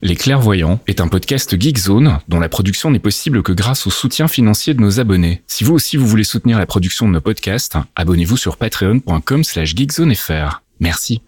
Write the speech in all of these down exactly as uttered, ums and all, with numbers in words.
Les Clairvoyants est un podcast Geekzone dont la production n'est possible que grâce au soutien financier de nos abonnés. Si vous aussi vous voulez soutenir la production de nos podcasts, abonnez-vous sur patreon.com slash geekzonefr. Merci.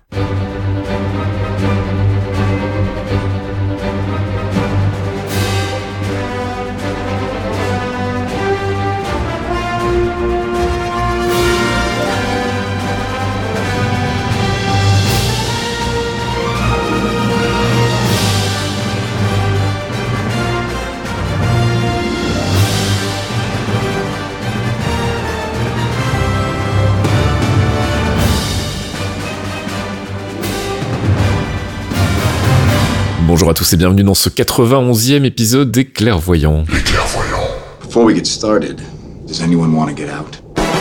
Bonjour à tous et bienvenue dans ce quatre-vingt-onzième épisode des Clairvoyants. Les Clairvoyants. Before we get started, does anyone want to get out?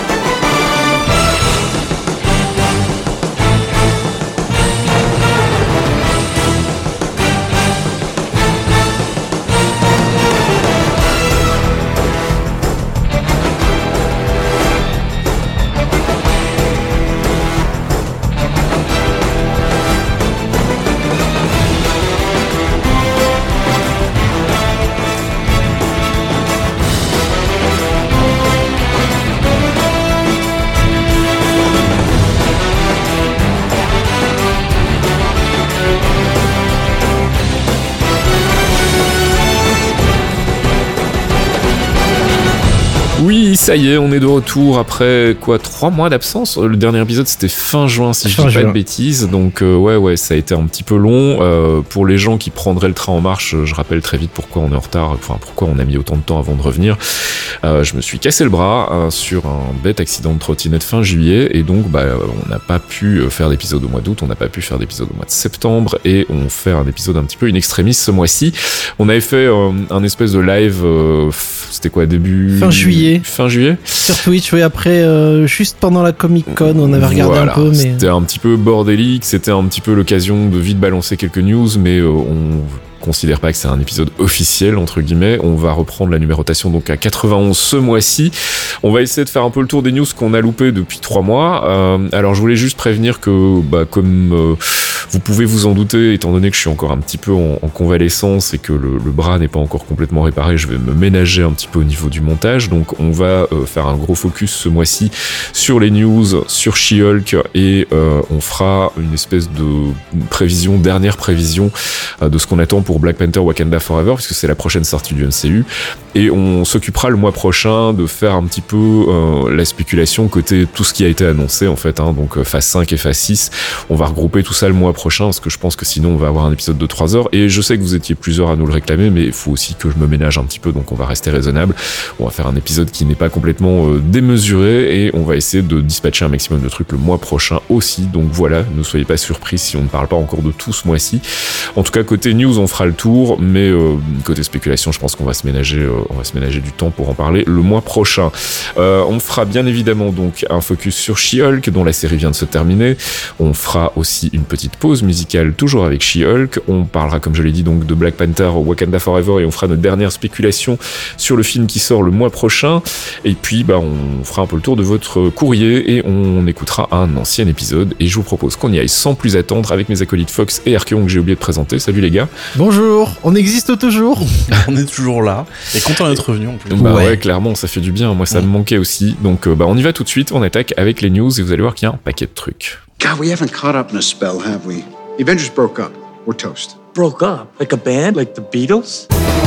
Oui, ça y est, on est de retour après quoi, trois mois d'absence. Le dernier épisode c'était fin juin si fin je dis juin. Pas de bêtises, donc euh, ouais ouais ça a été un petit peu long. Euh, pour les gens qui prendraient le train en marche, je rappelle très vite pourquoi on est en retard, enfin pourquoi on a mis autant de temps avant de revenir. Euh, je me suis cassé le bras euh, sur un bête accident de trottinette fin juillet et donc bah on n'a pas pu faire d'épisode au mois d'août, on n'a pas pu faire d'épisode au mois de septembre et on fait un épisode un petit peu in extremis ce mois-ci. On avait fait euh, un espèce de live, euh, c'était quoi début fin juillet. Fin juillet sur Twitch, oui, après euh, juste pendant la Comic Con on avait regardé voilà, un peu mais... c'était un petit peu bordélique, c'était un petit peu l'occasion de vite balancer quelques news mais euh, on considère pas que c'est un épisode officiel entre guillemets. On va reprendre la numérotation donc à quatre-vingt-onze ce mois-ci. On va essayer de faire un peu le tour des news qu'on a loupé depuis trois mois. Euh, alors je voulais juste prévenir que bah, comme euh, vous pouvez vous en douter, étant donné que je suis encore un petit peu en, en convalescence et que le, le bras n'est pas encore complètement réparé, je vais me ménager un petit peu au niveau du montage. Donc on va euh, faire un gros focus ce mois-ci sur les news, sur She-Hulk et euh, on fera une espèce de prévision, dernière prévision euh, de ce qu'on attend pour pour Black Panther Wakanda Forever puisque c'est la prochaine sortie du M C U et on s'occupera le mois prochain de faire un petit peu euh, la spéculation côté tout ce qui a été annoncé en fait hein, donc phase cinq et phase six. On va regrouper tout ça le mois prochain parce que je pense que sinon on va avoir un épisode de trois heures et je sais que vous étiez plusieurs à nous le réclamer mais il faut aussi que je me ménage un petit peu donc on va rester raisonnable. On va faire un épisode qui n'est pas complètement euh, démesuré et on va essayer de dispatcher un maximum de trucs le mois prochain aussi donc voilà, ne soyez pas surpris si on ne parle pas encore de tout ce mois-ci. En tout cas côté news on fera le tour mais euh, côté spéculation je pense qu'on va se ménager euh, on va se ménager du temps pour en parler le mois prochain. Euh, on fera bien évidemment donc un focus sur She-Hulk dont la série vient de se terminer. On fera aussi une petite pause musicale toujours avec She-Hulk. On parlera comme je l'ai dit donc de Black Panther Wakanda Forever et on fera notre dernière spéculation sur le film qui sort le mois prochain et puis bah on fera un peu le tour de votre courrier et on écoutera un ancien épisode et je vous propose qu'on y aille sans plus attendre avec mes acolytes Fox et Archeon que j'ai oublié de présenter. Salut les gars. Bonjour, on existe toujours. On est toujours là et content d'être revenu en plus. Bah ouais. ouais, clairement, ça fait du bien. Moi, ça ouais. me manquait aussi. Donc, euh, bah, on y va tout de suite. On attaque avec les news et vous allez voir qu'il y a un paquet de trucs. God, we haven't caught up in a spell, have we? The Avengers broke up. We're toast. Broke up? Like a band? Like the Beatles?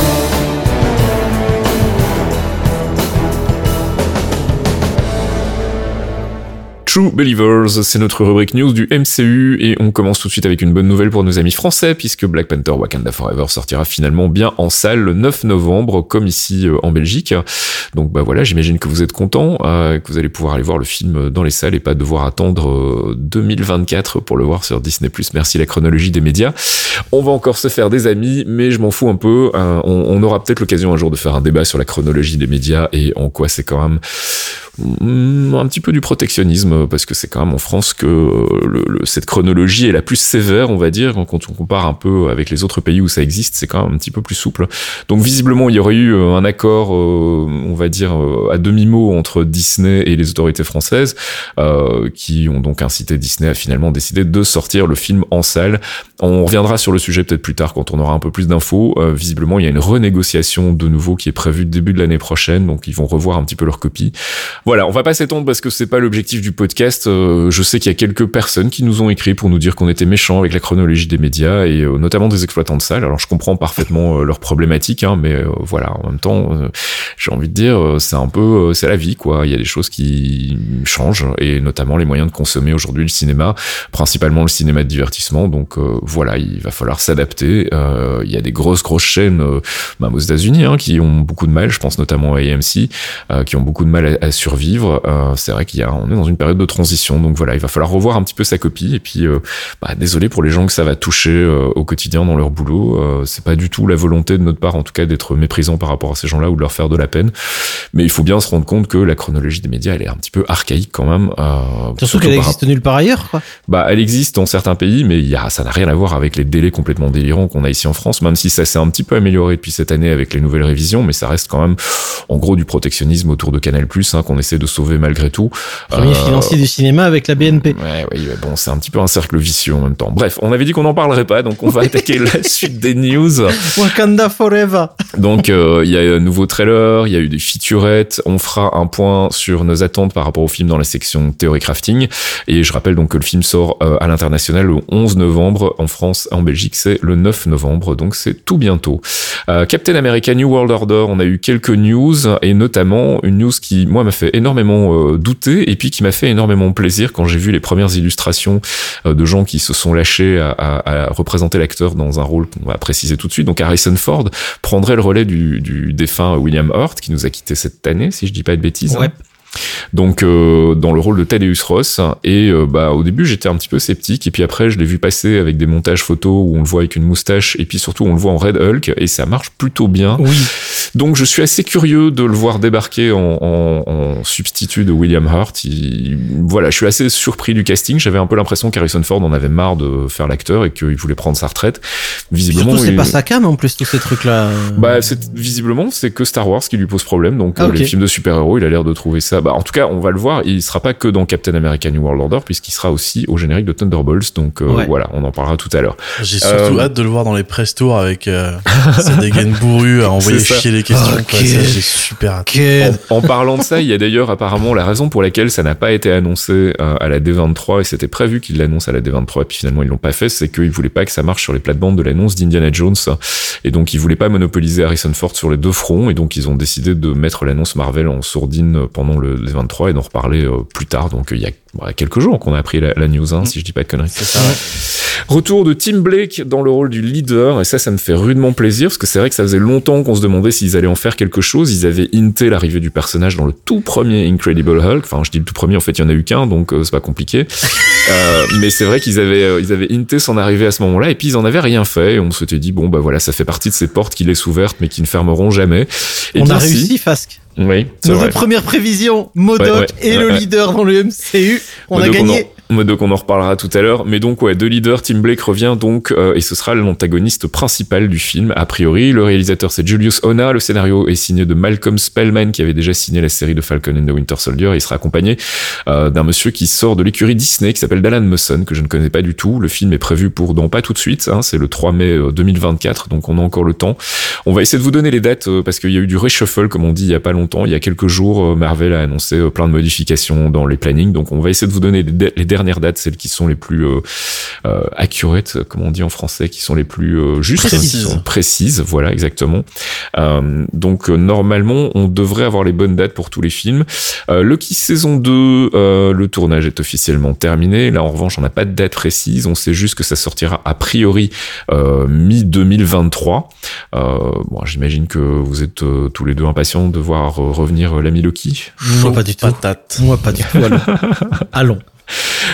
True Believers, c'est notre rubrique news du M C U et on commence tout de suite avec une bonne nouvelle pour nos amis français puisque Black Panther Wakanda Forever sortira finalement bien en salle le neuf novembre comme ici euh, en Belgique. Donc bah voilà, j'imagine que vous êtes contents, euh, que vous allez pouvoir aller voir le film dans les salles et pas devoir attendre euh, deux mille vingt-quatre pour le voir sur Disney plus. Merci la chronologie des médias. On va encore se faire des amis mais je m'en fous un peu. Euh, on, on aura peut-être l'occasion un jour de faire un débat sur la chronologie des médias et en quoi c'est quand même un petit peu du protectionnisme, parce que c'est quand même en France que le, le, cette chronologie est la plus sévère, on va dire, quand on compare un peu avec les autres pays où ça existe, c'est quand même un petit peu plus souple. Donc visiblement, il y aurait eu un accord, euh, on va dire, à demi-mot entre Disney et les autorités françaises, euh, qui ont donc incité Disney à finalement décider de sortir le film en salle. On reviendra sur le sujet peut-être plus tard quand on aura un peu plus d'infos. Euh, visiblement, il y a une renégociation de nouveau qui est prévue début de l'année prochaine, donc ils vont revoir un petit peu leur copie. Voilà, on va pas s'étendre parce que c'est pas l'objectif du podcast. Euh, je sais qu'il y a quelques personnes qui nous ont écrit pour nous dire qu'on était méchants avec la chronologie des médias et euh, notamment des exploitants de salles. Alors je comprends parfaitement euh, leurs problématiques, hein, mais euh, voilà, en même temps, euh, j'ai envie de dire, euh, c'est un peu, euh, c'est la vie, quoi. Il y a des choses qui changent et notamment les moyens de consommer aujourd'hui le cinéma, principalement le cinéma de divertissement. Donc euh, voilà, il va falloir s'adapter. Euh, il y a des grosses grosses chaînes, euh, même aux États-Unis, hein, qui ont beaucoup de mal. Je pense notamment à A M C, euh, qui ont beaucoup de mal à, à survivre. Euh, c'est vrai qu'il y a, on est dans une période de transition. Donc voilà, il va falloir revoir un petit peu sa copie. Et puis, euh, bah, désolé pour les gens que ça va toucher euh, au quotidien dans leur boulot. Euh, c'est pas du tout la volonté de notre part, en tout cas, d'être méprisant par rapport à ces gens-là ou de leur faire de la peine. Mais il faut bien se rendre compte que la chronologie des médias, elle est un petit peu archaïque quand même. Euh, surtout, surtout qu'elle existe nulle part ailleurs, quoi. Bah, elle existe dans certains pays, mais il y a, ça n'a rien à voir avec les délais complètement délirants qu'on a ici en France, même si ça s'est un petit peu amélioré depuis cette année avec les nouvelles révisions, mais ça reste quand même, en gros, du protectionnisme autour de Canal+, hein, qu'on essaie de sauver malgré tout. Premier euh... financier du cinéma avec la B N P. Ouais, oui, bon, c'est un petit peu un cercle vicieux en même temps. Bref, on avait dit qu'on n'en parlerait pas, donc on va attaquer la suite des news. Wakanda Forever. Donc, il euh, y a un nouveau trailer, il y a eu des featurettes, on fera un point sur nos attentes par rapport au film dans la section théorie crafting, et je rappelle donc que le film sort euh, à l'international le onze novembre, en France, en Belgique, c'est le neuf novembre, donc c'est tout bientôt. Euh, Captain America New World Order, on a eu quelques news, et notamment une news qui, moi, m'a fait énormément euh, douter, et puis qui m'a fait énormément plaisir quand j'ai vu les premières illustrations euh, de gens qui se sont lâchés à, à, à représenter l'acteur dans un rôle qu'on va préciser tout de suite. Donc Harrison Ford prendrait le relais du, du défunt William Hurt, qui nous a quittés cette année, si je dis pas de bêtises. Ouais. Hein. Donc euh, dans le rôle de Thaddeus Ross, et euh, bah au début j'étais un petit peu sceptique, et puis après je l'ai vu passer avec des montages photos où on le voit avec une moustache, et puis surtout on le voit en Red Hulk, et ça marche plutôt bien. Oui. Donc je suis assez curieux de le voir débarquer en, en, en substitut de William Hurt. Il, voilà, je suis assez surpris du casting. J'avais un peu l'impression qu'Harrison Ford en avait marre de faire l'acteur et qu'il voulait prendre sa retraite. Visiblement, surtout c'est il... pas sa cam en plus tous ces trucs là. Bah c'est, visiblement c'est que Star Wars qui lui pose problème. Donc ah, okay. Les films de super-héros, il a l'air de trouver ça. Bah en tout cas on va le voir. Il sera pas que dans Captain America New World Order, puisqu'il sera aussi au générique de Thunderbolts. Donc euh, ouais. Voilà, on en parlera tout à l'heure. J'ai surtout euh... hâte de le voir dans les press tours avec euh, sa dégaine bourrue à envoyer chier les questions. Okay. Ça, j'ai super hâte. Okay. En, en parlant de ça, il y a d'ailleurs apparemment la raison pour laquelle ça n'a pas été annoncé euh, à la D vingt-trois, et c'était prévu qu'ils l'annoncent à la D vingt-trois, et puis finalement ils l'ont pas fait, c'est qu'ils voulaient pas que ça marche sur les plates-bandes de l'annonce d'Indiana Jones, et donc ils voulaient pas monopoliser Harrison Ford sur les deux fronts, et donc ils ont décidé de mettre l'annonce Marvel en sourdine pendant le D vingt-trois et d'en reparler euh, plus tard. Donc il y a bah, quelques jours qu'on a appris la, la news, hein, mmh. si je dis pas de conneries. C'est ça, ouais. Retour de Tim Blake dans le rôle du leader, et ça, ça me fait rudement plaisir, parce que c'est vrai que ça faisait longtemps qu'on se demandait s'ils allaient en faire quelque chose. Ils avaient hinté l'arrivée du personnage dans le tout premier Incredible Hulk. Enfin, je dis le tout premier, en fait, il y en a eu qu'un, donc euh, c'est pas compliqué. euh, mais c'est vrai qu'ils avaient, euh, ils avaient hinté son arrivée à ce moment-là, et puis ils en avaient rien fait, et on s'était dit, bon, bah voilà, ça fait partie de ces portes qui laissent ouvertes, mais qui ne fermeront jamais. Et on bien a réussi, si, Fasque. Oui, c'est nos vrai. deux premières prévisions, Modok ouais, ouais, et ouais, le ouais. leader dans le M C U, on Modok, a gagné. On en... Modok, on en reparlera tout à l'heure, mais donc ouais, de leader, Tim Blake revient donc euh, et ce sera l'antagoniste principal du film a priori. Le réalisateur c'est Julius Onah, le scénario est signé de Malcolm Spellman qui avait déjà signé la série de Falcon and the Winter Soldier, et il sera accompagné euh, d'un monsieur qui sort de l'écurie Disney qui s'appelle Dallan Musson, que je ne connais pas du tout. Le film est prévu pour dans pas tout de suite, hein, c'est le trois mai deux mille vingt-quatre, donc on a encore le temps. On va essayer de vous donner les dates euh, parce qu'il y a eu du reshuffle comme on dit il y a pas longtemps, il y a quelques jours euh, Marvel a annoncé euh, plein de modifications dans les plannings, donc on va essayer de vous donner les, de- les dernières dates, celles qui sont les plus euh, euh, accurate, comme on dit en français, qui sont les plus euh, justes, précises. qui sont précises, voilà exactement. Euh, donc euh, normalement, on devrait avoir les bonnes dates pour tous les films. Euh, Loki saison deux, euh, le tournage est officiellement terminé. Là, en revanche, on n'a pas de date précise. On sait juste que ça sortira a priori euh, mi deux mille vingt-trois. Euh, bon, j'imagine que vous êtes euh, tous les deux impatients de voir euh, revenir euh, l'ami Loki. Moi pas du tout. Patate. Moi pas du tout. Allons. Allons.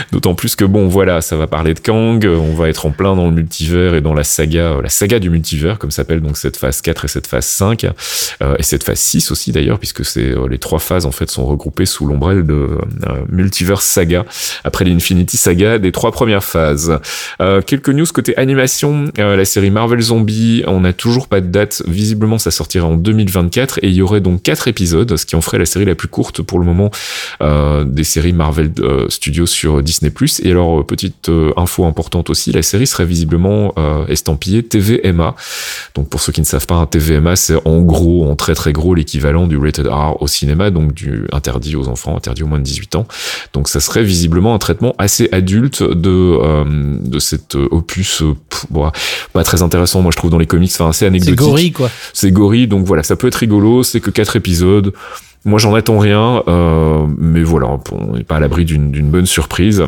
D'autant plus que bon, voilà, ça va parler de Kang, on va être en plein dans le multivers et dans la saga, la saga du multivers, comme s'appelle donc cette phase quatre et cette phase cinq, euh, et cette phase six aussi d'ailleurs, puisque c'est les trois phases en fait sont regroupées sous l'ombrelle de euh, Multiverse Saga, après l'Infinity Saga des trois premières phases. Euh, quelques news côté animation, euh, la série Marvel Zombie, on n'a toujours pas de date, visiblement ça sortira en deux mille vingt-quatre, et il y aurait donc quatre épisodes, ce qui en ferait la série la plus courte pour le moment euh, des séries Marvel euh, Studios sur Disney+. Et alors, euh, petite euh, info importante aussi, la série serait visiblement euh, estampillée T V M A. Donc pour ceux qui ne savent pas, un T V M A, c'est en gros, en très très gros, l'équivalent du rated R au cinéma, donc du interdit aux enfants, interdit aux moins de dix-huit ans. Donc ça serait visiblement un traitement assez adulte de euh, de cet opus, euh, pff, bon, pas très intéressant, moi je trouve, dans les comics, enfin assez anecdotique. C'est gorille, quoi. C'est gorille, donc voilà, ça peut être rigolo, c'est que quatre épisodes. Moi j'en attends rien, euh, mais voilà, on n'est pas à l'abri d'une, d'une bonne surprise.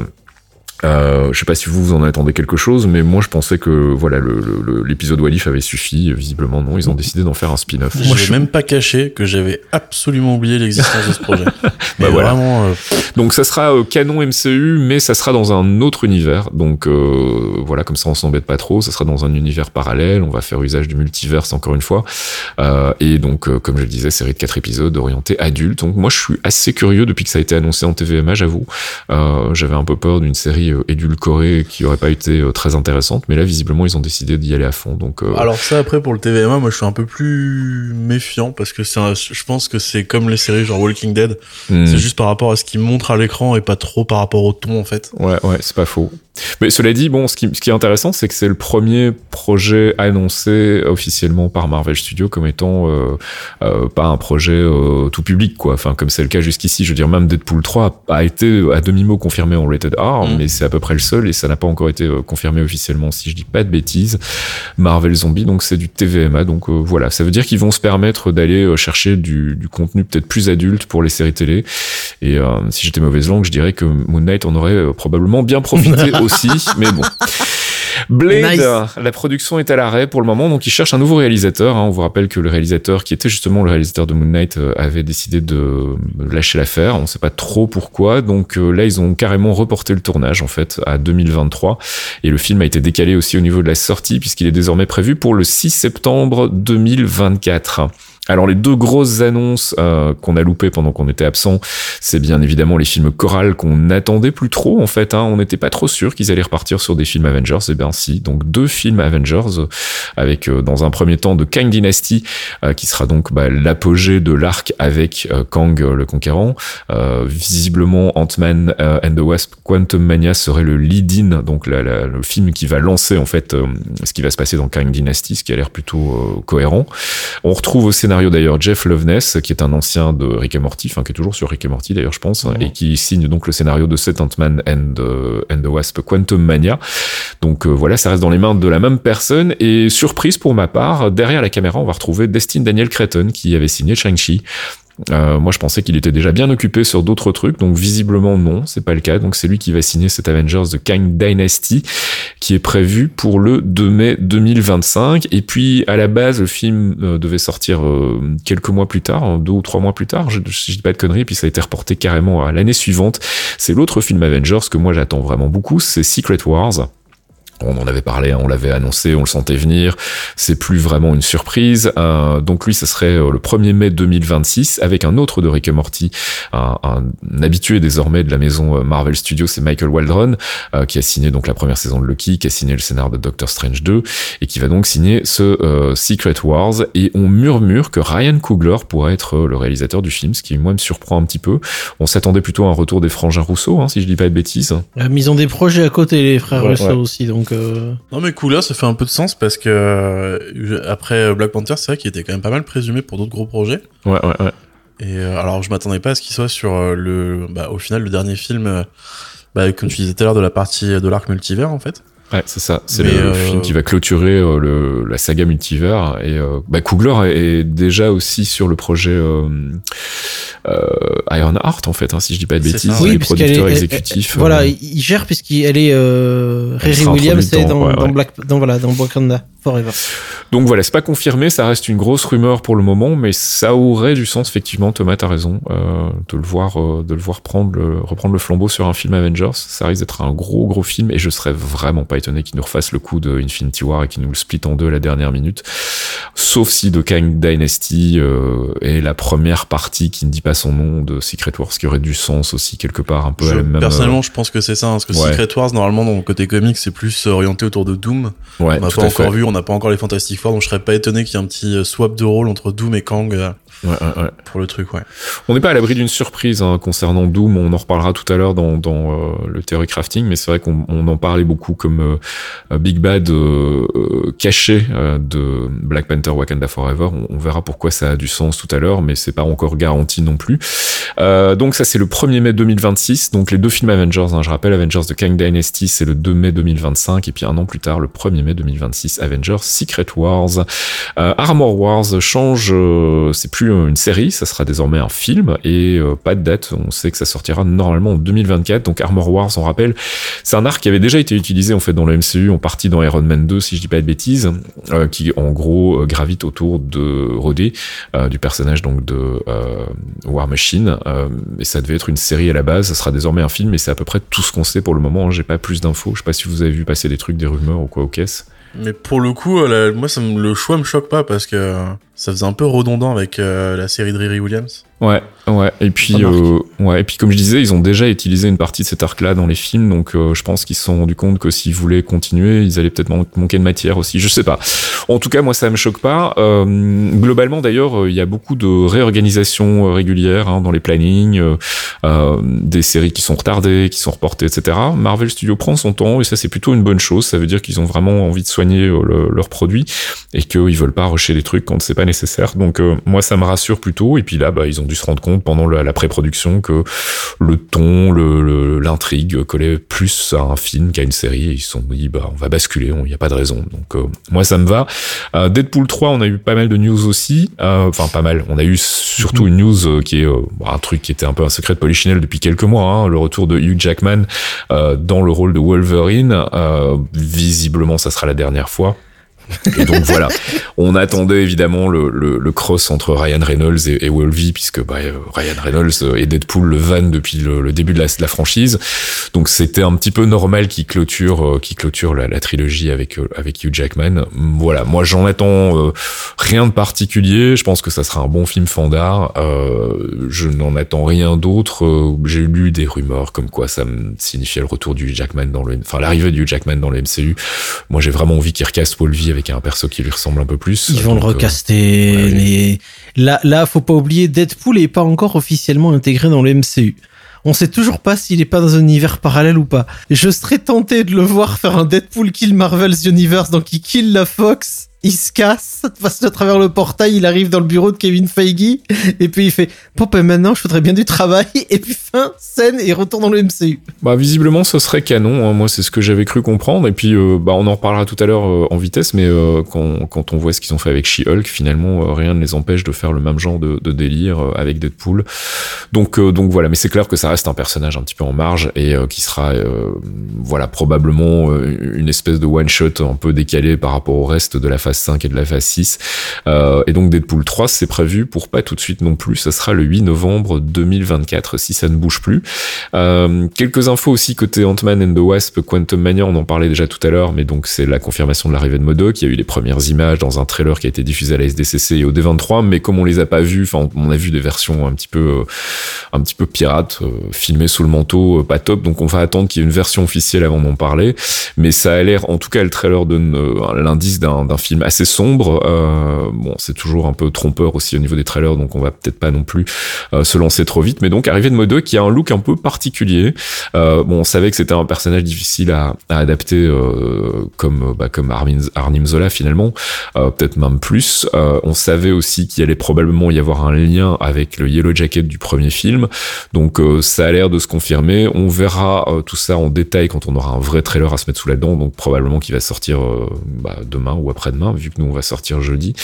Euh, je sais pas si vous, vous en attendez quelque chose, mais moi je pensais que voilà le, le, l'épisode Walif avait suffi. Visiblement non, ils ont décidé d'en faire un spin-off. Moi je vais même pas caché que j'avais absolument oublié l'existence de ce projet. Mais bah voilà. Vraiment. Euh... Donc ça sera euh, canon M C U, mais ça sera dans un autre univers. Donc euh, voilà, comme ça on s'embête pas trop. Ça sera dans un univers parallèle. On va faire usage du multiverse encore une fois. Euh, et donc euh, comme je le disais, série de quatre épisodes orientés adultes. Donc moi je suis assez curieux depuis que ça a été annoncé en T V M A, j'avoue. Euh, j'avais un peu peur d'une série édulcorée qui aurait pas été très intéressante, mais là visiblement ils ont décidé d'y aller à fond. Donc euh... alors ça, après pour le T V M A, moi je suis un peu plus méfiant parce que c'est un, je pense que c'est comme les séries genre Walking Dead, mmh. c'est juste par rapport à ce qu'ils montrent à l'écran et pas trop par rapport au ton en fait. Ouais ouais, c'est pas faux. Mais cela dit, bon, ce qui, ce qui est intéressant, c'est que c'est le premier projet annoncé officiellement par Marvel Studios comme étant euh, euh, pas un projet euh, tout public, quoi. Enfin, comme c'est le cas jusqu'ici, je veux dire, même Deadpool trois a été à demi-mot confirmé en rated R, mmh. mais c'est à peu près le seul, et ça n'a pas encore été euh, confirmé officiellement, si je dis pas de bêtises. Marvel Zombie, donc c'est du T V M A, donc euh, voilà, ça veut dire qu'ils vont se permettre d'aller euh, chercher du, du contenu peut-être plus adulte pour les séries télé, et euh, si j'étais mauvaise langue, je dirais que Moon Knight en aurait euh, probablement bien profité aussi, mais bon. Blade, nice. La production est à l'arrêt pour le moment, donc ils cherchent un nouveau réalisateur. Hein. On vous rappelle que le réalisateur, qui était justement le réalisateur de Moon Knight, euh, avait décidé de lâcher l'affaire. On ne sait pas trop pourquoi. Donc euh, là, ils ont carrément reporté le tournage en fait à deux mille vingt-trois, et le film a été décalé aussi au niveau de la sortie puisqu'il est désormais prévu pour le six septembre deux mille vingt-quatre. Alors les deux grosses annonces euh, qu'on a loupées pendant qu'on était absent, c'est bien évidemment les films chorales qu'on n'attendait plus trop en fait. Hein. On n'était pas trop sûr qu'ils allaient repartir sur des films Avengers. Et bien si, donc deux films Avengers avec euh, dans un premier temps de Kang Dynasty euh, qui sera donc bah, l'apogée de l'arc avec euh, Kang euh, le Conquérant. Euh, visiblement Ant-Man euh, and the Wasp Quantumania serait le lead-in, donc la, la, le film qui va lancer en fait euh, ce qui va se passer dans Kang Dynasty, ce qui a l'air plutôt euh, cohérent. On retrouve au scénario d'ailleurs Jeff Loveness, qui est un ancien de Rick et Morty, enfin qui est toujours sur Rick et Morty d'ailleurs je pense, mmh. et qui signe donc le scénario de cet Ant-Man and, uh, and the Wasp Quantumania. Donc euh, voilà, ça reste dans les mains de la même personne, et surprise pour ma part, derrière la caméra on va retrouver Destin Daniel Cretton qui avait signé Shang-Chi. Euh, moi je pensais qu'il était déjà bien occupé sur d'autres trucs, donc visiblement non, c'est pas le cas. Donc c'est lui qui va signer cet Avengers de Kang Dynasty qui est prévu pour le deux mai deux mille vingt-cinq. Et puis à la base le film euh, devait sortir euh, quelques mois plus tard, deux ou trois mois plus tard, je, je dis pas de conneries, puis ça a été reporté carrément à l'année suivante. C'est l'autre film Avengers que moi j'attends vraiment beaucoup, c'est Secret Wars. On en avait parlé, on l'avait annoncé, on le sentait venir. C'est plus vraiment une surprise. Euh, donc lui, ça serait le premier mai deux mille vingt-six, avec un autre de Rick et Morty, un, un habitué désormais de la maison Marvel Studios, c'est Michael Waldron, euh, qui a signé donc la première saison de Loki, qui a signé le scénar de Doctor Strange deux, et qui va donc signer ce euh, Secret Wars. Et on murmure que Ryan Coogler pourrait être le réalisateur du film, ce qui moi me surprend un petit peu. On s'attendait plutôt à un retour des frangins Rousseau, hein, si je dis pas de bêtises. Euh, mais ils ont des projets à côté, les frères ouais, Rousseau ouais. aussi, donc. Euh... Non mais cool, là ça fait un peu de sens parce que euh, après Black Panther, c'est vrai qu'il était quand même pas mal présumé pour d'autres gros projets. Ouais ouais ouais. Et euh, alors je m'attendais pas à ce qu'il soit sur euh, le, bah au final le dernier film, euh, bah comme tu disais tout à l'heure, de la partie de l'arc multivers en fait. Ouais, c'est ça. C'est mais le euh... film qui va clôturer euh, le, la saga multivers. Et euh, bah, Coogler est, est déjà aussi sur le projet euh, euh, Ironheart, en fait, hein, si je dis pas de bêtises. Oui, les producteurs est, exécutifs. Elle, elle, euh, voilà, il gère puisqu'elle est euh, Riri Williams, c'est dans, ouais, dans ouais. Black, dans voilà, dans Wakanda Forever. Donc voilà, c'est pas confirmé, ça reste une grosse rumeur pour le moment, mais ça aurait du sens effectivement. Thomas, t'as raison, euh, de le voir, euh, de le voir prendre le, reprendre le flambeau sur un film Avengers. Ça risque d'être un gros gros film, et je serais vraiment pas étonné qu'il nous refasse le coup de Infinity War et qu'il nous le split en deux à la dernière minute. Sauf si The Kang Dynasty euh, est la première partie qui ne dit pas son nom de Secret Wars, qui aurait du sens aussi quelque part un peu je, à la même. Personnellement, je pense que c'est ça, hein, parce que ouais. Secret Wars, normalement, dans le côté comics, c'est plus orienté autour de Doom. Ouais, on n'a pas encore fait. vu, on n'a pas encore les Fantastic Four, donc je serais pas étonné qu'il y ait un petit swap de rôle entre Doom et Kang. Euh, ouais, ouais, ouais. Pour le truc, ouais. On n'est pas à l'abri d'une surprise hein, concernant Doom. On en reparlera tout à l'heure dans, dans euh, le theory crafting, mais c'est vrai qu'on on en parlait beaucoup comme euh, Big Bad euh, euh, caché euh, de Black Panther Wakanda Forever. On, on verra pourquoi ça a du sens tout à l'heure, mais c'est pas encore garanti non plus. Euh, donc ça, c'est le premier mai deux mille vingt-six. Donc les deux films Avengers, hein, je rappelle, Avengers The Kang Dynasty, c'est le deux mai deux mille vingt-cinq, et puis un an plus tard, le premier mai deux mille vingt-six, Avengers Secret Wars. Euh, Armor Wars change, euh, c'est plus une série, ça sera désormais un film, et euh, pas de date. On sait que ça sortira normalement en deux mille vingt-quatre. Donc Armor Wars, on rappelle, c'est un arc qui avait déjà été utilisé en fait dans le M C U, en partie dans Iron Man deux, si je dis pas de bêtises, euh, qui en gros euh, gravite autour de Rhodey, euh, du personnage donc de euh, War Machine. Euh, et ça devait être une série à la base, ça sera désormais un film, et c'est à peu près tout ce qu'on sait pour le moment. Hein. J'ai pas plus d'infos. Je sais pas si vous avez vu passer des trucs, des rumeurs ou quoi aux caisses. Mais pour le coup, la, moi, ça me, le choix me choque pas parce que ça faisait un peu redondant avec euh, la série de Riri Williams. Ouais, ouais. Et puis, euh, ouais. Et puis, comme je disais, ils ont déjà utilisé une partie de cet arc-là dans les films, donc euh, je pense qu'ils se sont rendus compte que s'ils voulaient continuer, ils allaient peut-être man- manquer de matière aussi. Je sais pas. En tout cas, moi, ça me choque pas. Euh, globalement, d'ailleurs, il y a beaucoup de réorganisations régulières hein, dans les plannings, euh, euh, des séries qui sont retardées, qui sont reportées, et cetera. Marvel Studios prend son temps, et ça, c'est plutôt une bonne chose. Ça veut dire qu'ils ont vraiment envie de soigner euh, le, leurs produits et qu'ils veulent pas rusher les trucs quand c'est pas nécessaire. Donc, euh, moi, ça me rassure plutôt. Et puis là, bah, ils ont dû se rendre compte pendant la, la pré-production que le ton, le, le, l'intrigue collait plus à un film qu'à une série, et ils se sont dit bah on va basculer, il n'y a pas de raison. Donc euh, moi ça me va. Euh, Deadpool trois, on a eu pas mal de news aussi, euh, enfin pas mal, on a eu surtout une news euh, qui est euh, un truc qui était un peu un secret de Polichinelle depuis quelques mois, hein, le retour de Hugh Jackman euh, dans le rôle de Wolverine. Euh, visiblement ça sera la dernière fois. Et donc voilà, on attendait évidemment le, le, le cross entre Ryan Reynolds et, et Wolvie, puisque bah, Ryan Reynolds et Deadpool le vannent depuis le, le début de la, de la franchise, donc c'était un petit peu normal qu'il clôture, qu'il clôture la, la trilogie avec avec Hugh Jackman. Voilà, moi j'en attends euh, rien de particulier. Je pense que ça sera un bon film fandard. Euh, je n'en attends rien d'autre. Euh, j'ai lu des rumeurs comme quoi ça me signifiait le retour du Hugh Jackman dans le, enfin l'arrivée du Hugh Jackman dans le M C U. Moi j'ai vraiment envie qu'il recaste Wolvie avec un perso qui lui ressemble un peu plus. Ils vont donc, le recaster. Euh, ouais, mais là, là, faut pas oublier, Deadpool est pas encore officiellement intégré dans le M C U. On sait toujours pas s'il est pas dans un univers parallèle ou pas. Je serais tenté de le voir faire un Deadpool kill Marvel's Universe, donc il kill la Fox, il se casse, passe à travers le portail, il arrive dans le bureau de Kevin Feige, et puis il fait « Pop, maintenant, je voudrais bien du travail », et puis fin, scène, et retourne dans le M C U. Bah, visiblement, ce serait canon, hein. Moi, c'est ce que j'avais cru comprendre, et puis, euh, bah, on en reparlera tout à l'heure euh, en vitesse, mais euh, quand, quand on voit ce qu'ils ont fait avec She-Hulk, finalement, euh, rien ne les empêche de faire le même genre de, de délire euh, avec Deadpool. Donc, euh, donc voilà, mais c'est clair que ça reste un personnage un petit peu en marge, et euh, qui sera, euh, voilà, probablement euh, une espèce de one-shot un peu décalé par rapport au reste de la phase cinq et de la phase six. Euh, et donc Deadpool trois, c'est prévu pour pas tout de suite non plus. Ça sera le huit novembre deux mille vingt-quatre si ça ne bouge plus. Euh, quelques infos aussi côté Ant-Man and the Wasp, Quantum Mania, on en parlait déjà tout à l'heure, mais donc c'est la confirmation de l'arrivée de M O D O K. Il y a eu les premières images dans un trailer qui a été diffusé à la S D C C et au D vingt-trois, mais comme on les a pas vus, enfin on a vu des versions un petit peu, euh, un petit peu pirates, euh, filmées sous le manteau, euh, pas top. Donc on va attendre qu'il y ait une version officielle avant d'en parler. Mais ça a l'air, en tout cas le trailer donne euh, l'indice d'un, d'un film assez sombre. Euh, bon, c'est toujours un peu trompeur aussi au niveau des trailers, donc on va peut-être pas non plus euh, se lancer trop vite. Mais donc arrivée de M O D O K qui a un look un peu particulier. Euh, bon, on savait que c'était un personnage difficile à, à adapter, euh, comme bah, comme Armin, Arnim Zola finalement, euh, peut-être même plus. Euh, on savait aussi qu'il allait probablement y avoir un lien avec le Yellow Jacket du premier film. Donc euh, ça a l'air de se confirmer. On verra euh, tout ça en détail quand on aura un vrai trailer à se mettre sous la dent. Donc probablement qu'il va sortir euh, bah, demain ou après-demain, vu que nous on va sortir jeudi.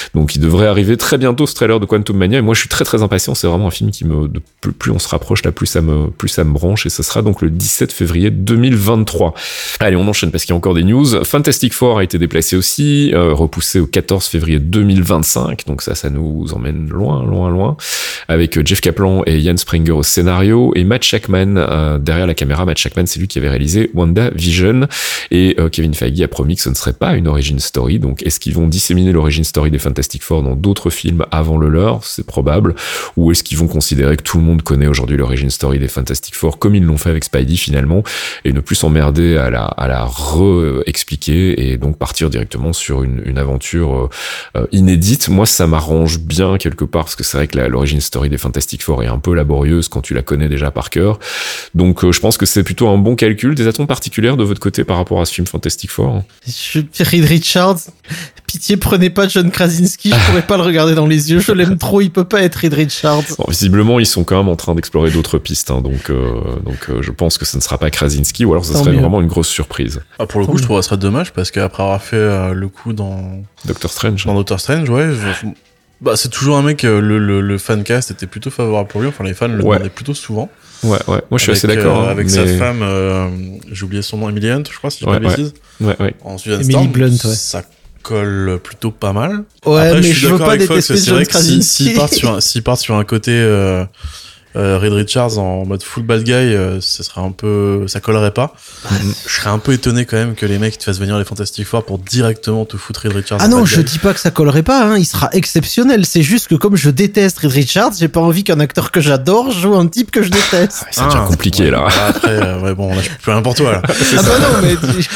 Donc il devrait arriver très bientôt ce trailer de Quantum Mania, et moi je suis très très impatient. C'est vraiment un film qui me, de plus, plus on se rapproche là, plus ça me, plus ça me branche, et ce sera donc le dix-sept février deux mille vingt-trois. Allez, on enchaîne parce qu'il y a encore des news. Fantastic Four a été déplacé aussi, euh, repoussé au quatorze février deux mille vingt-cinq, donc ça, ça nous emmène loin, loin, loin, avec Jeff Kaplan et Ian Springer au scénario, et Matt Shakman euh, derrière la caméra. Matt Shakman, c'est lui qui avait réalisé WandaVision, et euh, Kevin Feige a promis que ce ne serait pas une origin story. Donc est-ce qu'ils vont disséminer l'origin story des Fantastic Four dans d'autres films avant le leur? C'est probable. Ou est-ce qu'ils vont considérer que tout le monde connaît aujourd'hui l'origin story des Fantastic Four, comme ils l'ont fait avec Spidey finalement, et ne plus s'emmerder à la, à la re-expliquer, et donc partir directement sur une, une aventure euh, inédite? Moi, ça m'arrange bien quelque part, parce que c'est vrai que la, l'origin story des Fantastic Four est un peu laborieuse quand tu la connais déjà par cœur. Donc euh, je pense que c'est plutôt un bon calcul. Des attentes particulières de votre côté par rapport à ce film Fantastic Four? Je, Reed Richards, pitié, prenez pas John Krasinski, je pourrais pas le regarder dans les yeux, je l'aime trop, il peut pas être Reed Richards. Bon, visiblement, ils sont quand même en train d'explorer d'autres pistes, hein, donc euh, donc euh, je pense que ce ne sera pas Krasinski, ou alors ce Tant serait mieux. vraiment une grosse surprise. Ah, pour le coup, je trouve que ça serait dommage parce qu'après avoir fait euh, le coup dans Doctor Strange. dans Doctor Strange, ouais, je- bah c'est toujours un mec. euh, Le, le, le fancast était plutôt favorable pour lui. Enfin, les fans le Ouais. demandaient plutôt souvent. Ouais, ouais. Moi, je suis Avec, assez d'accord. euh, hein, avec mais... sa femme, euh, j'ai oublié son nom, Emily Hunt, je crois, si je dis Ouais, pas de ouais. bêtises. Ouais, ouais. En Susan Emily Storm, Blunt, ouais. ça colle plutôt pas mal. Ouais, Après, mais je suis je veux d'accord pas avec Fox, détester c'est John vrai que si- Krasinski. s'ils partent sur un, s'ils partent sur un côté euh, euh, Reed Richards en mode full bad guy, euh, ce serait un peu, ça collerait pas. Je serais un peu étonné quand même que les mecs te fassent venir les Fantastic Four pour directement te foutre Reed Richards. Ah en non, bad je guy. dis pas que ça collerait pas, hein. Il sera exceptionnel. C'est juste que comme je déteste Reed Richards, j'ai pas envie qu'un acteur que j'adore joue un type que je déteste. Ouais, c'est déjà Ah, compliqué, ouais, là. voilà, après, euh, ouais, bon, là, je peux plus rien pour toi, là. Ah bah non, mais tu-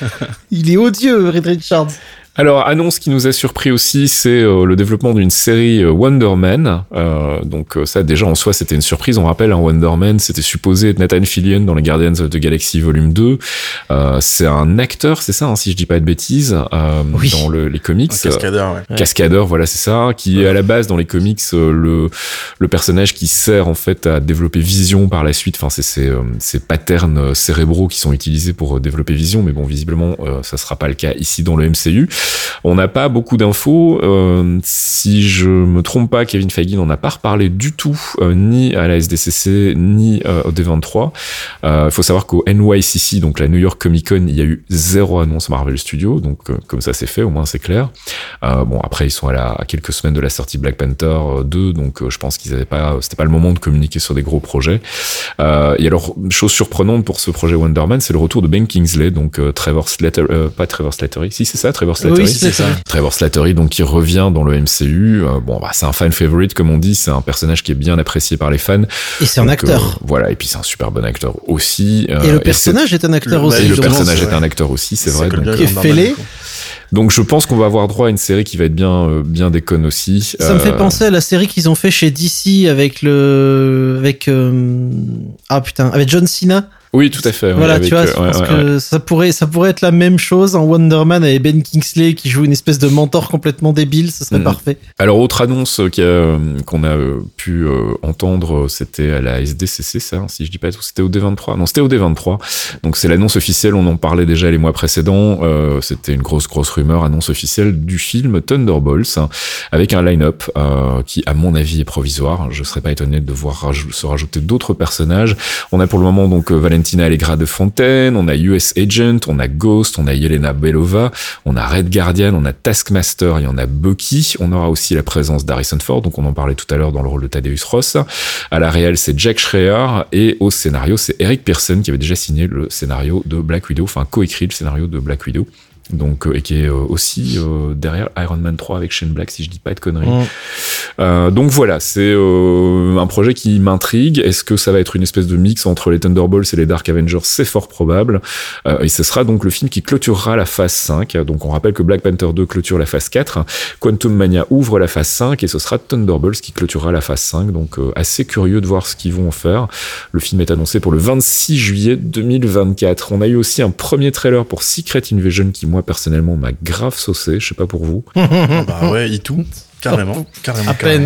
il est odieux, Reed Richards. Alors, annonce qui nous a surpris aussi, c'est euh, le développement d'une série euh, Wonder Man. Euh, donc euh, ça, déjà, en soi, c'était une surprise. On rappelle, hein, Wonder Man, c'était supposé être Nathan Fillion dans les Guardians of the Galaxy Volume deux. Euh, c'est un acteur, c'est ça, hein, si je dis pas de bêtises, euh, Oui. dans le, les comics. Un cascadeur, ouais. Euh, Cascadeur, voilà, c'est ça, qui est à la base dans les comics euh, le le personnage qui sert en fait à développer Vision par la suite. Enfin, c'est ces euh, ces patterns euh, cérébraux qui sont utilisés pour euh, développer Vision, mais bon, visiblement, euh, ça sera pas le cas ici dans le M C U. On n'a pas beaucoup d'infos. Euh, si je me trompe pas, Kevin Feige n'en a pas reparlé du tout, euh, ni à la S D C C, ni euh, au D vingt-trois. Il euh, faut savoir qu'au N Y C C, donc la New York Comic Con, il y a eu zéro annonce Marvel Studios, donc euh, comme ça c'est fait, au moins c'est clair. Euh, bon, après ils sont à, la, à quelques semaines de la sortie Black Panther deux, donc euh, je pense qu'ils avaient pas, c'était pas le moment de communiquer sur des gros projets. Euh, et alors, chose surprenante pour ce projet Wonder Man, c'est le retour de Ben Kingsley, donc euh, Trevor Slattery, euh, pas Trevor Slattery, si c'est ça, Trevor Slattery. Oui, c'est ça. Trevor Slattery, donc qui revient dans le M C U. Euh, bon, bah c'est un fan favorite comme on dit, c'est un personnage qui est bien apprécié par les fans. Et c'est un Donc, acteur. euh, voilà, et puis c'est un super bon acteur aussi. Euh, Et le c'est- personnage est un acteur le- aussi. et le donc, personnage c'est est vrai. un acteur aussi, c'est vrai. Ça colle Donc, bien euh, Qui est avec Wonder Man, fêlé. du coup. donc je pense qu'on va avoir droit à une série qui va être bien, euh, bien déconne aussi. Ça me fait penser à la série qu'ils ont fait chez D C avec le, avec euh... ah putain, avec John Cena. Oui, tout à fait. Voilà, ouais, tu avec, vois, euh, je pense ouais, ouais, que ça pourrait, ça pourrait être la même chose en Wonder Man avec Ben Kingsley qui joue une espèce de mentor complètement débile, ce serait Mhm. parfait. Alors, autre annonce qui a, qu'on a euh, pu euh, entendre, c'était à la S D C C, ça, hein, si je dis pas tout, c'était au D vingt-trois. Non, c'était au D vingt-trois. Donc, c'est l'annonce officielle, on en parlait déjà les mois précédents. Euh, c'était une grosse, grosse rumeur, annonce officielle du film Thunderbolts, hein, avec un line-up euh, qui, à mon avis, est provisoire. Je serais pas étonné de voir raj- se rajouter d'autres personnages. On a pour le moment donc euh, Valentina Allegra de Fontaine, on a U S Agent, on a Ghost, on a Yelena Belova, on a Red Guardian, on a Taskmaster et on a Bucky. On aura aussi la présence d'Harrison Ford, donc on en parlait tout à l'heure dans le rôle de Thaddeus Ross. À la réal, c'est Jack Schreier, et au scénario, c'est Eric Pearson qui avait déjà signé le scénario de Black Widow, enfin coécrit le scénario de Black Widow. Donc, euh, et qui est euh, aussi euh, derrière Iron Man trois avec Shane Black, si je dis pas de conneries. Mm. Euh, donc voilà, c'est euh, un projet qui m'intrigue. Est-ce que ça va être une espèce de mix entre les Thunderbolts et les Dark Avengers? C'est fort probable. Euh, et ce sera donc le film qui clôturera la phase cinq. Donc on rappelle que Black Panther deux clôture la phase quatre, Quantum Mania ouvre la phase cinq, et ce sera Thunderbolts qui clôturera la phase cinq. Donc euh, assez curieux de voir ce qu'ils vont en faire. Le film est annoncé pour le vingt-six juillet deux mille vingt-quatre. On a eu aussi un premier trailer pour Secret Invasion qui, moi, personnellement, m'a grave saucé. Je sais pas pour vous. Ah bah ouais, et tout. Carrément. Carrément. À carrément. peine.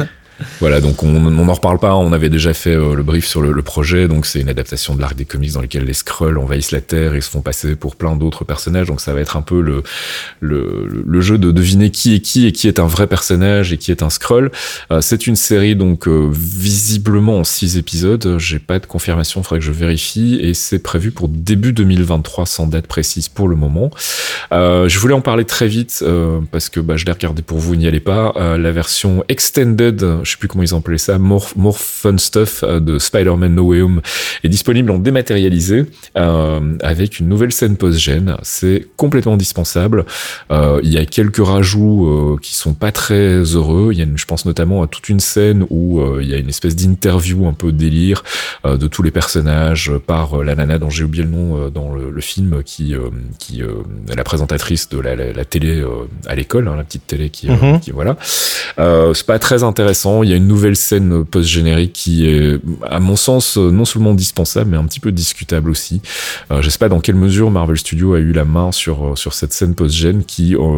Voilà, donc on n'en reparle pas, on avait déjà fait euh, le brief sur le, le projet, donc c'est une adaptation de l'arc des comics dans lequel les Skrulls envahissent la Terre et se font passer pour plein d'autres personnages, donc ça va être un peu le, le, le jeu de deviner qui est qui et qui est un vrai personnage et qui est un Skrull. Euh, c'est une série donc euh, visiblement en six épisodes, j'ai pas de confirmation, il faudrait que je vérifie, et c'est prévu pour début deux mille vingt-trois sans date précise pour le moment. Euh, je voulais en parler très vite euh, parce que bah, je l'ai regardé pour vous, n'y allez pas. Euh, la version extended, je sais plus comment ils appelaient ça, more, more fun stuff euh, de Spider-Man No Way Home est disponible en dématérialisé euh, avec une nouvelle scène post-gène. C'est complètement indispensable. Euh, il y a quelques rajouts euh, qui sont pas très heureux. Il y a, une, je pense notamment à toute une scène où euh, il y a une espèce d'interview un peu délire euh, de tous les personnages par euh, la nana dont j'ai oublié le nom euh, dans le, le film qui euh, qui euh, la présentatrice de la, la, la télé euh, à l'école, hein, la petite télé qui, euh, Mm-hmm. qui voilà. Euh, c'est pas très intéressant. Il y a une nouvelle scène post-générique qui est, à mon sens, non seulement indispensable, mais un petit peu discutable aussi. Euh, je sais pas dans quelle mesure Marvel Studios a eu la main sur sur cette scène post-gène qui euh,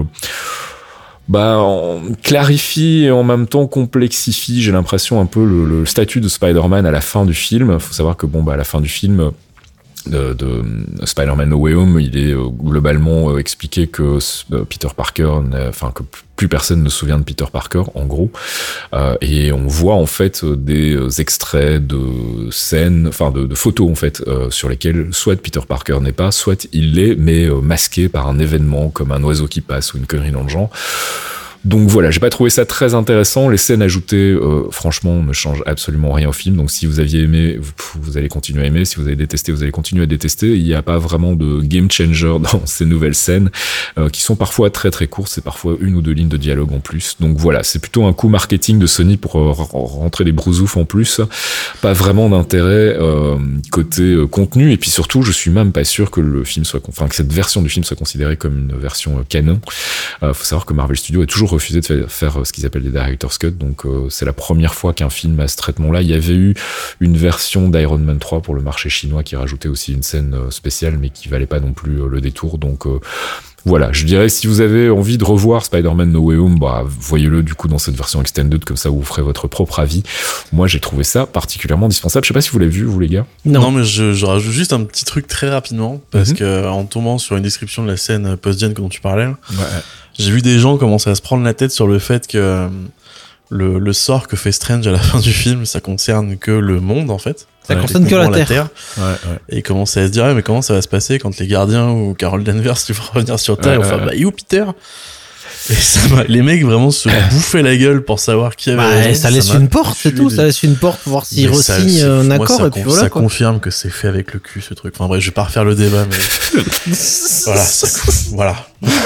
bah, on clarifie et en même temps complexifie, j'ai l'impression, un peu le, le statut de Spider-Man à la fin du film. Faut savoir que bon, bah, à la fin du film, de, de Spider-Man No Way Home, il est euh, globalement euh, expliqué que euh, Peter Parker, enfin que plus personne ne se souvient de Peter Parker, en gros, euh, et on voit en fait des extraits de scènes, enfin de, de photos en fait, euh, sur lesquelles soit Peter Parker n'est pas, soit il l'est, mais euh, masqué par un événement comme un oiseau qui passe ou une connerie dans le genre. Donc voilà, j'ai pas trouvé ça très intéressant. Les scènes ajoutées, euh, franchement, ne changent absolument rien au film. Donc si vous aviez aimé, vous, vous allez continuer à aimer. Si vous avez détesté, vous allez continuer à détester. Il n'y a pas vraiment de game changer dans ces nouvelles scènes, euh, qui sont parfois très très courtes. C'est parfois une ou deux lignes de dialogue en plus. Donc voilà, c'est plutôt un coup marketing de Sony pour euh, rentrer des brousoufs en plus. Pas vraiment d'intérêt euh, côté euh, contenu. Et puis surtout, je suis même pas sûr que le film soit, enfin que cette version du film soit considérée comme une version euh, canon. Euh, faut savoir que Marvel Studios a toujours refusé de faire, faire ce qu'ils appellent des director's cut, donc euh, c'est la première fois qu'un film a ce traitement-là. Il y avait eu une version d'Iron Man trois pour le marché chinois qui rajoutait aussi une scène euh, spéciale, mais qui valait pas non plus euh, le détour, donc euh, voilà, je dirais, si vous avez envie de revoir Spider-Man No Way Home, bah, voyez-le du coup dans cette version extended, comme ça vous ferez votre propre avis. Moi, j'ai trouvé ça particulièrement indispensable. Je sais pas si vous l'avez vu, vous les gars. Non. Non, mais je, je rajoute juste un petit truc très rapidement, parce Mhm. que en tombant sur une description de la scène post-gen dont tu parlais, Ouais. j'ai vu des gens commencer à se prendre la tête sur le fait que euh, le, le sort que fait Strange à la fin du film, ça concerne que le monde, en fait. Ça Ouais, concerne que la techniquement, Terre. Ouais, ouais. Et ils commençaient à se dire, ouais, mais comment ça va se passer quand les gardiens ou Carol Danvers qui vont revenir sur Terre, Ouais, ils vont ouais, faire, ouais. bah, et où Peter? Et ça m'a- les mecs vraiment se bouffaient la gueule pour savoir qui avait Bah, raison. ça laisse m'a une porte, c'est tué tout. les- Ça laisse une porte pour voir s'ils Mais ça, re-signent c'est- un moi, accord ça et puis con- voilà. ça quoi. confirme que c'est fait avec le cul, ce truc. Enfin bref, je vais pas refaire le débat, mais voilà, ça- voilà.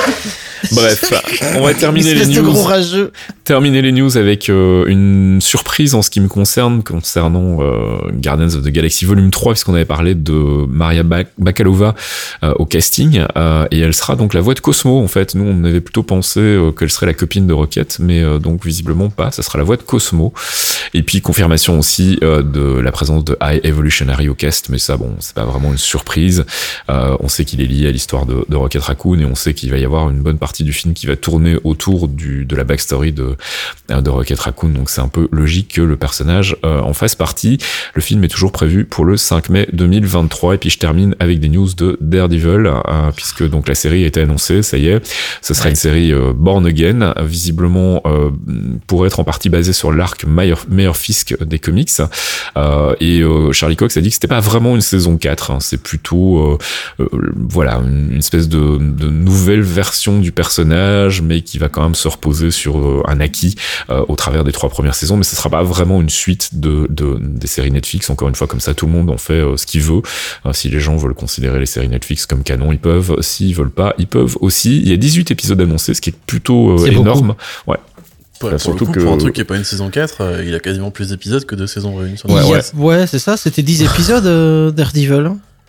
Bref, on va terminer les Espèce de news. gros rageux. Terminer les news avec euh, une surprise en ce qui me concerne concernant euh, Guardians of the Galaxy Volume trois, puisqu'on avait parlé de Maria Bak- Bakalova euh, au casting, euh, et elle sera donc la voix de Cosmo. En fait, nous on avait plutôt pensé euh, qu'elle serait la copine de Rocket, mais euh, donc visiblement pas. Ça sera la voix de Cosmo. Et puis confirmation aussi euh, de la présence de High Evolutionary au cast, mais ça bon, c'est pas vraiment une surprise. Euh, on sait qu'il est lié à l'histoire de, de Rocket Raccoon, et on sait qu'il va y avoir une bonne partie du film qui va tourner autour du de la backstory de de Rocket Raccoon, donc c'est un peu logique que le personnage euh, en fasse partie. Le film est toujours prévu pour le cinq mai deux mille vingt-trois, et puis je termine avec des news de Daredevil, euh, puisque donc la série a été annoncée, ça y est, ce sera Ouais. une série euh, Born Again, visiblement euh, pour être en partie basée sur l'arc Mayor, Mayor Fisk des comics, euh, et euh, Charlie Cox a dit que c'était pas vraiment une saison quatre, hein, c'est plutôt euh, euh, voilà une, une espèce de, de nouvelle version du personnage, mais qui va quand même se reposer sur euh, un acquis euh, au travers des trois premières saisons, mais ce sera pas vraiment une suite de, de des séries Netflix. Encore une fois, comme ça, tout le monde en fait euh, ce qu'il veut. Euh, si les gens veulent considérer les séries Netflix comme canon, ils peuvent. S'ils veulent pas, ils peuvent aussi. Il y a dix-huit épisodes annoncés, ce qui est plutôt euh, C'est énorme. Ouais. Pour, Bah, pour surtout le coup, que- pour un truc qui est pas une saison quatre, euh, il a quasiment plus d'épisodes que deux saisons réunies sur Ouais, Il y a- ouais. ouais, c'est ça. C'était dix épisodes, euh, Daredevil.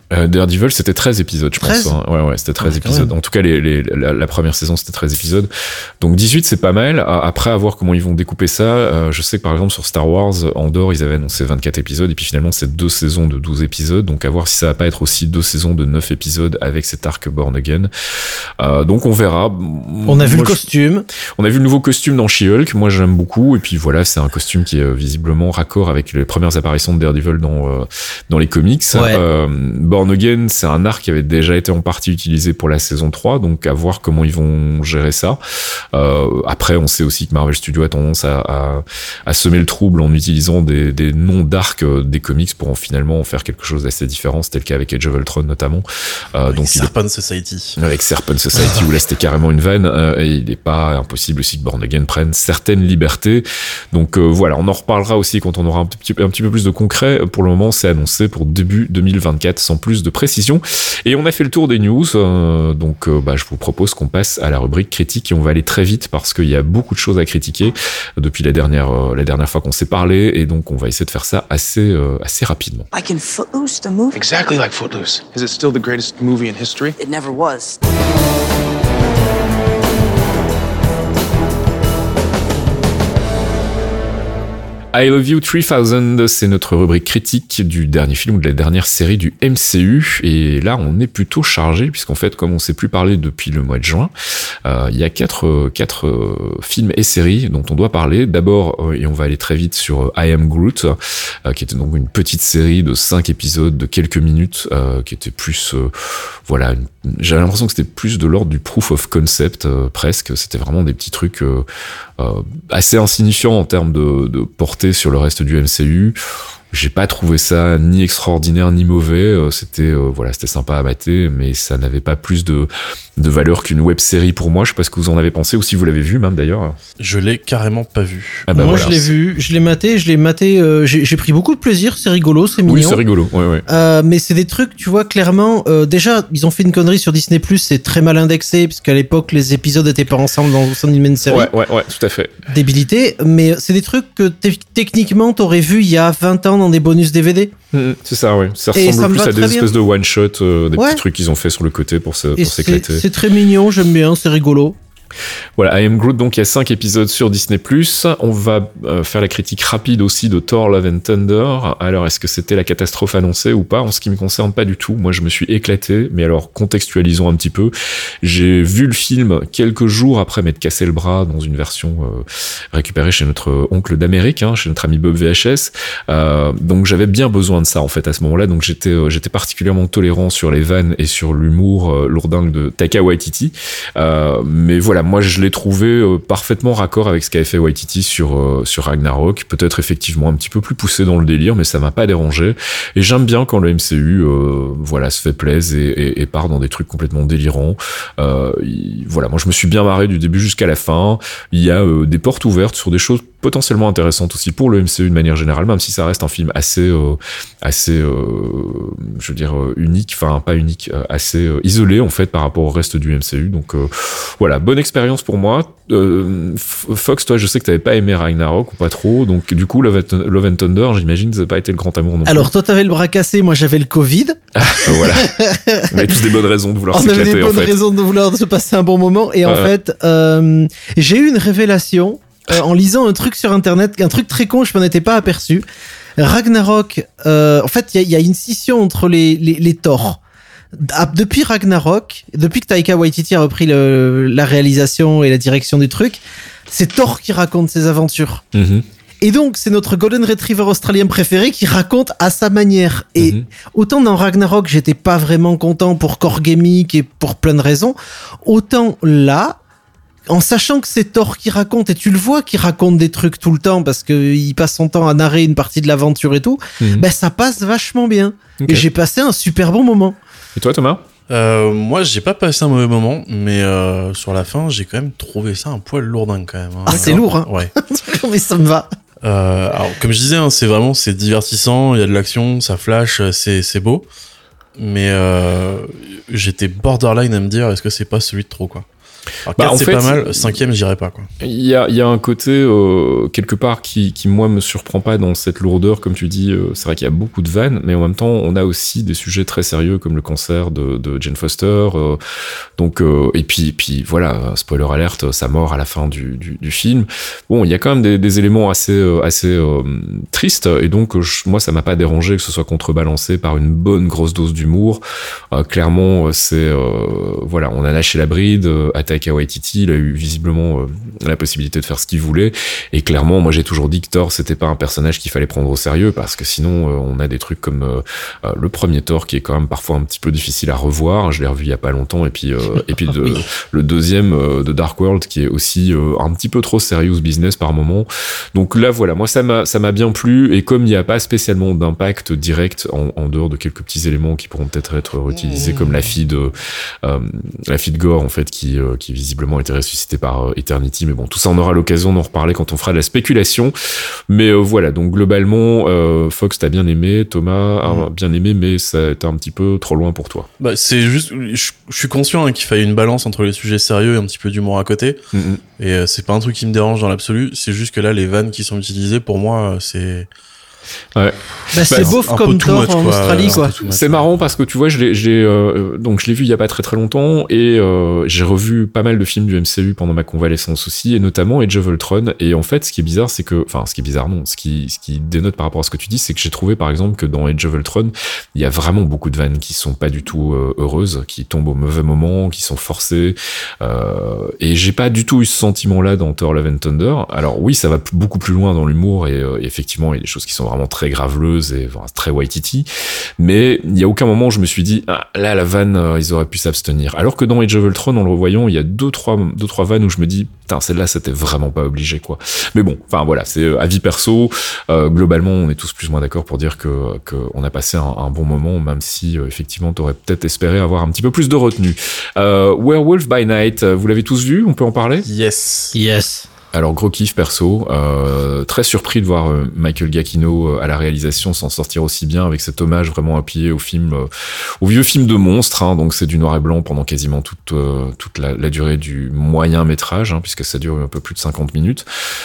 Euh, Daredevil, c'était treize épisodes, je treize pense. Hein. Ouais, ouais, c'était treize ouais, épisodes. En tout cas, les, les, la, la première saison, c'était treize épisodes. Donc dix-huit, c'est pas mal. Après, à voir comment ils vont découper ça. Euh, je sais que par exemple, sur Star Wars, Andor, ils avaient annoncé vingt-quatre épisodes. Et puis finalement, c'est deux saisons de douze épisodes. Donc à voir si ça va pas être aussi deux saisons de neuf épisodes avec cet arc Born Again. Euh, donc on verra. On a vu Moi, le costume. Je... On a vu le nouveau costume dans She-Hulk. Moi, j'aime beaucoup. Et puis voilà, c'est un costume qui est visiblement raccord avec les premières apparitions de Daredevil dans, euh, dans les comics. Ouais. Euh, Born Again, c'est un arc qui avait déjà été en partie utilisé pour la saison trois, donc à voir comment ils vont gérer ça. Euh, après, on sait aussi que Marvel Studios a tendance à, à, à semer le trouble en utilisant des, des noms d'arcs des comics pour en finalement en faire quelque chose d'assez différent. C'était le cas avec Age of Ultron notamment. Euh, avec donc Serpent il est... Society. Avec Serpent Society, où là c'était carrément une vanne, euh, et il n'est pas impossible aussi que Born Again prenne certaines libertés. Donc euh, voilà, on en reparlera aussi quand on aura un petit, un petit peu plus de concret. Pour le moment, c'est annoncé pour début deux mille vingt-quatre, sans plus de précision. Et on a fait le tour des news, euh, donc euh, bah, je vous propose qu'on passe à la rubrique critique, et on va aller très vite parce qu'il y a beaucoup de choses à critiquer depuis la dernière, euh, la dernière fois qu'on s'est parlé, et donc on va essayer de faire ça assez, euh, assez rapidement. Like in Footloose, the movie? Exactly like Footloose. Is it still the greatest movie in history? It never was. I Love You three thousand, c'est notre rubrique critique du dernier film ou de la dernière série du M C U, et là on est plutôt chargé puisqu'en fait, comme on s'est plus parlé depuis le mois de juin, euh, il y a quatre quatre euh, films et séries dont on doit parler. D'abord, euh, et on va aller très vite sur euh, I Am Groot, euh, qui était donc une petite série de cinq épisodes de quelques minutes, euh, qui était plus euh, voilà, une, j'avais l'impression que c'était plus de l'ordre du proof of concept, euh, presque. C'était vraiment des petits trucs euh, euh, assez insignifiants en termes de, de portée sur le reste du M C U. J'ai pas trouvé ça ni extraordinaire ni mauvais. C'était euh, voilà, c'était sympa à mater, mais ça n'avait pas plus de de valeur qu'une web série pour moi. Je sais pas ce que vous en avez pensé, ou si vous l'avez vu même d'ailleurs. Je l'ai carrément pas vu. Ah bah Moi, voilà. je l'ai vu, je l'ai maté, je l'ai maté. Euh, j'ai, j'ai pris beaucoup de plaisir. C'est rigolo, c'est mignon. Oui, c'est rigolo. Ouais, ouais. Euh, mais c'est des trucs, tu vois, clairement. Euh, déjà, ils ont fait une connerie sur Disney+. C'est très mal indexé, puisqu'à l'époque, les épisodes étaient pas ensemble dans au sein d'une même série. Ouais, ouais, ouais, tout à fait. Débilité. Mais c'est des trucs que t- techniquement, t'aurais vu il y a vingt ans dans des bonus D V D. Mmh, c'est ça, ouais. Ça Et ressemble ça me plus va à des très espèces bien. de one shot, euh, des Ouais. petits trucs qu'ils ont fait sur le côté pour, se, Et pour c'est, s'éclater. c'est très mignon, j'aime bien, c'est rigolo. Voilà, I Am Groot, donc il y a cinq épisodes sur Disney+. On va euh, faire la critique rapide aussi de Thor Love and Thunder. Alors, est-ce que c'était la catastrophe annoncée ou pas? En ce qui me concerne, pas du tout. Moi, je me suis éclaté, mais alors contextualisons un petit peu. J'ai vu le film quelques jours après m'être cassé le bras dans une version euh, récupérée chez notre oncle d'Amérique, hein, chez notre ami Bob V H S. Euh, donc j'avais bien besoin de ça en fait à ce moment-là. Donc j'étais euh, j'étais particulièrement tolérant sur les vannes et sur l'humour euh, lourdingue de Taika Waititi. Euh, mais voilà, moi je l'ai trouvé euh, parfaitement raccord avec ce qu'avait fait Waititi sur euh, sur Ragnarok. Peut-être effectivement un petit peu plus poussé dans le délire, mais ça m'a pas dérangé. Et j'aime bien quand le M C U euh, voilà se fait plaisir et, et, et part dans des trucs complètement délirants. Euh, il, voilà, moi je me suis bien marré du début jusqu'à la fin. Il y a euh, des portes ouvertes sur des choses potentiellement intéressantes aussi pour le M C U de manière générale, même si ça reste un film assez euh, assez euh, je veux dire euh, unique, enfin pas unique, euh, assez euh, isolé en fait par rapport au reste du M C U. Donc euh, voilà, bonne expérience pour moi. euh, Fox, toi je sais que t'avais pas aimé Ragnarok ou pas trop, donc du coup Love and, Love and Thunder, j'imagine ça n'a pas été le grand amour non plus. Alors toi t'avais le bras cassé, moi j'avais le Covid. Ah, voilà, on avait tous des bonnes raisons de vouloir On avait s'éclater des en bonnes fait. raisons de vouloir se passer un bon moment. Et Ouais. en fait, euh, j'ai eu une révélation euh, en lisant un truc sur internet, un truc très con, je m'en étais pas aperçu. Ragnarok, euh, en fait, il y, y a une scission entre les, les, les Thor. Ah, depuis Ragnarok, depuis que Taika Waititi a repris le, la réalisation et la direction du truc, c'est Thor qui raconte ses aventures. Mm-hmm. Et donc, c'est notre Golden Retriever australien préféré qui raconte à sa manière. Et Mhm. autant dans Ragnarok, j'étais pas vraiment content pour Core Gimmick et pour plein de raisons, autant là, en sachant que c'est Thor qui raconte, et tu le vois qui raconte des trucs tout le temps parce qu'il passe son temps à narrer une partie de l'aventure et tout, Mhm. ben ça passe vachement bien. Ok. Et j'ai passé un super bon moment. Et toi Thomas? Euh, moi, j'ai pas passé un mauvais moment, mais euh, sur la fin, j'ai quand même trouvé ça un poil lourdin quand même. Hein. Ah, c'est lourd, hein. Ouais. Mais ça me va. Euh, alors, comme je disais, hein, c'est vraiment, c'est divertissant, il y a de l'action, ça flash, c'est, c'est beau. Mais euh, j'étais borderline à me dire, est-ce que c'est pas celui de trop, quoi. Alors, Bah, quatre, en c'est fait, pas mal. Cinquième, j'irais pas, quoi. Il y a, il y a un côté euh, quelque part qui, qui moi me surprend pas dans cette lourdeur, comme tu dis. Euh, c'est vrai qu'il y a beaucoup de vannes, mais en même temps, on a aussi des sujets très sérieux comme le cancer de, de Jane Foster. Euh, donc, euh, et puis, puis voilà, spoiler alerte, sa mort à la fin du, du, du film. Bon, il y a quand même des, des éléments assez, euh, assez euh, tristes, et donc je, moi, ça m'a pas dérangé que ce soit contrebalancé par une bonne grosse dose d'humour. Euh, clairement, c'est euh, voilà, on a lâché la bride. Euh, Taika Waititi, il a eu visiblement euh, la possibilité de faire ce qu'il voulait, et clairement moi j'ai toujours dit que Thor c'était pas un personnage qu'il fallait prendre au sérieux, parce que sinon euh, on a des trucs comme euh, euh, le premier Thor qui est quand même parfois un petit peu difficile à revoir, je l'ai revu il y a pas longtemps, et puis euh, et puis de, oui. le deuxième euh, de Dark World qui est aussi euh, un petit peu trop serious business par moment. Donc là voilà, moi ça m'a ça m'a bien plu, et comme il n'y a pas spécialement d'impact direct en, en dehors de quelques petits éléments qui pourront peut-être être réutilisés, mmh. comme la fille de euh, la fille de Gore en fait qui euh, qui visiblement a été ressuscité par euh, Eternity, mais bon, tout ça on aura l'occasion d'en reparler quand on fera de la spéculation. Mais euh, voilà, donc globalement euh, Fox t'as bien aimé, Thomas a mmh. bien aimé, mais ça a été un petit peu trop loin pour toi. Bah c'est juste, je, je suis conscient hein, qu'il faille une balance entre les sujets sérieux et un petit peu d'humour à côté, mmh. et euh, c'est pas un truc qui me dérange dans l'absolu, c'est juste que là les vannes qui sont utilisées pour moi c'est... Ouais. Bah, c'est bah, beauf comme Thor en quoi, Australie quoi. C'est marrant parce que tu vois, je l'ai, je l'ai euh, donc je l'ai vu il y a pas très très longtemps, et euh, j'ai revu pas mal de films du M C U pendant ma convalescence aussi, et notamment Age of Ultron. Et en fait, ce qui est bizarre, c'est que, enfin, ce qui est bizarre non, ce qui ce qui dénote par rapport à ce que tu dis, c'est que j'ai trouvé par exemple que dans Age of Ultron, il y a vraiment beaucoup de vannes qui sont pas du tout euh, heureuses, qui tombent au mauvais moment, qui sont forcées. Euh, et j'ai pas du tout eu ce sentiment-là dans Thor Love and Thunder. Alors oui, ça va p- beaucoup plus loin dans l'humour, et, euh, et effectivement, il y a des choses qui sont vraiment très graveleuses et enfin, très Waititi, mais il y a aucun moment où je me suis dit ah, là la vanne euh, ils auraient pu s'abstenir, alors que dans Age of Ultron en le revoyant il y a deux trois deux trois vannes où je me dis putain celle-là c'était vraiment pas obligé quoi. Mais bon, enfin voilà, c'est euh, avis perso, euh, globalement on est tous plus ou moins d'accord pour dire que que on a passé un, un bon moment, même si euh, effectivement t'aurais peut-être espéré avoir un petit peu plus de retenue. euh, Werewolf by Night, vous l'avez tous vu, on peut en parler? Yes yes. Alors gros kiff perso, euh, très surpris de voir euh, Michael Giacchino euh, à la réalisation s'en sortir aussi bien avec cet hommage vraiment appuyé au film, euh, au vieux film de monstre. Hein, donc c'est du noir et blanc pendant quasiment toute euh, toute la, la durée du moyen métrage, hein, puisque ça dure un peu plus de cinquante minutes.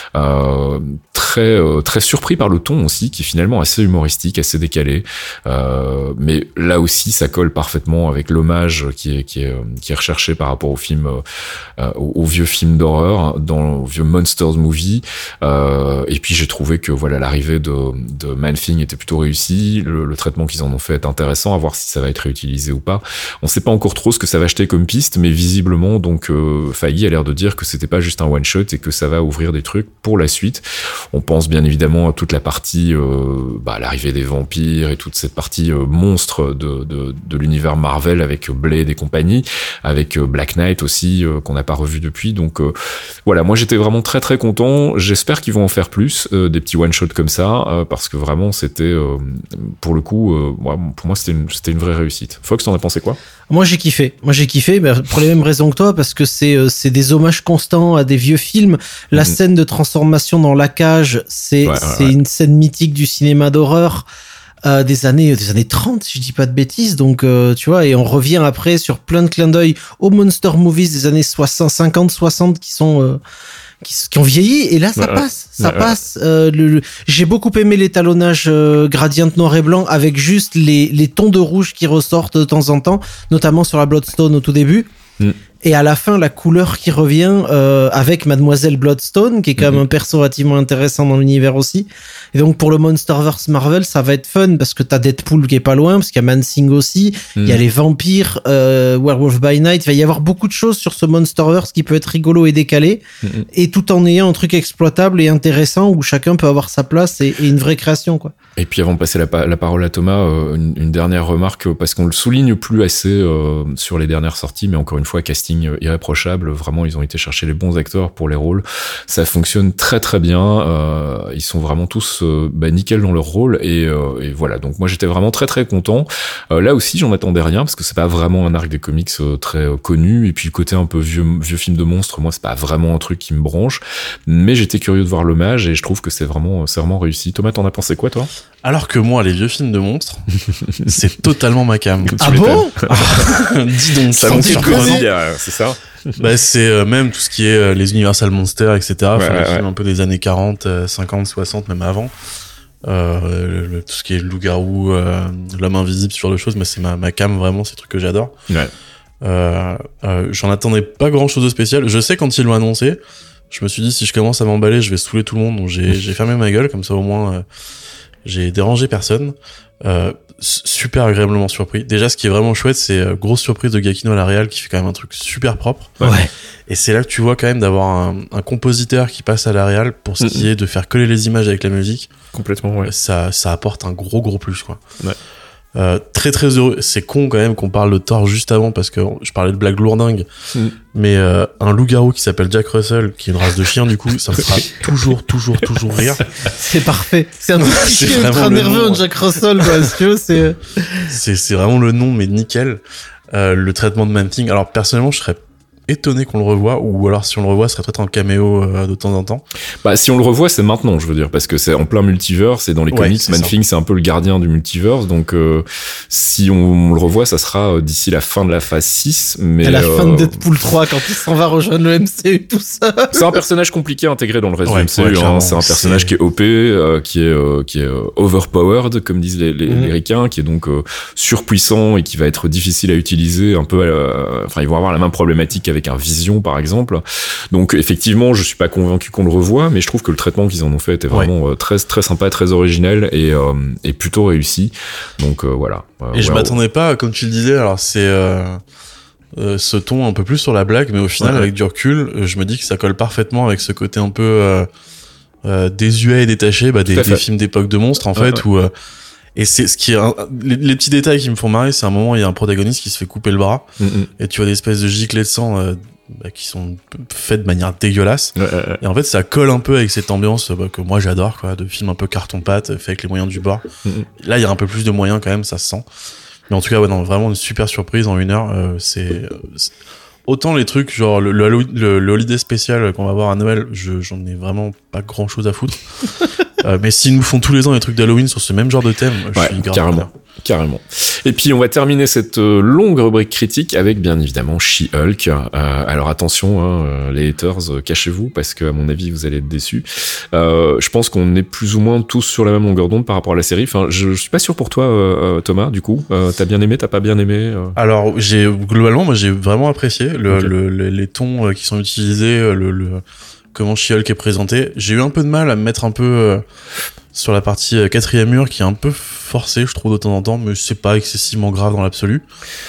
Euh, très euh, très surpris par le ton aussi, qui est finalement assez humoristique, assez décalé. Euh, mais là aussi ça colle parfaitement avec l'hommage qui est qui est qui est recherché par rapport au film, euh, au, au vieux film d'horreur, dans au vieux Monsters Movie, euh, et puis j'ai trouvé que voilà l'arrivée de, de Man-Thing était plutôt réussie, le, le traitement qu'ils en ont fait est intéressant, à voir si ça va être réutilisé ou pas. On sait pas encore trop ce que ça va jeter comme piste, mais visiblement donc euh, Feige a l'air de dire que c'était pas juste un one shot et que ça va ouvrir des trucs pour la suite. On pense bien évidemment à toute la partie euh, bah, l'arrivée des vampires et toute cette partie euh, monstre de, de, de l'univers Marvel avec Blade et compagnie, avec euh, Black Knight aussi euh, qu'on n'a pas revu depuis. Donc euh, voilà, moi j'étais vraiment très très content. J'espère qu'ils vont en faire plus, euh, des petits one shots comme ça, euh, parce que vraiment c'était euh, pour le coup, euh, pour moi c'était une c'était une vraie réussite. Fox, t'en as pensé quoi? Moi j'ai kiffé. Moi j'ai kiffé, mais pour les mêmes raisons que toi, parce que c'est euh, c'est des hommages constants à des vieux films. La mmh. scène de transformation dans la cage, c'est ouais, c'est ouais, ouais. une scène mythique du cinéma d'horreur. Euh, des années des années trente, si je dis pas de bêtises, donc euh, tu vois, et on revient après sur plein de clins d'œil aux monster movies des années soixante, cinquante, soixante qui sont euh, qui, qui ont vieilli, et là ça ouais, passe ça ouais, passe euh, le, le... j'ai beaucoup aimé l'étalonnage euh, gradient noir et blanc avec juste les les tons de rouge qui ressortent de temps en temps, notamment sur la Bloodstone au tout début. Mm. Et à la fin, la couleur qui revient euh, avec Mademoiselle Bloodstone, qui est quand mm-hmm. même un perso relativement intéressant dans l'univers aussi. Et donc pour le Monsterverse Marvel, ça va être fun parce que t'as Deadpool qui est pas loin, parce qu'il y a Man-Thing aussi, il mm. y a les vampires, euh, Werewolf by Night. Il va y avoir beaucoup de choses sur ce Monsterverse qui peut être rigolo et décalé, mm-hmm. et tout en ayant un truc exploitable et intéressant où chacun peut avoir sa place et, et une vraie création, quoi. Et puis avant de passer la, la parole à Thomas, euh, une, une dernière remarque, parce qu'on le souligne plus assez euh, sur les dernières sorties, mais encore une fois, casting irréprochable, vraiment ils ont été chercher les bons acteurs pour les rôles, ça fonctionne très très bien, euh, ils sont vraiment tous euh, bah, nickel dans leur rôle, et, euh, et voilà, donc moi j'étais vraiment très très content. Euh, là aussi j'en attendais rien, parce que c'est pas vraiment un arc des comics euh, très euh, connu, et puis le côté un peu vieux, vieux film de monstre, moi c'est pas vraiment un truc qui me branche, mais j'étais curieux de voir l'hommage, et je trouve que c'est vraiment, c'est vraiment réussi. Thomas, t'en as pensé quoi toi? Alors que moi, les vieux films de monstres, c'est totalement ma cam. Ah bon? Dis donc, ça monte surprenant. c'est ça. Bah, c'est euh, même tout ce qui est euh, les Universal Monsters, et cetera. Enfin, Ouais, les ouais, films ouais. un peu des années quarante, euh, cinquante, soixante, même avant. Euh, le, le- tout ce qui est le loup-garou, euh, l'homme invisible, ce genre de choses, mais c'est ma, ma cam vraiment, c'est des trucs que j'adore. Ouais. Euh, euh, j'en attendais pas grand chose de spécial. Je sais quand ils l'ont annoncé, je me suis dit si je commence à m'emballer, je vais saouler tout le monde. Donc j'ai, j'ai fermé ma gueule, comme ça au moins euh, j'ai dérangé personne. Euh, super agréablement surpris. Déjà, ce qui est vraiment chouette, c'est euh, grosse surprise de Giacchino à la réal qui fait quand même un truc super propre. Ouais. Et c'est là que tu vois quand même d'avoir un, un compositeur qui passe à la réal pour ce qui Mhm. est de faire coller les images avec la musique. Complètement, ouais. Ça, ça apporte un gros gros plus quoi. Ouais. Euh, très très heureux. C'est con quand même qu'on parle de Thor juste avant parce que je parlais de blague lourdingue. Mm. Mais euh, un loup-garou qui s'appelle Jack Russell, qui est une race de chien du coup, ça me fera toujours toujours toujours rire. C'est parfait. C'est un C'est truc ultra vraiment le nerveux, nom, un Jack Russell, quoi. Si tu veux, c'est. C'est c'est vraiment le nom mais nickel. Euh, le traitement de Man-Thing. Alors personnellement, je serais étonné qu'on le revoie, ou alors si on le revoit, ce serait peut-être en caméo euh, de temps en temps. Bah, si on le revoit, c'est maintenant, je veux dire, parce que c'est en plein multiverse, et dans les Ouais, comics, c'est Man-Thing, c'est un peu le gardien du multiverse, donc euh, si on le revoit, ça sera euh, d'ici la fin de la phase six, mais... À la euh, fin de Deadpool trois, quand il s'en va rejoindre le M C U, tout ça. c'est un personnage compliqué à intégrer dans le reste Ouais, du M C U, ouais, hein. clairement. C'est un personnage C'est- qui est O P, euh, qui est, euh, qui est euh, overpowered, comme disent les, les, Mhm. les ricains, qui est donc euh, surpuissant et qui va être difficile à utiliser, un peu, euh, enfin, ils vont avoir la même problématique avec un Vision, par exemple. Donc, effectivement, je suis pas convaincu qu'on le revoie, mais je trouve que le traitement qu'ils en ont fait était vraiment euh, très, très sympa, très original et, euh, et plutôt réussi. Donc, euh, voilà. Euh, Et je ouais, m'attendais pas, comme tu le disais, alors c'est euh, euh, ce ton un peu plus sur la blague, mais au final, Ouais. avec du recul, euh, je me dis que ça colle parfaitement avec ce côté un peu euh, euh, désuet et détaché bah, des, Tout à des fait. films d'époque de monstres, en Ouais, fait, où... euh, et c'est ce qui est un- les, les petits détails qui me font marrer, c'est un moment où il y a un protagoniste qui se fait couper le bras, Mm, mm. et tu vois des espèces de giclées de sang euh, bah, qui sont faites de manière dégueulasse. Ouais, ouais, ouais. Et en fait, ça colle un peu avec cette ambiance bah, que moi j'adore, quoi, de film un peu carton-pâte, fait avec les moyens du bord. Mm, mm. Là, il y a un peu plus de moyens quand même, ça se sent. Mais en tout cas, ouais, non, vraiment une super surprise en une heure. Euh, c'est, euh, c'est- autant les trucs, genre le, le, Halloween- le, le holiday spécial qu'on va avoir à Noël, je, j'en ai vraiment pas grand chose à foutre. euh, mais s'ils nous font tous les ans des trucs d'Halloween sur ce même genre de thème, je Ouais, suis grave carrément. preneur. Carrément. Et puis on va terminer cette euh, longue rubrique critique avec bien évidemment She-Hulk. Euh, alors attention, hein, euh, les haters, euh, cachez-vous parce que à mon avis vous allez être déçus. Euh, je pense qu'on est plus ou moins tous sur la même longueur d'onde par rapport à la série. Enfin, je, je suis pas sûr pour toi, euh, euh, Thomas. Du coup, euh, t'as bien aimé, t'as pas bien aimé euh Alors, j'ai globalement, moi, j'ai vraiment apprécié le, Ok. le, le- les tons euh, qui sont utilisés, euh, le, le comment She-Hulk est présenté. J'ai eu un peu de mal à me mettre un peu euh, sur la partie euh, quatrième mur, qui est un peu forcée, je trouve, de temps en temps, mais c'est pas excessivement grave dans l'absolu.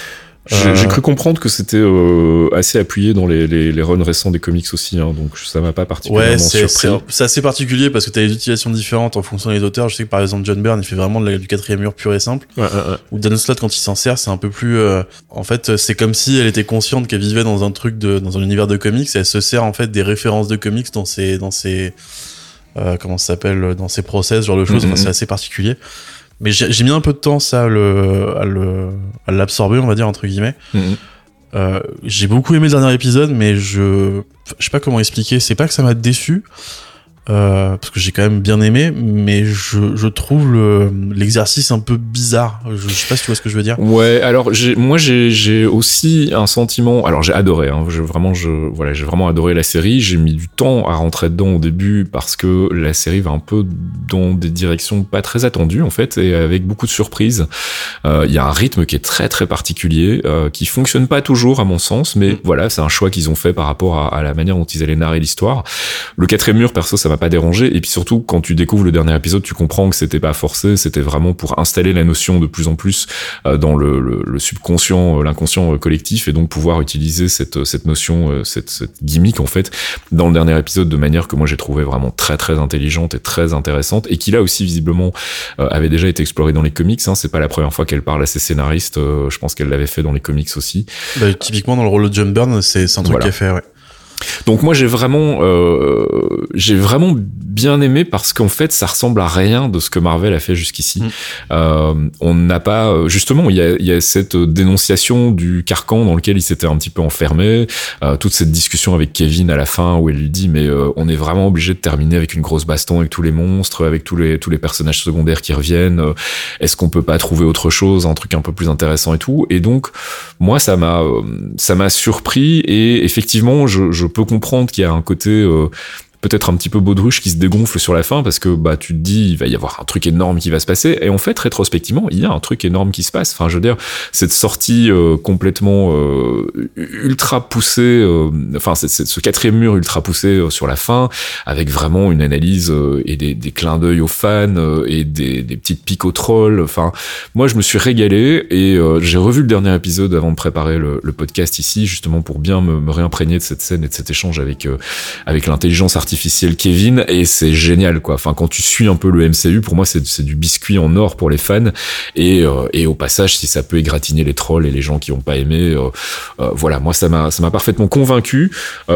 J'ai Euh, j'ai cru comprendre que c'était euh, assez appuyé dans les, les, les runs récents des comics aussi, hein, donc ça m'a pas particulièrement Ouais, c'est surpris. c'est- c'est assez particulier parce que t'as des utilisations différentes en fonction des auteurs. Je sais que par exemple John Byrne, il fait vraiment de la- du quatrième mur pur et simple. Ouais, ouais, ouais. Ou Dan Slott, quand il s'en sert, c'est un peu plus. euh, en fait, c'est comme si elle était consciente qu'elle vivait dans un truc de, dans un univers de comics. Et elle se sert en fait des références de comics dans ses, dans ses, euh, comment ça s'appelle, dans ses process, ce genre de choses. Mhm. Enfin, c'est assez particulier. Mais j'ai j'ai mis un peu de temps ça à le, à le, à l'absorber, on va dire entre guillemets. Mhm. Euh, j'ai beaucoup aimé le dernier épisode, mais je, je sais pas comment expliquer. C'est pas que ça m'a déçu, euh, parce que j'ai quand même bien aimé, mais je, je trouve le, l'exercice un peu bizarre. Je, je sais pas si tu vois ce que je veux dire. Ouais, alors j'ai, moi j'ai, j'ai aussi un sentiment. Alors j'ai adoré, hein, je, vraiment, je, voilà, j'ai vraiment adoré la série. J'ai mis du temps à rentrer dedans au début parce que la série va un peu dans des directions pas très attendues en fait, et avec beaucoup de surprises. Il euh, y a un rythme qui est très très particulier, euh, qui fonctionne pas toujours à mon sens, mais Mm. voilà, c'est un choix qu'ils ont fait par rapport à, à la manière dont ils allaient narrer l'histoire. Le quatrième mur, perso, ça m'a pas dérangé. Et puis surtout, quand tu découvres le dernier épisode, tu comprends que c'était pas forcé, c'était vraiment pour installer la notion de plus en plus euh, dans le, le, le subconscient, euh, l'inconscient euh, collectif, et donc pouvoir utiliser cette, cette notion, euh, cette, cette gimmick en fait, dans le dernier épisode de manière que moi j'ai trouvé vraiment très très intelligente et très intéressante, et qui là aussi visiblement euh, avait déjà été explorée dans les comics. Hein. C'est pas la première fois qu'elle parle à ses scénaristes. Euh, je pense qu'elle l'avait fait dans les comics aussi. Bah, typiquement dans le rôle de John Byrne, c'est, c'est un truc Voilà. qu'il a fait, ouais. Donc moi j'ai vraiment, euh, j'ai vraiment bien aimé parce qu'en fait, ça ressemble à rien de ce que Marvel a fait jusqu'ici. Mm. Euh, on n'a pas, justement, il y a, il y a cette dénonciation du carcan dans lequel il s'était un petit peu enfermé, euh, toute cette discussion avec Kevin à la fin où elle lui dit mais euh, on est vraiment obligé de terminer avec une grosse baston avec tous les monstres, avec tous les tous les personnages secondaires qui reviennent. Euh, est-ce qu'on peut pas trouver autre chose, un truc un peu plus intéressant et tout? Et donc moi ça m'a euh, ça m'a surpris et effectivement je je peux comprendre qu'il y a un côté euh, peut-être un petit peu baudruche qui se dégonfle sur la fin parce que bah tu te dis il va y avoir un truc énorme qui va se passer et en fait rétrospectivement il y a un truc énorme qui se passe. Enfin je veux dire cette sortie euh, complètement euh, ultra poussée, euh, enfin c'est, c'est ce quatrième mur ultra poussé euh, sur la fin avec vraiment une analyse euh, et des, des clins d'œil aux fans euh, et des, des petites piques aux trolls. Enfin moi je me suis régalé et euh, j'ai revu le dernier épisode avant de préparer le, le podcast ici justement pour bien me, me réimprégner de cette scène et de cet échange avec euh, avec l'intelligence artificielle artificiel Kevin et c'est génial quoi. Enfin quand tu suis un peu le M C U pour moi c'est c'est du biscuit en or pour les fans et euh, et au passage si ça peut égratigner les trolls et les gens qui ont pas aimé euh, euh, voilà moi ça m'a ça m'a parfaitement convaincu.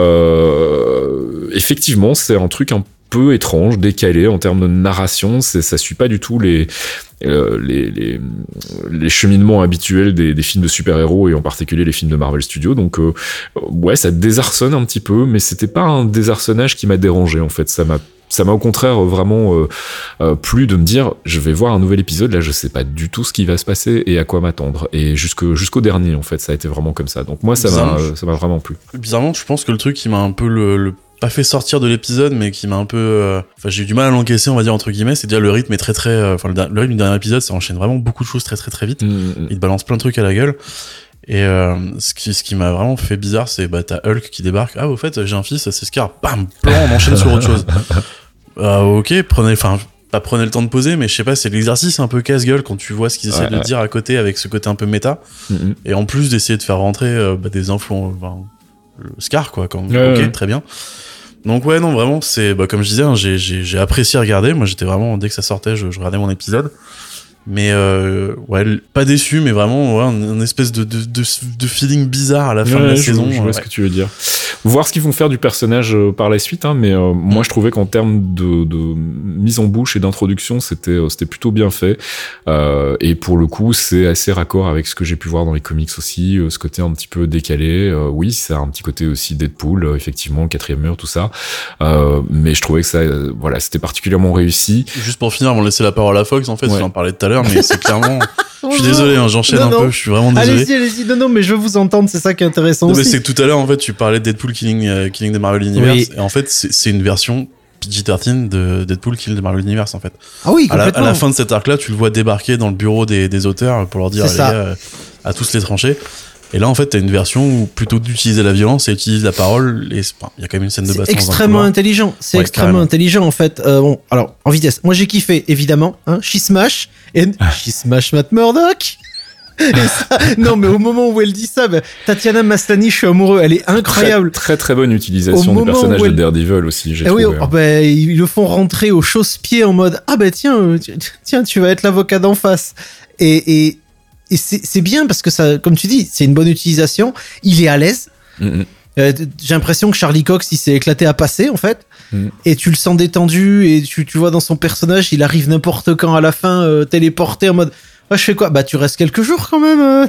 Euh, effectivement c'est un truc un peu étrange, décalé en termes de narration, c'est ça suit pas du tout les Euh, les, les, les cheminements habituels des, des films de super-héros et en particulier les films de Marvel Studios. Donc euh, ouais, ça désarçonne un petit peu, mais c'était pas un désarçonnage qui m'a dérangé en fait. Ça m'a ça m'a au contraire vraiment euh, euh, plu de me dire je vais voir un nouvel épisode, là je sais pas du tout ce qui va se passer et à quoi m'attendre. Et jusqu'au, jusqu'au dernier en fait, ça a été vraiment comme ça. Donc moi ça m'a, euh, ça m'a vraiment plu. Bizarrement, je pense que le truc qui m'a un peu le, le pas fait sortir de l'épisode mais qui m'a un peu euh... enfin j'ai eu du mal à l'encaisser on va dire entre guillemets, c'est déjà le rythme est très très euh... enfin le, le rythme du dernier épisode ça enchaîne vraiment beaucoup de choses très très très vite. Mmh. Il te balance plein de trucs à la gueule et euh, ce qui ce qui m'a vraiment fait bizarre c'est bah t'as Hulk qui débarque, ah au fait j'ai un fils c'est Scar, bam plan on enchaîne sur autre chose. Ah ok prenez enfin pas prenez le temps de poser mais je sais pas c'est l'exercice un peu casse-gueule quand tu vois ce qu'ils essaient ouais, de ouais. dire à côté avec ce côté un peu méta mmh. et en plus d'essayer de faire rentrer euh, bah, des infos enfin, Scar quoi quand ouais, ok ouais. Très bien. Donc ouais non vraiment c'est bah comme je disais hein, j'ai j'ai j'ai apprécié regarder, moi j'étais vraiment dès que ça sortait je, je regardais mon épisode mais euh, ouais pas déçu mais vraiment ouais, un, un espèce de, de de de feeling bizarre à la fin ouais, de la je, saison. Je vois ouais. ce que tu veux dire. Voir ce qu'ils vont faire du personnage euh, par la suite hein, mais euh, mmh. moi je trouvais qu'en termes de de mise en bouche et d'introduction c'était euh, c'était plutôt bien fait euh, et pour le coup c'est assez raccord avec ce que j'ai pu voir dans les comics aussi, euh, ce côté un petit peu décalé euh, oui ça a un petit côté aussi Deadpool euh, effectivement le quatrième mur tout ça euh, mais je trouvais que ça euh, voilà c'était particulièrement réussi. Juste pour finir on va laisser la parole à Fox en fait ouais. J'en parlais tout à l'heure mais c'est clairement je suis désolé hein, j'enchaîne non, un non. peu je suis vraiment désolé. Allez-y allez-y non non mais je veux vous entendre c'est ça qui est intéressant non, aussi. Mais c'est que tout à l'heure en fait tu parlais de Deadpool Killing euh, Killing the Marvel Universe oui. Et en fait c'est, c'est une version P G treize de Deadpool Killing the Marvel Universe en fait. Ah oui complètement. À la, à la fin de cet arc là tu le vois débarquer dans le bureau des, des auteurs pour leur dire allez, euh, à tous les trancher. Et là, en fait, t'as une version où plutôt d'utiliser la violence, et utilise la parole. Et il y a quand même une scène de baston. C'est extrêmement intelligent. C'est ouais, extrêmement carrément. intelligent, en fait. Euh, bon, alors, en vitesse. Moi, j'ai kiffé, évidemment. Hein, She Smash. Et She Smash Matt Murdock. Ça, non, mais au moment où elle dit ça, bah, Tatiana Maslany, je suis amoureux. Elle est incroyable. Très, très, très bonne utilisation du personnage elle... de Daredevil aussi, j'ai eh trouvé. Oui, oh, bah, ils le font rentrer au chausse-pied en mode, ah, bah, tiens, tiens, tu vas être l'avocat d'en face. Et, et, Et c'est, c'est bien parce que ça, comme tu dis, c'est une bonne utilisation. Il est à l'aise. Mm-hmm. Euh, j'ai l'impression que Charlie Cox, il s'est éclaté à passer, en fait. Mm. Et tu le sens détendu et tu, tu vois dans son personnage, il arrive n'importe quand à la fin, euh, téléporté en mode, ouais, je fais quoi? Bah, tu restes quelques jours quand même. Euh,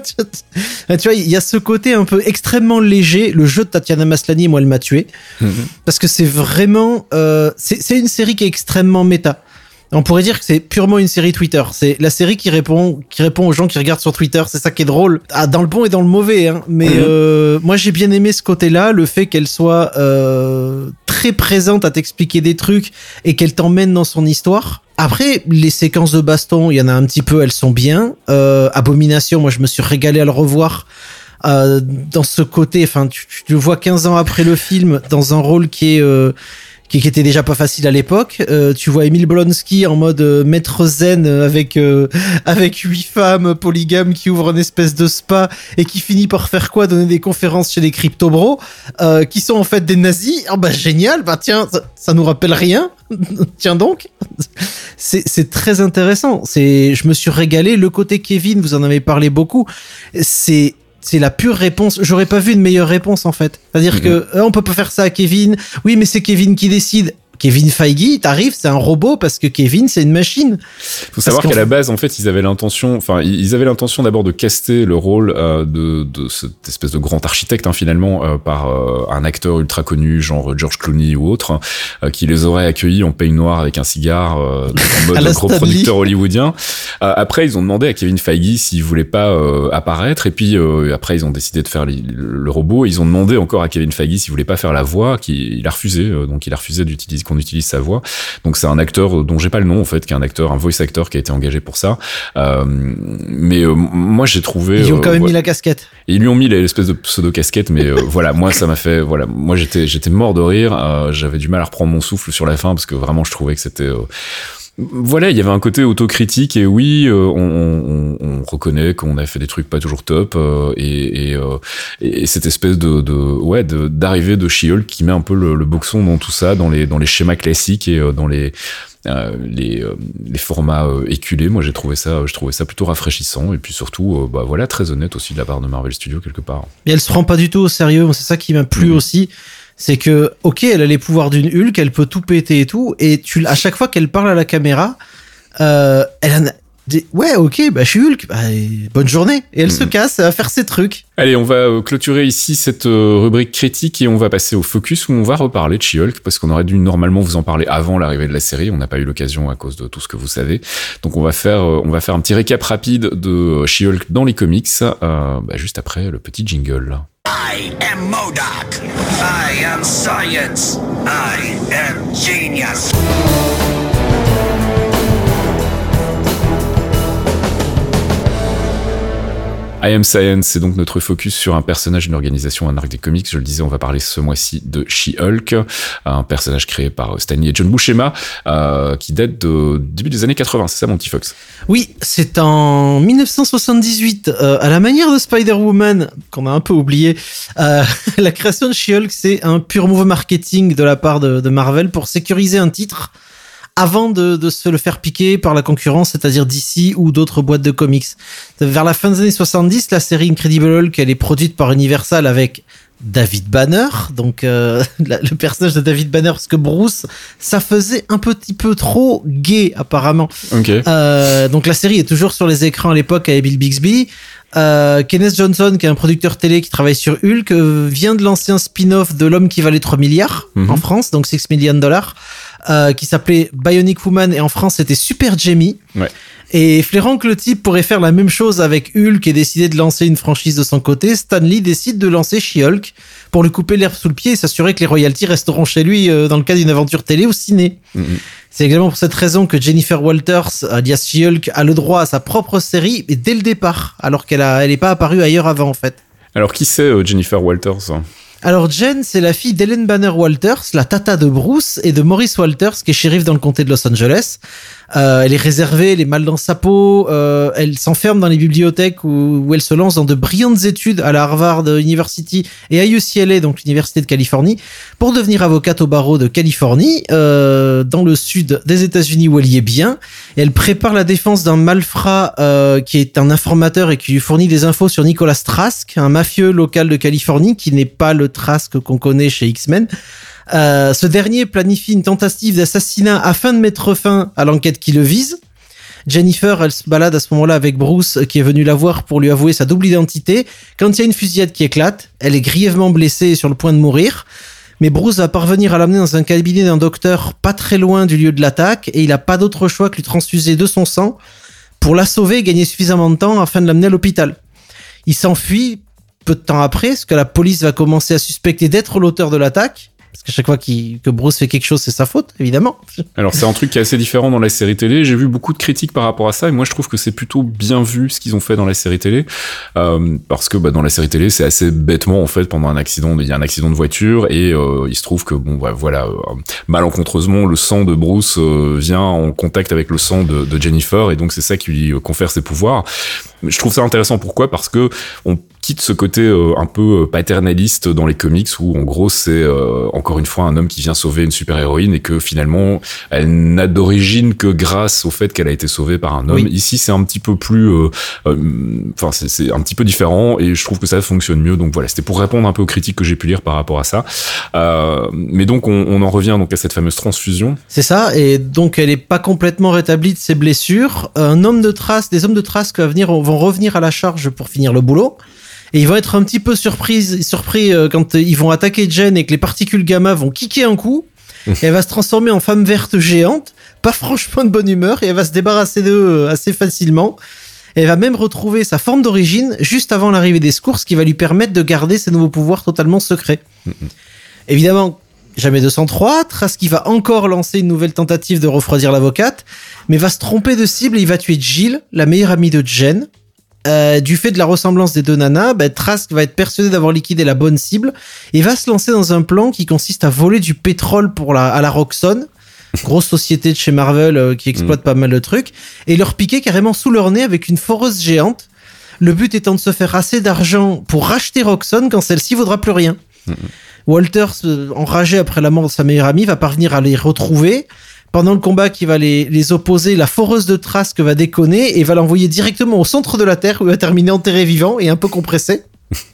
tu vois, il y a ce côté un peu extrêmement léger. Le jeu de Tatiana Maslany, moi, elle m'a tué. Mm-hmm. Parce que c'est vraiment, euh, c'est, c'est une série qui est extrêmement méta. On pourrait dire que c'est purement une série Twitter. C'est la série qui répond, qui répond aux gens qui regardent sur Twitter. C'est ça qui est drôle. Ah, dans le bon et dans le mauvais, hein. Mais mmh. euh, moi, j'ai bien aimé ce côté-là, le fait qu'elle soit euh, très présente à t'expliquer des trucs et qu'elle t'emmène dans son histoire. Après, les séquences de baston, il y en a un petit peu, elles sont bien. Euh, Abomination, moi, je me suis régalé à le revoir. Euh, dans ce côté, enfin, tu, tu le vois quinze ans après le film, dans un rôle qui est... Euh, qui était déjà pas facile à l'époque. Euh, tu vois Emile Blonsky en mode euh, maître zen avec euh, avec huit femmes polygames qui ouvrent une espèce de spa et qui finit par faire quoi? Donner des conférences chez les crypto-bros euh, qui sont en fait des nazis. Ah bah génial, bah tiens, ça, ça nous rappelle rien. Tiens donc. C'est c'est très intéressant. C'est je me suis régalé. Le côté Kevin, vous en avez parlé beaucoup. C'est C'est la pure réponse. J'aurais pas vu une meilleure réponse, en fait. C'est-à-dire mmh. que, euh, on peut pas faire ça à Kevin. Oui, mais c'est Kevin qui décide. Kevin Feige, t'arrives, c'est un robot parce que Kevin, c'est une machine. Faut savoir qu'à la base, en fait, ils avaient l'intention, enfin, ils avaient l'intention d'abord de caster le rôle euh, de, de cette espèce de grand architecte, hein, finalement, euh, par euh, un acteur ultra connu, genre George Clooney ou autre, euh, qui les aurait accueillis en peignoir avec un cigare, euh, en mode gros producteur hollywoodien. Euh, après, ils ont demandé à Kevin Feige s'il voulait pas euh, apparaître, et puis euh, après, ils ont décidé de faire les, le robot. Ils ont demandé encore à Kevin Feige s'il voulait pas faire la voix, qui il a refusé, euh, donc il a refusé d'utiliser qu'on utilise sa voix. Donc c'est un acteur dont j'ai pas le nom en fait, qui est un acteur, un voice actor qui a été engagé pour ça. Euh, mais euh, moi j'ai trouvé. Ils lui ont quand euh, même ouais. mis la casquette. Et ils lui ont mis l'espèce de pseudo casquette, mais euh, voilà, moi ça m'a fait, voilà, moi j'étais j'étais mort de rire. Euh, j'avais du mal à reprendre mon souffle sur la fin parce que vraiment je trouvais que c'était euh, voilà, il y avait un côté autocritique et oui, euh, on, on, on reconnaît qu'on a fait des trucs pas toujours top euh, et, et, euh, et cette espèce de, de ouais de, d'arrivée de She-Hulk qui met un peu le, le boxon dans tout ça, dans les dans les schémas classiques et euh, dans les euh, les euh, les formats euh, éculés. Moi j'ai trouvé ça je trouvais ça plutôt rafraîchissant et puis surtout euh, bah voilà très honnête aussi de la part de Marvel Studios quelque part. Mais elle se prend pas du tout au sérieux, c'est ça qui m'a plu mmh. aussi. C'est que, ok, elle a les pouvoirs d'une Hulk, elle peut tout péter et tout, et tu, à chaque fois qu'elle parle à la caméra, euh, elle en a dit, ouais, ok, bah, je suis Hulk, bah, bonne journée. Et elle mmh. se casse, elle va faire ses trucs. Allez, on va euh, clôturer ici cette euh, rubrique critique et on va passer au focus où on va reparler de She-Hulk parce qu'on aurait dû normalement vous en parler avant l'arrivée de la série. On n'a pas eu l'occasion à cause de tout ce que vous savez. Donc on va faire, euh, on va faire un petit récap rapide de She-Hulk dans les comics, euh, bah, juste après le petit jingle. I am MODOK. I am science. I am genius. I Am Science, c'est donc notre focus sur un personnage d'une organisation, un arc des comics. Je le disais, on va parler ce mois-ci de She-Hulk, un personnage créé par Stan Lee et John Buscema, euh, qui date de début des années quatre-vingts, c'est ça, mon petit Fox? Oui, c'est en dix-neuf cent soixante-dix-huit, euh, à la manière de Spider-Woman, qu'on a un peu oublié. Euh, la création de She-Hulk, c'est un pur move marketing de la part de, de Marvel pour sécuriser un titre avant de, de se le faire piquer par la concurrence, c'est-à-dire D C ou d'autres boîtes de comics. Vers la fin des années soixante-dix, la série Incredible Hulk, elle est produite par Universal avec David Banner, donc euh, le personnage de David Banner, parce que Bruce, ça faisait un petit peu trop gay apparemment. Okay. Euh, donc la série est toujours sur les écrans à l'époque avec Bill Bixby. Euh, Kenneth Johnson, qui est un producteur télé qui travaille sur Hulk, euh, vient de lancer un spin-off de L'Homme qui valait trois milliards mm-hmm. en France, donc six millions de dollars, euh, qui s'appelait Bionic Woman, et en France c'était Super Jamie. Ouais. Et flairant que le type pourrait faire la même chose avec Hulk et décider de lancer une franchise de son côté, Stan Lee décide de lancer She-Hulk pour lui couper l'herbe sous le pied et s'assurer que les royalties resteront chez lui euh, dans le cas d'une aventure télé ou ciné. Mm-hmm. C'est également pour cette raison que Jennifer Walters, alias She-Hulk, a le droit à sa propre série et dès le départ, alors qu'elle a, elle est pas apparue ailleurs avant en fait. Alors qui c'est euh, Jennifer Walters? Alors Jen, c'est la fille d'Helen Banner Walters, la tata de Bruce, et de Maurice Walters, qui est shérif dans le comté de Los Angeles. Euh, elle est réservée, elle est mal dans sa peau, euh, elle s'enferme dans les bibliothèques où, où elle se lance dans de brillantes études à la Harvard University et à U C L A, donc l'université de Californie, pour devenir avocate au barreau de Californie, euh, dans le sud des États-Unis où elle y est bien. Et elle prépare la défense d'un malfrat euh, qui est un informateur et qui lui fournit des infos sur Nicholas Trask, un mafieux local de Californie qui n'est pas le Trask qu'on connaît chez X-Men. Euh, ce dernier planifie une tentative d'assassinat afin de mettre fin à l'enquête qui le vise. Jennifer, elle se balade à ce moment-là avec Bruce, qui est venu la voir pour lui avouer sa double identité. Quand il y a une fusillade qui éclate, elle est grièvement blessée et sur le point de mourir. Mais Bruce va parvenir à l'amener dans un cabinet d'un docteur pas très loin du lieu de l'attaque et il a pas d'autre choix que lui transfuser de son sang pour la sauver et gagner suffisamment de temps afin de l'amener à l'hôpital. Il s'enfuit peu de temps après, parce que la police va commencer à suspecter d'être l'auteur de l'attaque. Parce qu'à chaque fois qu'il, que Bruce fait quelque chose, c'est sa faute, évidemment. Alors, c'est un truc qui est assez différent dans la série télé. J'ai vu beaucoup de critiques par rapport à ça, et moi, je trouve que c'est plutôt bien vu ce qu'ils ont fait dans la série télé. Euh, parce que, bah, dans la série télé, c'est assez bêtement, en fait, pendant un accident, il y a un accident de voiture, et euh, il se trouve que, bon, bah, voilà, euh, malencontreusement, le sang de Bruce euh, vient en contact avec le sang de, de Jennifer, et donc c'est ça qui lui confère ses pouvoirs. je trouve ça intéressant. Pourquoi ? Parce que on quitte ce côté euh, un peu paternaliste dans les comics où en gros c'est euh, encore une fois un homme qui vient sauver une super-héroïne et que finalement elle n'a d'origine que grâce au fait qu'elle a été sauvée par un homme. Oui. Ici c'est un petit peu plus euh, euh, enfin c'est, c'est un petit peu différent et je trouve que ça fonctionne mieux. Donc voilà, c'était pour répondre un peu aux critiques que j'ai pu lire par rapport à ça. Euh, mais donc on, on en revient donc à cette fameuse transfusion. C'est ça, et donc elle est pas complètement rétablie de ses blessures. Un homme de trace, des hommes de trace qui vont venir, vont revenir à la charge pour finir le boulot. Et ils vont être un petit peu surpris, surpris euh, quand ils vont attaquer Jen et que les particules gamma vont kicker un coup. Et elle va se transformer en femme verte géante, pas franchement de bonne humeur, et elle va se débarrasser d'eux assez facilement. Et elle va même retrouver sa forme d'origine juste avant l'arrivée des secours, ce qui va lui permettre de garder ses nouveaux pouvoirs totalement secrets. Mm-hmm. Évidemment, jamais deux cent trois, Trask qui va encore lancer une nouvelle tentative de refroidir l'avocate, mais va se tromper de cible et il va tuer Jill, la meilleure amie de Jen. Euh, du fait de la ressemblance des deux nanas, bah, Trask va être persuadé d'avoir liquidé la bonne cible et va se lancer dans un plan qui consiste à voler du pétrole pour la, à la Roxxon, grosse société de chez Marvel euh, qui exploite mmh. pas mal de trucs, et leur piquer carrément sous leur nez avec une foreuse géante. Le but étant de se faire assez d'argent pour racheter Roxxon quand celle-ci vaudra plus rien. Mmh. Walters, euh, enragé après la mort de sa meilleure amie, va parvenir à les retrouver. Pendant le combat qui va les, les opposer, la foreuse de Trask va déconner et va l'envoyer directement au centre de la Terre où il va terminer enterré vivant et un peu compressé.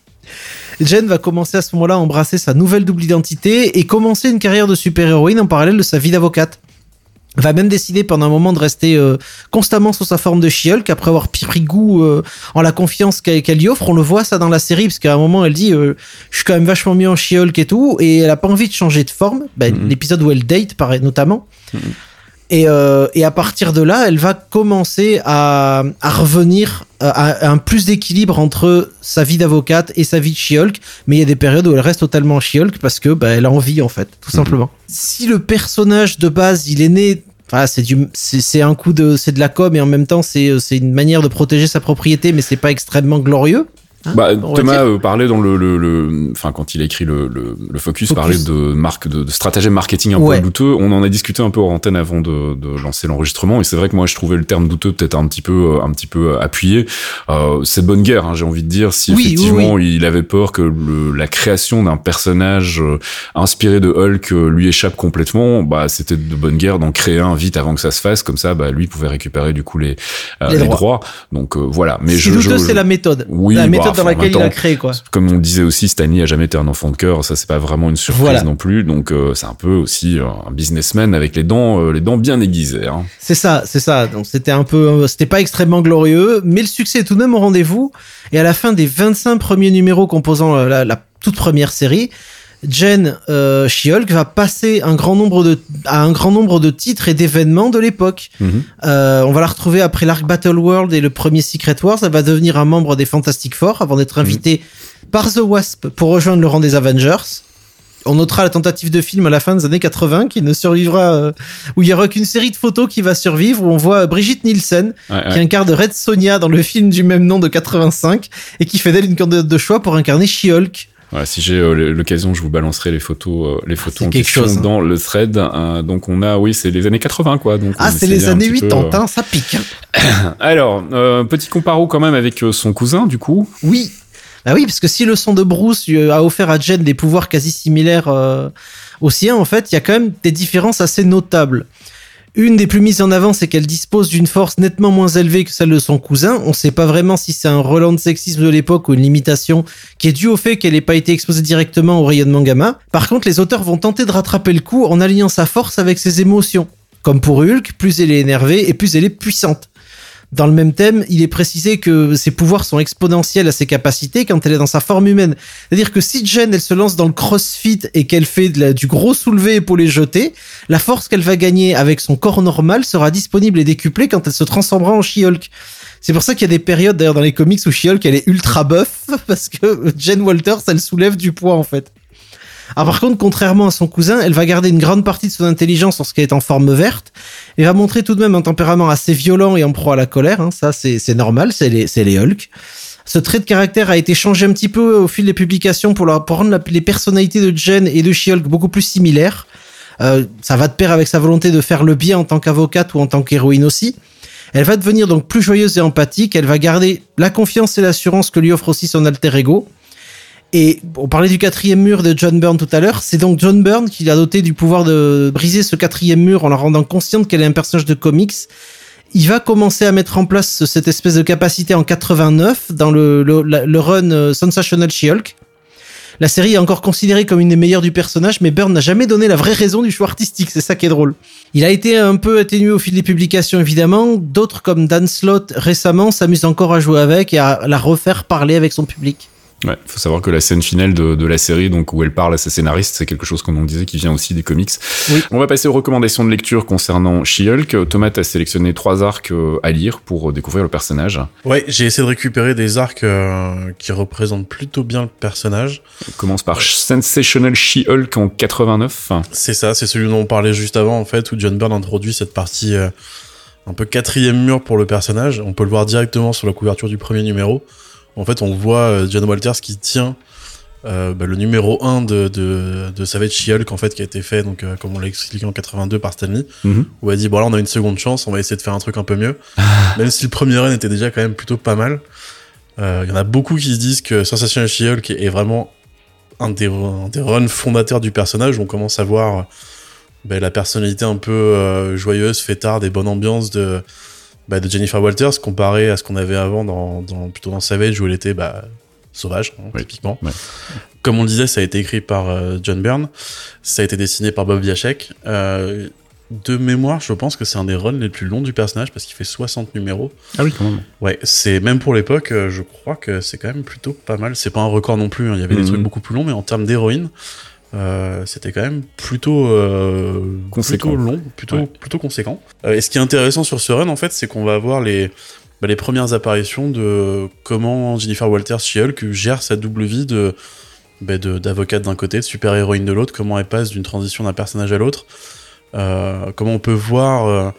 Jen va commencer à ce moment-là à embrasser sa nouvelle double identité et commencer une carrière de super-héroïne en parallèle de sa vie d'avocate. Va même décider pendant un moment de rester euh, constamment sous sa forme de She-Hulk après avoir pris goût euh, en la confiance qu'elle, qu'elle lui offre. On le voit ça dans la série parce qu'à un moment elle dit euh, je suis quand même vachement mieux en She-Hulk et tout, et elle a pas envie de changer de forme. Ben, mm-hmm. L'épisode où elle date paraît notamment. Mm-hmm. Et, euh, et à partir de là, elle va commencer à, à revenir à, à un plus d'équilibre entre sa vie d'avocate et sa vie de She-Hulk. Mais il y a des périodes où elle reste totalement She-Hulk parce que bah, elle a envie en fait, tout mmh. simplement. Si le personnage de base, il est né, voilà, c'est du, c'est, c'est un coup de, c'est de la com et en même temps c'est, c'est une manière de protéger sa propriété, mais c'est pas extrêmement glorieux. Hein, bah, Thomas euh, parlait dans le, le, le, enfin quand il a écrit le, le, le Focus, Focus, parlait de marque, de, de stratagème marketing un ouais. peu douteux. On en a discuté un peu en antenne avant de, de lancer l'enregistrement, et c'est vrai que moi je trouvais le terme douteux peut-être un petit peu, un petit peu appuyé. Euh, c'est de bonne guerre, hein, j'ai envie de dire. Si oui, effectivement oui, oui. il avait peur que le, la création d'un personnage euh, inspiré de Hulk euh, lui échappe complètement, bah c'était de bonne guerre d'en créer un vite avant que ça se fasse, comme ça, bah lui pouvait récupérer du coup les, euh, les, les droits. droits. Donc euh, voilà. Mais je, douteux, je, c'est la méthode. Oui, la bah, méthode dans laquelle il a créé, quoi. Comme on disait aussi, Stan Lee a jamais été un enfant de cœur, ça c'est pas vraiment une surprise voilà. non plus, donc euh, c'est un peu aussi un businessman avec les dents, euh, les dents bien aiguisées. Hein. C'est ça, c'est ça. Donc c'était un peu, c'était pas extrêmement glorieux, mais le succès est tout de même au rendez-vous. Et à la fin des vingt-cinq premiers numéros composant la, la, la toute première série, Jen euh, She-Hulk va passer un grand nombre de à un grand nombre de titres et d'événements de l'époque. Mm-hmm. Euh, on va la retrouver après l'arc Battle World et le premier Secret Wars. Elle va devenir un membre des Fantastic Four avant d'être invitée mm-hmm. par The Wasp pour rejoindre le rang des Avengers. On notera la tentative de film à la fin des années quatre-vingts qui ne survivra, euh, où il y aura qu'une série de photos qui va survivre, où on voit Brigitte Nielsen ouais, ouais. qui incarne Red Sonja dans le film du même nom de quatre-vingt-cinq et qui fait d'elle une candidate de choix pour incarner She-Hulk. Voilà, si j'ai euh, l'occasion, je vous balancerai les photos, euh, les photos en question chose, hein. dans le thread. Euh, donc on a, oui, c'est les années quatre-vingts, quoi. Donc ah, c'est les années quatre-vingt-dix, euh... hein, ça pique. Hein. Alors, euh, petit comparo quand même avec euh, son cousin, du coup. Oui. Bah oui, parce que si le son de Bruce a offert à Jen des pouvoirs quasi similaires euh, aux siens, en fait, il y a quand même des différences assez notables. Une des plus mises en avant, c'est qu'elle dispose d'une force nettement moins élevée que celle de son cousin. On sait pas vraiment si c'est un relent de sexisme de l'époque ou une limitation qui est due au fait qu'elle n'ait pas été exposée directement au rayonnement gamma. Par contre, les auteurs vont tenter de rattraper le coup en alliant sa force avec ses émotions. Comme pour Hulk, plus elle est énervée et plus elle est puissante. Dans le même thème, il est précisé que ses pouvoirs sont exponentiels à ses capacités quand elle est dans sa forme humaine. C'est-à-dire que si Jen, elle se lance dans le crossfit et qu'elle fait de la, du gros soulevé épaulé jeté, la force qu'elle va gagner avec son corps normal sera disponible et décuplée quand elle se transformera en She-Hulk. C'est pour ça qu'il y a des périodes, d'ailleurs, dans les comics où She-Hulk, elle est ultra buff, parce que Jen Walters, elle soulève du poids, en fait. Alors par contre, contrairement à son cousin, elle va garder une grande partie de son intelligence lorsqu'elle est en forme verte et va montrer tout de même un tempérament assez violent et en proie à la colère. Hein. Ça, c'est, c'est normal, c'est les, c'est les Hulk. Ce trait de caractère a été changé un petit peu au fil des publications pour, leur, pour rendre la, les personnalités de Jen et de She-Hulk beaucoup plus similaires. Euh, ça va de pair avec sa volonté de faire le bien en tant qu'avocate ou en tant qu'héroïne aussi. Elle va devenir donc plus joyeuse et empathique. Elle va garder la confiance et l'assurance que lui offre aussi son alter ego. Et on parlait du quatrième mur de John Byrne tout à l'heure. C'est donc John Byrne qui l'a doté du pouvoir de briser ce quatrième mur en la rendant consciente qu'elle est un personnage de comics. Il va commencer à mettre en place cette espèce de capacité en quatre-vingt-neuf dans le, le, le run Sensational She-Hulk. La série est encore considérée comme une des meilleures du personnage, mais Byrne n'a jamais donné la vraie raison du choix artistique, c'est ça qui est drôle. Il a été un peu atténué au fil des publications, évidemment. D'autres, comme Dan Slott, récemment, s'amusent encore à jouer avec et à la refaire parler avec son public. Ouais, faut savoir que la scène finale de, de la série, donc où elle parle à sa scénariste, c'est quelque chose qu'on en disait qui vient aussi des comics. Oui. On va passer aux recommandations de lecture concernant She-Hulk. Thomas a sélectionné trois arcs à lire pour découvrir le personnage. Ouais, j'ai essayé de récupérer des arcs euh, qui représentent plutôt bien le personnage. On commence par Sensational She-Hulk en quatre-vingt-neuf. C'est ça, c'est celui dont on parlait juste avant, en fait, où John Byrne introduit cette partie euh, un peu quatrième mur pour le personnage. On peut le voir directement sur la couverture du premier numéro. En fait, on voit euh, John Walters qui tient euh, bah, le numéro un de, de, de Savage She-Hulk, en fait, qui a été fait, donc, euh, comme on l'a expliqué en quatre-vingt-deux par Stan Lee, mm-hmm. où elle dit, bon là, on a une seconde chance, on va essayer de faire un truc un peu mieux. Même si le premier run était déjà quand même plutôt pas mal. Il euh, y en a beaucoup qui se disent que Sensational She-Hulk est vraiment un des, un des runs fondateurs du personnage, où on commence à voir bah, la personnalité un peu euh, joyeuse, fêtarde et bonne ambiance de... Bah, de Jennifer Walters comparé à ce qu'on avait avant dans, dans plutôt dans Savage où elle était bah, sauvage hein, oui. typiquement. Ouais. Comme on le disait, ça a été écrit par euh, John Byrne, ça a été dessiné par Bob Wiacek. Euh, de mémoire, je pense que c'est un des runs les plus longs du personnage parce qu'il fait soixante numéros. Ah oui, quand même. Ouais, c'est même pour l'époque, euh, je crois que c'est quand même plutôt pas mal. C'est pas un record non plus. Hein. Il y avait mm-hmm. des trucs beaucoup plus longs, mais en termes d'héroïne. Euh, c'était quand même plutôt euh, plutôt long, plutôt ouais. plutôt conséquent. Euh, et ce qui est intéressant sur ce run en fait, c'est qu'on va avoir les bah, les premières apparitions de comment Jennifer Walters She-Hulk gère sa double vie de bah, de d'avocate d'un côté, de super héroïne de l'autre, comment elle passe d'une transition d'un personnage à l'autre, euh, comment on peut voir euh,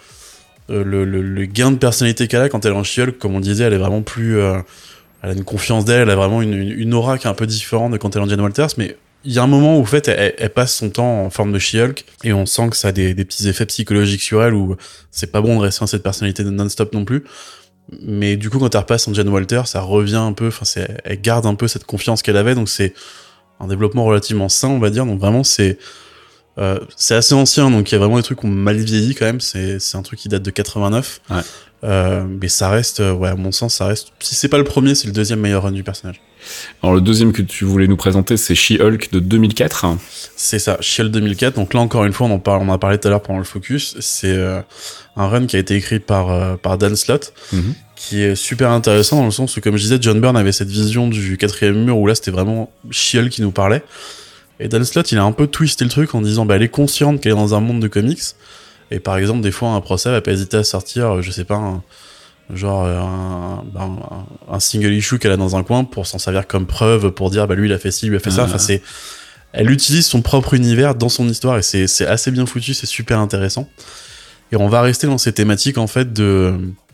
le, le, le gain de personnalité qu'elle a quand elle est en She-Hulk, comme on disait, elle est vraiment plus euh, elle a une confiance d'elle, elle a vraiment une, une, une aura qui est un peu différente de quand elle est en Jen Walters, mais il y a un moment où, en fait, elle, elle passe son temps en forme de She-Hulk et on sent que ça a des, des petits effets psychologiques sur elle où c'est pas bon de rester dans cette personnalité de non-stop non plus. Mais du coup, quand elle repasse en Jen Walters, ça revient un peu, enfin, c'est, elle garde un peu cette confiance qu'elle avait, donc c'est un développement relativement sain, on va dire. Donc vraiment, c'est, euh, c'est assez ancien, donc il y a vraiment des trucs qui ont mal vieilli quand même. C'est, c'est un truc qui date de quatre-vingt-neuf. Ouais. Euh, mais ça reste, ouais, à mon sens, ça reste, si c'est pas le premier, c'est le deuxième meilleur run du personnage. Alors le deuxième que tu voulais nous présenter, c'est She-Hulk de deux mille quatre. C'est ça, She-Hulk deux mille quatre. Donc là encore une fois, on en parle, on en a parlé tout à l'heure pendant le focus. C'est euh, un run qui a été écrit par euh, par Dan Slott, mm-hmm. qui est super intéressant dans le sens où, comme je disais, John Byrne avait cette vision du quatrième mur où là c'était vraiment She-Hulk qui nous parlait. Et Dan Slott, il a un peu twisté le truc en disant, bah elle est consciente qu'elle est dans un monde de comics. Et par exemple, des fois, un procès va pas hésiter à sortir, je sais pas. Un, genre un, un, un single issue qu'elle a dans un coin pour s'en servir comme preuve pour dire bah lui il a fait ci, lui a fait ah. ça. Enfin c'est, elle utilise son propre univers dans son histoire et c'est c'est assez bien foutu, c'est super intéressant. Et on va rester dans ces thématiques en fait de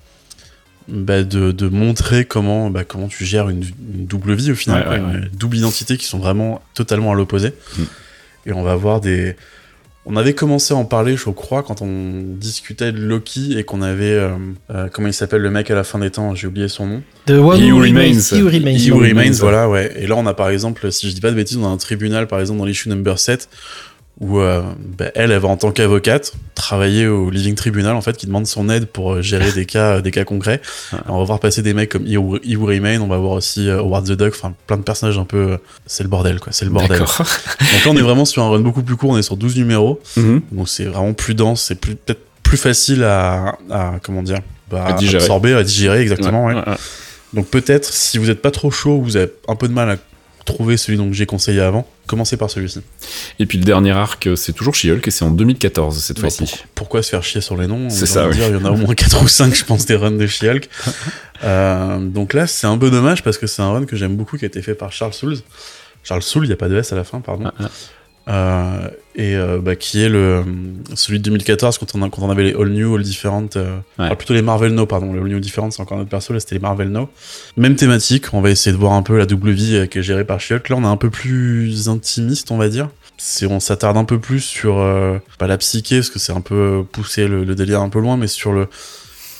bah de de montrer comment bah comment tu gères une, une double vie au final, ouais, quoi, ouais, une ouais. double identité qui sont vraiment totalement à l'opposé. Mm. Et on va voir des On avait commencé à en parler, je crois, quand on discutait de Loki et qu'on avait... Euh, euh, comment il s'appelle le mec à la fin des temps ? J'ai oublié son nom. The One Who Remains. He Who Remains. He Who Remains, voilà, ouais. Et là, on a par exemple, si je dis pas de bêtises, on a un tribunal, par exemple, dans l'issue number sept, où euh, bah, elle, elle va en tant qu'avocate travailler au Living Tribunal, en fait, qui demande son aide pour gérer des cas, des cas concrets. On va voir passer des mecs comme He Who, He Who Remains, on va voir aussi euh, Howard the Duck, enfin plein de personnages un peu... C'est le bordel, quoi, c'est le bordel. D'accord. Donc là, on est vraiment sur un run beaucoup plus court, on est sur douze numéros, mm-hmm. donc c'est vraiment plus dense, c'est plus, peut-être plus facile à, à comment dire, bah, à digérer. absorber, à digérer, exactement, ouais. Ouais. Ouais, ouais. Donc peut-être, si vous êtes pas trop chaud, vous avez un peu de mal à trouver celui dont j'ai conseillé avant, commencez par celui-ci. Et puis le dernier arc, c'est toujours She-Hulk et c'est en deux mille quatorze cette bon, fois-ci. Pour, pourquoi se faire chier sur les noms ? C'est ça, oui. dire, il y en a au moins quatre ou cinq, je pense, des runs de She-Hulk. euh, donc là, c'est un peu dommage parce que c'est un run que j'aime beaucoup qui a été fait par Charles Soule. Charles Soule, il n'y a pas de S à la fin, pardon. Ah, ah. Euh, et euh, bah, qui est le celui de deux mille quatorze quand on, a, quand on avait les All New, All Different, euh, ouais. ah, plutôt les Marvel No, pardon, les All New, All Different, c'est encore notre perso, là c'était les Marvel No. Même thématique, on va essayer de voir un peu la double vie qui est gérée par She-Hulk. Là on est un peu plus intimiste, on va dire. C'est, on s'attarde un peu plus sur euh, pas la psyché, parce que c'est un peu poussé le, le délire un peu loin, mais sur le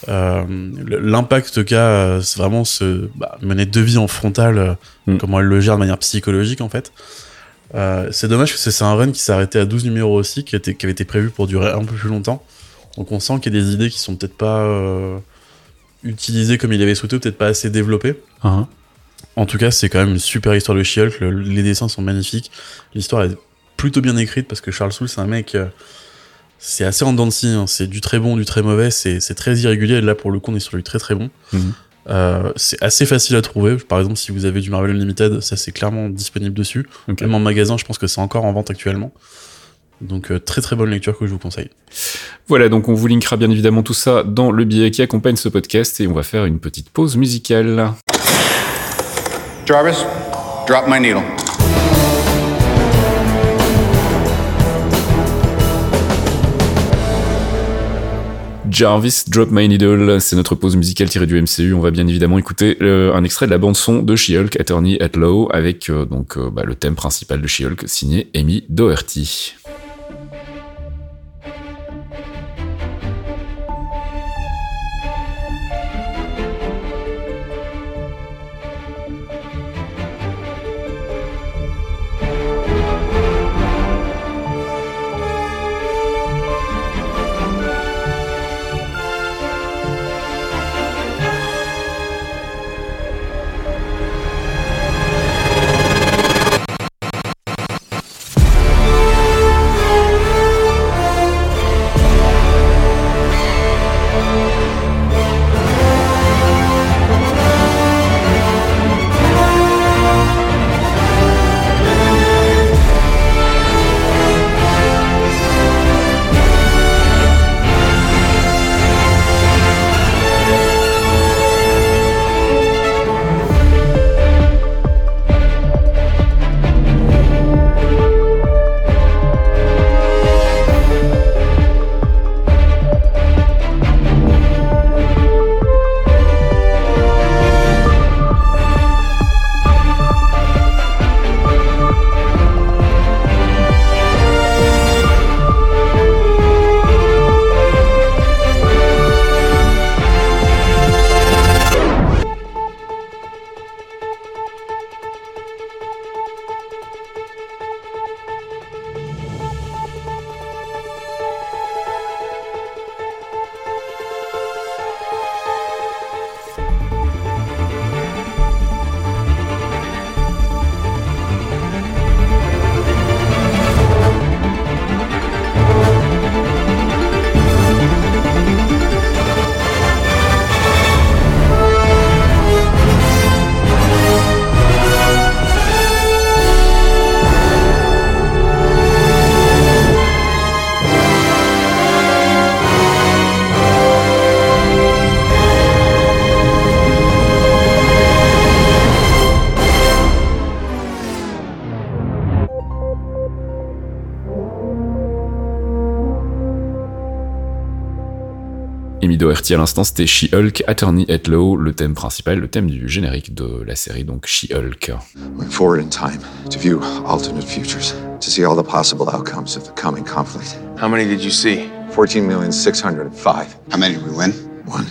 Euh, l'impact qu'a, c'est vraiment ce bah, mener deux vies en frontale, mm. comment elle le gère de manière psychologique en fait. Euh, c'est dommage que c'est, c'est un run qui s'est arrêté à douze numéros aussi, qui, était, qui avait été prévu pour durer un peu plus longtemps. Donc on sent qu'il y a des idées qui sont peut-être pas euh, utilisées comme il avait souhaité, peut-être pas assez développées. Uh-huh. En tout cas, c'est quand même une super histoire de She-Hulk. Le, les dessins sont magnifiques. L'histoire est plutôt bien écrite parce que Charles Soule, c'est un mec, euh, c'est assez en dents de scie. Hein. C'est du très bon, du très mauvais. C'est, c'est très irrégulier. Et là, pour le coup, on est sur du très très bon. Mm-hmm. Euh, c'est assez facile à trouver. Par exemple, si vous avez du Marvel Unlimited, ça c'est clairement disponible dessus. Okay. Même en magasin, je pense que c'est encore en vente actuellement. Donc euh, très très bonne lecture que je vous conseille. Voilà, donc on vous linkera bien évidemment tout ça dans le billet qui accompagne ce podcast et on va faire une petite pause musicale. Jarvis, drop my needle. Jarvis, Drop My Needle, c'est notre pause musicale tirée du M C U. On va bien évidemment écouter euh, un extrait de la bande-son de She-Hulk, Attorney at Law, avec euh, donc euh, bah, le thème principal de She-Hulk, signé Amy Doherty. Amy Doherty à l'instant, c'était She-Hulk, Attorney at Law, le thème principal, le thème du générique de la série, donc She-Hulk. Went forward in time to view alternate futures, to see all the possible outcomes of the coming conflict. How many did you see? fourteen million six hundred five. How many did we win? One.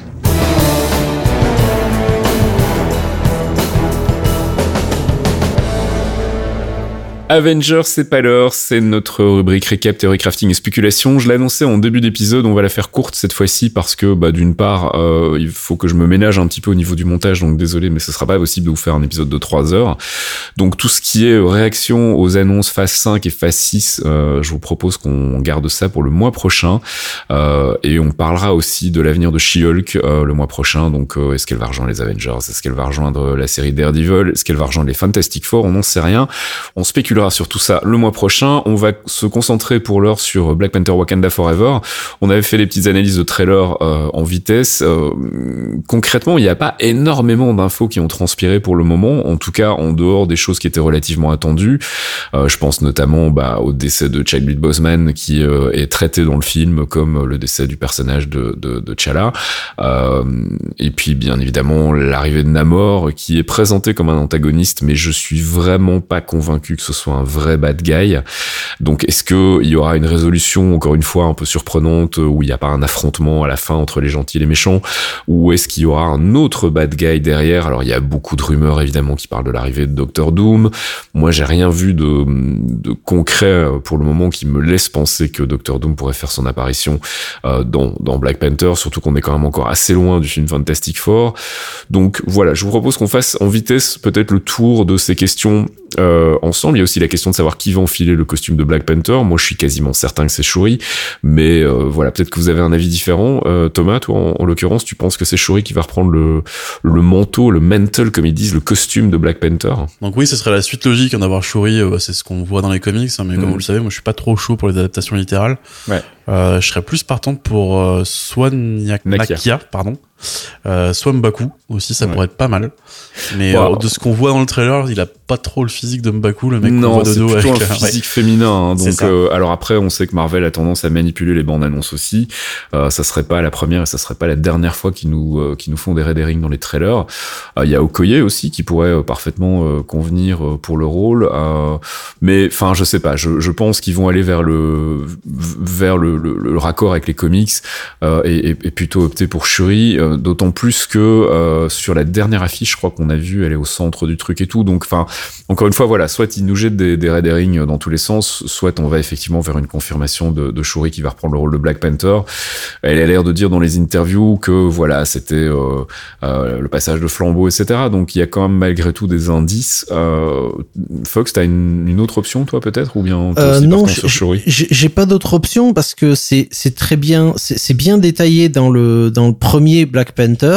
Avengers, c'est pas l'heure, c'est notre rubrique récap, théorie, crafting et spéculation. Je l'ai annoncé en début d'épisode, on va la faire courte cette fois-ci parce que, bah, d'une part, euh, il faut que je me ménage un petit peu au niveau du montage, donc désolé, mais ce sera pas possible de vous faire un épisode de trois heures. Donc tout ce qui est réaction aux annonces phase cinq et phase six, euh, je vous propose qu'on garde ça pour le mois prochain. Euh, et on parlera aussi de l'avenir de She-Hulk euh, le mois prochain. Donc euh, est-ce qu'elle va rejoindre les Avengers? Est-ce qu'elle va rejoindre la série Daredevil? Est-ce qu'elle va rejoindre les Fantastic Four? On n'en sait rien. On spécule sur tout ça le mois prochain. On va se concentrer pour l'heure sur Black Panther Wakanda Forever. On avait fait les petites analyses de trailers euh, en vitesse. Euh, concrètement, il n'y a pas énormément d'infos qui ont transpiré pour le moment, en tout cas en dehors des choses qui étaient relativement attendues. Euh, je pense notamment bah, au décès de Chadwick Boseman qui euh, est traité dans le film comme le décès du personnage de, de, de T'Challa. Euh, et puis bien évidemment l'arrivée de Namor qui est présenté comme un antagoniste, mais je suis vraiment pas convaincu que ce soit soit un vrai bad guy. Donc est-ce que il y aura une résolution encore une fois un peu surprenante où il n'y a pas un affrontement à la fin entre les gentils et les méchants, ou est-ce qu'il y aura un autre bad guy derrière? Alors il y a beaucoup de rumeurs évidemment qui parlent de l'arrivée de Doctor Doom. Moi j'ai rien vu de, de concret pour le moment qui me laisse penser que Doctor Doom pourrait faire son apparition euh, dans, dans Black Panther, surtout qu'on est quand même encore assez loin du film Fantastic Four. Donc voilà, je vous propose qu'on fasse en vitesse peut-être le tour de ces questions euh, ensemble. Il y a aussi la question de savoir qui va enfiler le costume de Black Panther. Moi je suis quasiment certain que c'est Shuri, mais euh, voilà, peut-être que vous avez un avis différent. Euh, Thomas, toi en, en l'occurrence, tu penses que c'est Shuri qui va reprendre le, le manteau, le mantle comme ils disent, le costume de Black Panther? Donc oui, ce serait la suite logique d'avoir Shuri, euh, c'est ce qu'on voit dans les comics, hein, mais comme mmh. vous le savez, moi je suis pas trop chaud pour les adaptations littérales. Ouais. Euh, je serais plus partant pour euh, soit Nakia, Nakia, pardon, euh, soit M'Baku aussi, ça ouais. pourrait être pas mal. Mais wow. euh, de ce qu'on voit dans le trailer, il a pas trop le physique de M'Baku, le mec qu'on voit de dos. Non, c'est plutôt avec, un physique ouais. féminin. Hein, donc, euh, alors après, on sait que Marvel a tendance à manipuler les bandes annonces aussi. Euh, ça serait pas la première et ça serait pas la dernière fois qu'ils nous euh, qu'ils nous font des renderings dans les trailers. Il euh, y a Okoye aussi qui pourrait euh, parfaitement euh, convenir euh, pour le rôle. Euh, mais enfin, je sais pas. Je, je pense qu'ils vont aller vers le vers le, le, le raccord avec les comics euh, et, et, et plutôt opter pour Shuri. Euh, d'autant plus que euh, sur la dernière affiche, je crois qu'on a vu, elle est au centre du truc et tout. Donc, enfin, encore une fois, voilà, soit ils nous jettent des, des renderings dans tous les sens, soit on va effectivement vers une confirmation de, de Shuri qui va reprendre le rôle de Black Panther. Elle a l'air de dire dans les interviews que voilà, c'était euh, euh, le passage de flambeau, et cetera. Donc, il y a quand même malgré tout des indices. Euh, Fox, t'as une, une autre option, toi, peut-être, ou bien t'es euh, aussi non, sur Shuri? J'ai, j'ai pas d'autre option parce que c'est c'est très bien, c'est, c'est bien détaillé dans le dans le premier Black Panther.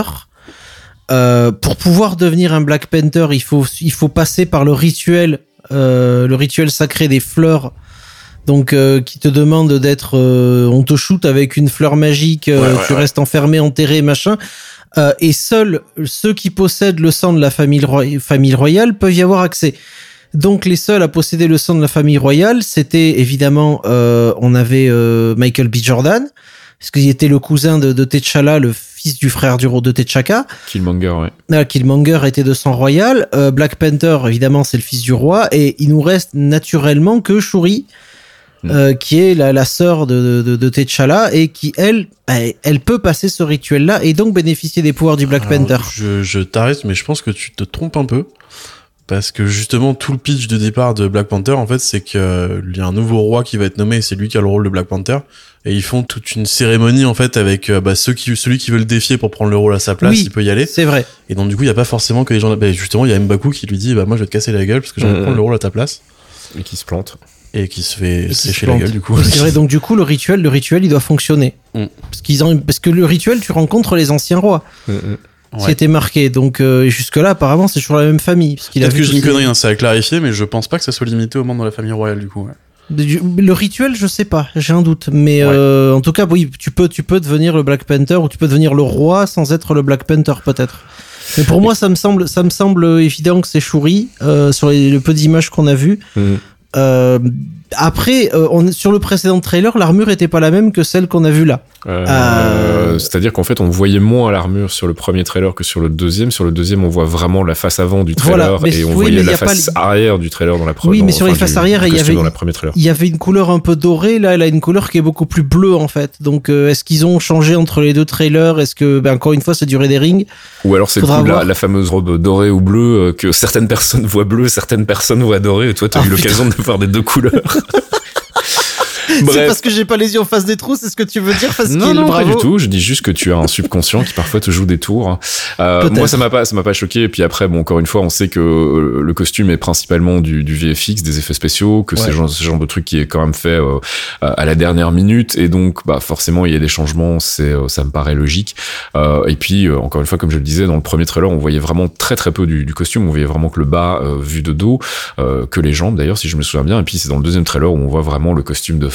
Euh, pour pouvoir devenir un Black Panther, il faut il faut passer par le rituel, euh, le rituel sacré des fleurs. Donc euh, qui te demande d'être, euh, on te shoot avec une fleur magique, euh, ouais, ouais, tu ouais. restes enfermé, enterré, machin. Euh, et seuls ceux qui possèdent le sang de la famille, roy- famille royale peuvent y avoir accès. Donc les seuls à posséder le sang de la famille royale, c'était évidemment, euh, on avait euh, Michael B. Jordan, parce qu'il était le cousin de, de T'Challa, le fils du frère du de T'Chaka. Killmonger, ouais. Euh, Killmonger était de sang royal. Euh, Black Panther, évidemment, c'est le fils du roi. Et il nous reste naturellement que Shuri, mm. euh, qui est la, la sœur de, de, de T'Challa et qui, elle, bah, elle peut passer ce rituel-là et donc bénéficier des pouvoirs du Black Alors, Panther. Je, je t'arrête, mais je pense que tu te trompes un peu. Parce que justement, tout le pitch de départ de Black Panther, en fait, c'est qu'il y a un nouveau roi qui va être nommé et c'est lui qui a le rôle de Black Panther. Et ils font toute une cérémonie, en fait, avec bah, ceux qui, celui qui veut le défier pour prendre le rôle à sa place, oui, il peut y aller. C'est vrai. Et donc, du coup, il n'y a pas forcément que les gens... Bah, justement, il y a M'Baku qui lui dit, bah, moi, je vais te casser la gueule parce que j'ai envie de prendre le rôle à ta place. Et qui se plante. Et qui se fait qui sécher se la gueule, du coup. C'est vrai, donc du coup, le rituel, le rituel, il doit fonctionner. Mm. Parce qu'ils ont, parce que le rituel, tu rencontres les anciens rois. Mm, mm. Ouais. Qui était marqué, donc euh, jusque-là apparemment c'est toujours la même famille. Parce qu'il Peut-être a que j'ai une ces... connerie, hein, c'est à clarifier, mais je pense pas que ça soit limité aux membres de la famille royale du coup. Ouais. Le rituel, je sais pas, j'ai un doute, mais ouais. euh, en tout cas, oui, tu peux, tu peux devenir le Black Panther ou tu peux devenir le roi sans être le Black Panther peut-être. Mais pour moi, ça me semble, ça me semble évident que c'est Shuri euh, sur les, le peu d'images qu'on a vues. Mmh. Euh, après, euh, on, sur le précédent trailer, l'armure était pas la même que celle qu'on a vue là. Euh, euh... C'est-à-dire qu'en fait, on voyait moins l'armure sur le premier trailer que sur le deuxième. Sur le deuxième, on voit vraiment la face avant du trailer voilà, et on oui, voyait la face pas... arrière du trailer dans la première. Oui, mais sur enfin, les faces arrière, il y avait, il y avait une couleur un peu dorée. Là, elle a une couleur qui est beaucoup plus bleue en fait. Donc, euh, est-ce qu'ils ont changé entre les deux trailers? Est-ce que, ben, encore une fois, c'est du rendering? Ou alors c'est le la, la fameuse robe dorée ou bleue euh, que certaines personnes voient bleue, certaines personnes voient dorée. Et toi, t'as ah, eu putain. l'occasion de voir des deux couleurs. C'est parce que j'ai pas les yeux en face des trous, c'est ce que tu veux dire parce Non, non, bravo. Pas du tout. Je dis juste que tu as un subconscient qui parfois te joue des tours. Euh, moi, ça m'a pas, ça m'a pas choqué. Et puis après, bon, encore une fois, on sait que le costume est principalement du, du V F X, des effets spéciaux, que ouais. c'est genre, ce genre de truc qui est quand même fait euh, à la dernière minute. Et donc, bah, forcément, il y a des changements. C'est, ça me paraît logique. Euh, et puis, euh, encore une fois, comme je le disais, dans le premier trailer, on voyait vraiment très très peu du, du costume. On voyait vraiment que le bas euh, vu de dos, euh, que les jambes d'ailleurs, si je me souviens bien. Et puis, c'est dans le deuxième trailer où on voit vraiment le costume de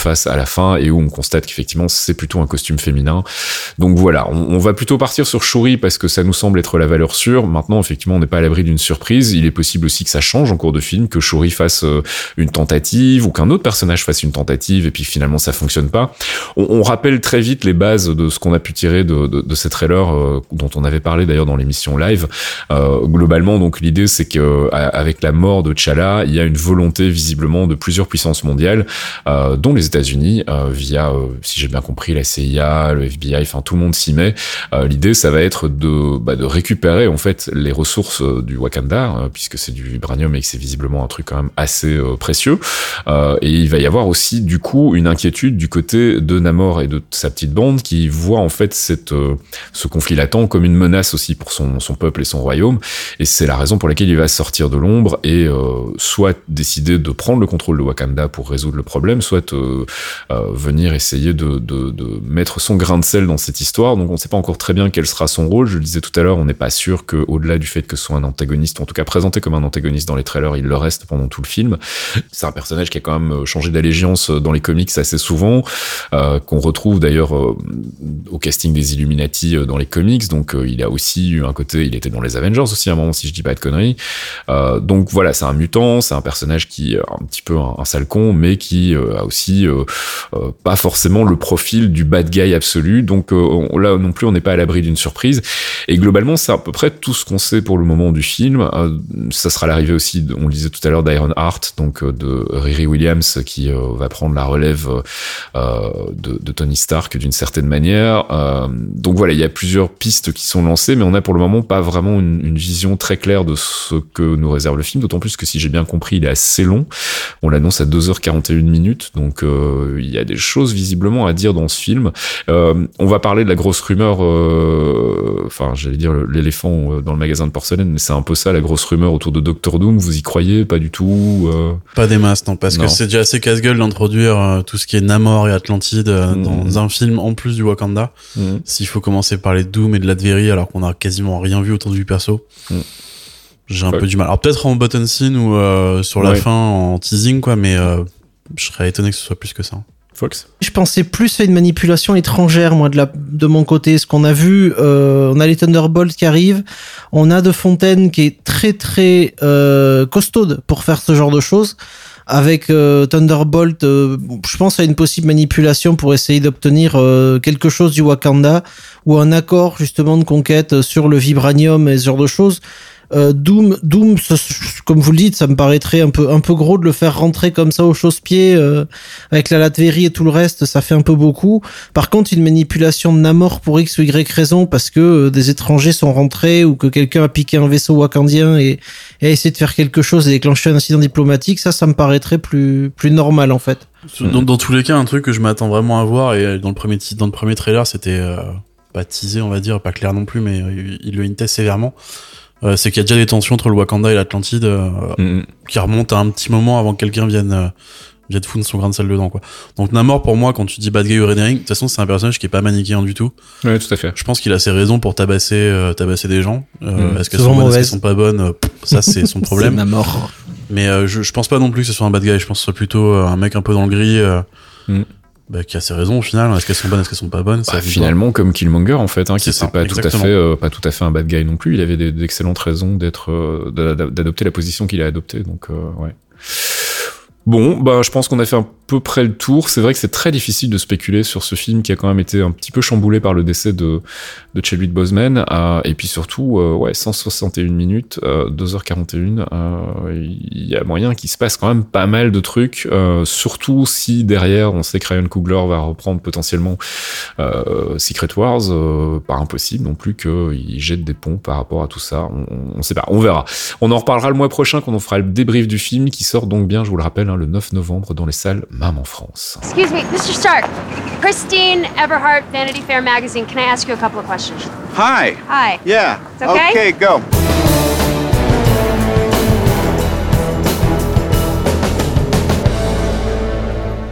face à la fin et où on constate qu'effectivement c'est plutôt un costume féminin. Donc voilà, on, on va plutôt partir sur Shuri parce que ça nous semble être la valeur sûre. Maintenant, effectivement, on n'est pas à l'abri d'une surprise. Il est possible aussi que ça change en cours de film, que Shuri fasse euh, une tentative ou qu'un autre personnage fasse une tentative et puis finalement ça fonctionne pas. On, on rappelle très vite les bases de ce qu'on a pu tirer de, de, de ces trailers euh, dont on avait parlé d'ailleurs dans l'émission live. Euh, globalement, donc l'idée c'est que avec la mort de T'Challa, il y a une volonté visiblement de plusieurs puissances mondiales, euh, dont les États-Unis, euh, via, euh, si j'ai bien compris, la C I A, le F B I, enfin tout le monde s'y met. Euh, l'idée, ça va être de, bah, de récupérer en fait les ressources du Wakanda, euh, puisque c'est du vibranium et que c'est visiblement un truc quand même assez euh, précieux. Euh, et il va y avoir aussi du coup une inquiétude du côté de Namor et de sa petite bande qui voit en fait cette, euh, ce conflit latent comme une menace aussi pour son, son peuple et son royaume. Et c'est la raison pour laquelle il va sortir de l'ombre et euh, soit décider de prendre le contrôle de Wakanda pour résoudre le problème, soit euh, euh, venir essayer de, de, de mettre son grain de sel dans cette histoire. Donc on ne sait pas encore très bien quel sera son rôle. Je le disais tout à l'heure, on n'est pas sûr qu'au-delà du fait que ce soit un antagoniste, en tout cas présenté comme un antagoniste dans les trailers, il le reste pendant tout le film. C'est un personnage qui a quand même changé d'allégeance dans les comics assez souvent, euh, qu'on retrouve d'ailleurs euh, au casting des Illuminati euh, dans les comics. Donc euh, il a aussi eu un côté, il était dans les Avengers aussi à un moment, si je dis pas de conneries. Euh, donc voilà, c'est un mutant, c'est un personnage qui est un petit peu un, un sale con, mais qui euh, a aussi euh, euh, pas forcément le profil du bad guy absolu. Donc euh, on, là non plus, on n'est pas à l'abri d'une surprise. Et globalement, c'est à peu près tout ce qu'on sait pour le moment du film. Euh, ça sera l'arrivée aussi, de, on le disait tout à l'heure, d'Ironheart, donc euh, de Riri Williams, qui euh, va prendre la relève euh, de, de Tony Stark d'une certaine manière. Euh, donc voilà, il y a plusieurs pistes qui sont lancées, mais on a pour le moment pas vraiment une, une vision très claire de ce que nous réserve le film, d'autant plus que si j'ai bien compris, il est assez long. On l'annonce à deux heures quarante et une minutes, donc euh, il y a des choses visiblement à dire dans ce film. Euh, on va parler de la grosse rumeur, euh, enfin j'allais dire l'éléphant dans le magasin de porcelaine, mais c'est un peu ça la grosse rumeur autour de Doctor Doom. Vous y croyez? Pas du tout euh... Pas des masses, non, parce non. que c'est déjà assez casse-gueule d'introduire euh, tout ce qui est Namor et Atlantide euh, mmh. dans un film en plus du Wakanda. Mmh. S'il faut commencer par les Doom et de l'Adveri alors qu'on a quasiment rien vu autour du perso. Mmh. J'ai un ouais. peu du mal. Alors peut-être en button scene ou euh, sur la ouais. fin en teasing quoi, mais euh, je serais étonné que ce soit plus que ça. Fox. Je pensais plus à une manipulation étrangère, moi, de, la, de mon côté. Ce qu'on a vu, euh, on a les Thunderbolts qui arrivent, on a De Fontaine qui est très très euh, costaude pour faire ce genre de choses. Avec euh, Thunderbolt, euh, je pense à une possible manipulation pour essayer d'obtenir euh, quelque chose du Wakanda ou un accord justement de conquête sur le vibranium et ce genre de choses. Euh, Doom, Doom, ce, comme vous le dites, ça me paraîtrait un peu un peu gros de le faire rentrer comme ça au chausse-pied euh, avec la Latverie et tout le reste, ça fait un peu beaucoup. Par contre, une manipulation de Namor pour X ou Y raison, parce que euh, des étrangers sont rentrés ou que quelqu'un a piqué un vaisseau wakandien et, et a essayé de faire quelque chose et déclencher un incident diplomatique, ça, ça me paraîtrait plus plus normal en fait. Dans, dans tous les cas, un truc que je m'attends vraiment à voir, et dans le premier dans le premier trailer, c'était euh, pas teasé, on va dire, pas clair non plus, mais euh, il le hintait sévèrement. Euh, c'est qu'il y a déjà des tensions entre le Wakanda et l'Atlantide euh, mm-hmm. qui remontent à un petit moment avant que quelqu'un vienne euh, vienne foutre son grain de sel dedans quoi. Donc Namor pour moi quand tu dis bad guy ou red herring, de toute façon c'est un personnage qui est pas manichéen du tout. Ouais, tout à fait. Je pense qu'il a ses raisons pour tabasser euh, tabasser des gens. Euh, mm. Est-ce qu'elles sont bonnes, est-ce qu'elles sont pas bonnes, euh, pff, ça c'est son problème. C'est Namor. Mais euh, je je pense pas non plus que ce soit un bad guy, je pense que ce soit plutôt euh, un mec un peu dans le gris euh, mm. Bah, qui a ses raisons au final. Est-ce qu'elles sont bonnes, est-ce qu'elles sont pas bonnes, bah, finalement pas. Comme Killmonger en fait, hein, qui c'est pas exactement. tout à fait, euh, pas tout à fait un bad guy non plus. Il avait des, d'excellentes raisons d'être, euh, d'adopter la position qu'il a adoptée. Donc euh, ouais. Bon, bah je pense qu'on a fait un peu près le tour. C'est vrai que c'est très difficile de spéculer sur ce film qui a quand même été un petit peu chamboulé par le décès de de Chadwick Boseman, euh, et puis surtout euh, ouais cent soixante et une minutes, euh, deux heures quarante et une. Il y a moyen qu'il se passe quand même pas mal de trucs, euh, surtout si derrière on sait que Ryan Coogler va reprendre potentiellement euh, Secret Wars, euh, pas impossible non plus qu'il jette des ponts par rapport à tout ça. On, on sait pas, on verra. On en reparlera le mois prochain quand on fera le débrief du film qui sort donc bien, je vous le rappelle, le neuf novembre dans les salles Mam en France. Excuse me, Mister Stark. Christine Everhart, Vanity Fair magazine. Can I ask you a couple of questions? Hi. Hi. Yeah. It's okay? Okay, go.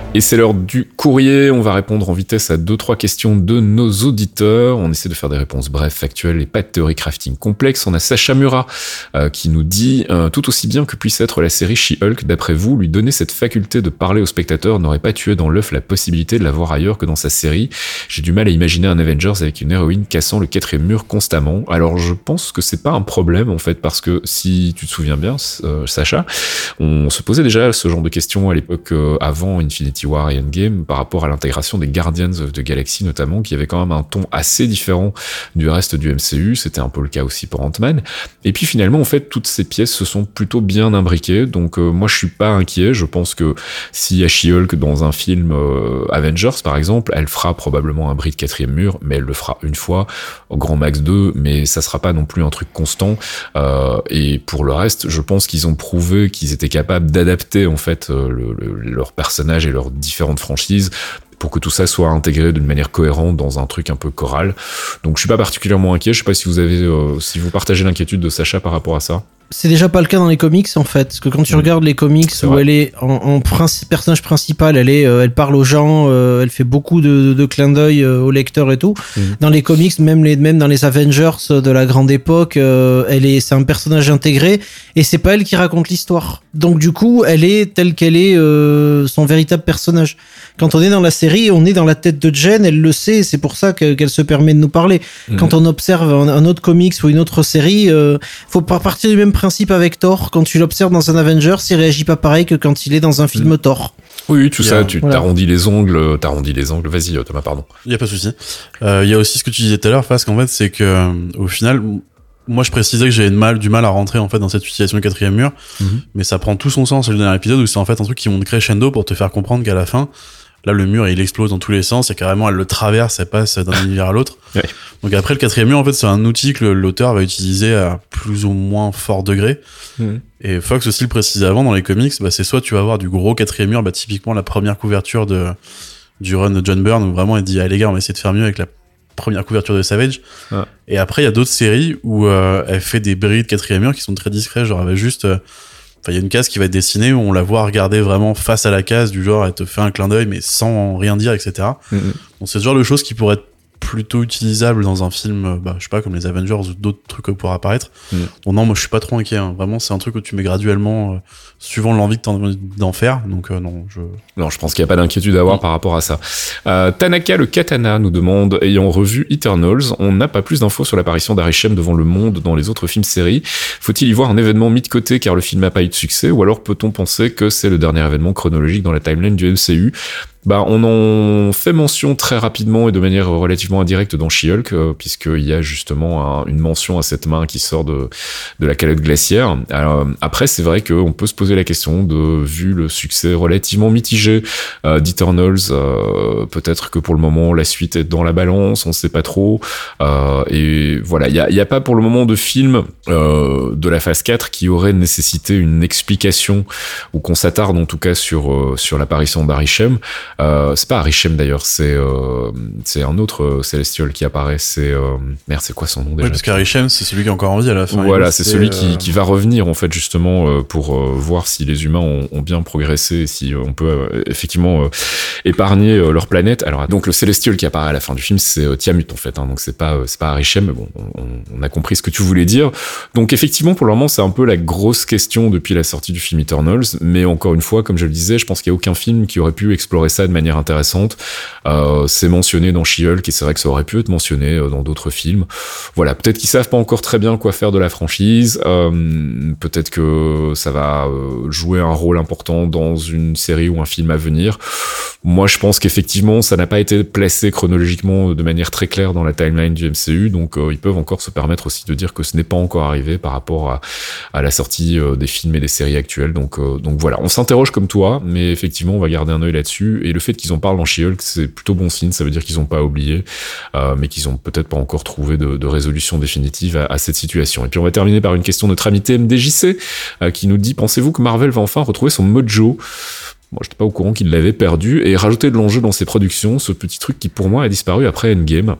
Et c'est l'heure du courrier, on va répondre en vitesse à deux trois questions de nos auditeurs. On essaie de faire des réponses brèves, factuelles et pas de théorie crafting complexe. On a Sacha Murat euh, qui nous dit euh, « Tout aussi bien que puisse être la série She-Hulk, d'après vous, lui donner cette faculté de parler au spectateur n'aurait pas tué dans l'œuf la possibilité de la voir ailleurs que dans sa série. J'ai du mal à imaginer un Avengers avec une héroïne cassant le quatrième mur constamment. » Alors je pense que c'est pas un problème en fait, parce que si tu te souviens bien, euh, Sacha, on se posait déjà ce genre de questions à l'époque euh, avant Infinity War et Endgame par rapport à l'intégration des Guardians of the Galaxy notamment, qui avait quand même un ton assez différent du reste du M C U. C'était un peu le cas aussi pour Ant-Man. Et puis finalement, en fait, toutes ces pièces se sont plutôt bien imbriquées. Donc euh, moi, je suis pas inquiet. Je pense que s'il y a She-Hulk dans un film euh, Avengers, par exemple, elle fera probablement un bris de quatrième mur, mais elle le fera une fois, au grand max deux, mais ça sera pas non plus un truc constant. Euh, et pour le reste, je pense qu'ils ont prouvé qu'ils étaient capables d'adapter en fait euh, le, le, leur personnage et leurs différentes franchises pour que tout ça soit intégré d'une manière cohérente dans un truc un peu choral. Donc je suis pas particulièrement inquiet. Je sais pas si vous avez, euh, si vous partagez l'inquiétude de Sacha par rapport à ça. C'est déjà pas le cas dans les comics en fait, parce que quand tu mmh. regardes les comics où elle est en, en princi- personnage principal, elle est, euh, elle parle aux gens, euh, elle fait beaucoup de, de, de clins d'œil euh, aux lecteurs et tout. Mmh. Dans les comics, même les, même dans les Avengers de la grande époque, euh, elle est, c'est un personnage intégré et c'est pas elle qui raconte l'histoire. Donc du coup, elle est telle qu'elle est, euh, son véritable personnage. Quand on est dans la série, on est dans la tête de Jen, elle le sait, c'est pour ça que, qu'elle se permet de nous parler. Mmh. Quand on observe un, un autre comics ou une autre série, euh, faut pas partir du même principe avec Thor. Quand tu l'observes dans un Avengers, il réagit pas pareil que quand il est dans un film mmh. Thor. Oui, oui, tout ça, tu voilà. t'arrondis les ongles, t'arrondis les ongles. Vas-y, Thomas, pardon. Il y a pas de souci. Euh, il y a aussi ce que tu disais tout à l'heure, parce qu'en fait, c'est que euh, au final, moi, je précisais que j'avais mal, du mal à rentrer en fait dans cette utilisation du quatrième mur, mmh. mais ça prend tout son sens. C'est le dernier épisode où c'est en fait un truc qui monte crescendo pour te faire comprendre qu'à la fin, là, le mur, il explose dans tous les sens et carrément, elle le traverse, elle passe d'un univers à l'autre. Ouais. Donc après, le quatrième mur, en fait, c'est un outil que l'auteur va utiliser à plus ou moins fort degré. Mmh. Et Fox aussi le précisait avant, dans les comics, bah, c'est soit tu vas avoir du gros quatrième mur, bah, typiquement la première couverture de, du run de John Byrne, où vraiment il dit, ah les gars, on va essayer de faire mieux avec la première couverture de Savage. Ouais. Et après, il y a d'autres séries où euh, elle fait des bris de quatrième mur qui sont très discrets, genre elle va juste... Euh, Enfin, il y a une case qui va être dessinée où on la voit regarder vraiment face à la case, du genre, elle te fait un clin d'œil, mais sans rien dire, et cetera. Mm-hmm. Donc, c'est ce genre de choses qui pourraient être plutôt utilisable dans un film, bah, je sais pas, comme les Avengers ou d'autres trucs pour apparaître. Mmh. Bon, non, moi, je suis pas trop inquiet, hein. Vraiment, c'est un truc que tu mets graduellement, euh, suivant l'envie que t'as envie d'en faire. Donc, euh, non, je... Non, je pense qu'il y a pas d'inquiétude à avoir mmh. par rapport à ça. Euh, Tanaka le Katana nous demande, ayant revu Eternals, on n'a pas plus d'infos sur l'apparition d'Arishem devant le monde dans les autres films séries. Faut-il y voir un événement mis de côté car le film n'a pas eu de succès, ou alors peut-on penser que c'est le dernier événement chronologique dans la timeline du M C U? Bah, on en fait mention très rapidement et de manière relativement indirecte dans She-Hulk, euh, puisqu'il y a justement un, une mention à cette main qui sort de, de la calotte glaciaire. Alors, après, c'est vrai qu'on peut se poser la question de, vu le succès relativement mitigé euh, d'Eternals, euh, peut-être que pour le moment, la suite est dans la balance, on sait pas trop. Euh, et voilà, il y a, y a pas pour le moment de film euh, de la phase quatre qui aurait nécessité une explication, ou qu'on s'attarde en tout cas sur, euh, sur l'apparition d'Arishem. Euh, c'est pas Arishem d'ailleurs, c'est euh, c'est un autre euh, Celestial qui apparaît. C'est euh, merde, c'est quoi son nom déjà? Oui, parce qu'Arishem, c'est celui qui est encore en vie à la fin. Voilà, c'est celui euh... qui qui va revenir en fait justement euh, pour euh, voir si les humains ont, ont bien progressé, et si on peut euh, effectivement euh, épargner euh, leur planète. Alors donc le Celestial qui apparaît à la fin du film, c'est euh, Tiamut en fait. Hein, donc c'est pas euh, c'est pas Arishem, mais bon, on, on a compris ce que tu voulais dire. Donc effectivement, pour le moment, c'est un peu la grosse question depuis la sortie du film Eternals. Mais encore une fois, comme je le disais, je pense qu'il y a aucun film qui aurait pu explorer ça de manière intéressante. Euh, c'est mentionné dans She-Hulk et c'est vrai que ça aurait pu être mentionné euh, dans d'autres films. Voilà, peut-être qu'ils savent pas encore très bien quoi faire de la franchise. Euh, peut-être que ça va euh, jouer un rôle important dans une série ou un film à venir. Moi, je pense qu'effectivement, ça n'a pas été placé chronologiquement de manière très claire dans la timeline du M C U, donc euh, ils peuvent encore se permettre aussi de dire que ce n'est pas encore arrivé par rapport à, à la sortie euh, des films et des séries actuelles. Donc, euh, donc voilà, on s'interroge comme toi, mais effectivement, on va garder un œil là-dessus. Et le fait qu'ils en parlent dans She-Hulk, c'est plutôt bon signe. Ça veut dire qu'ils n'ont pas oublié, euh, mais qu'ils ont peut-être pas encore trouvé de, de résolution définitive à, à cette situation. Et puis on va terminer par une question de notre ami T M D J C euh, qui nous dit: pensez-vous que Marvel va enfin retrouver son mojo? Moi, j'étais pas au courant qu'il l'avait perdu, et rajouter de l'enjeu dans ses productions, ce petit truc qui pour moi a disparu après Endgame.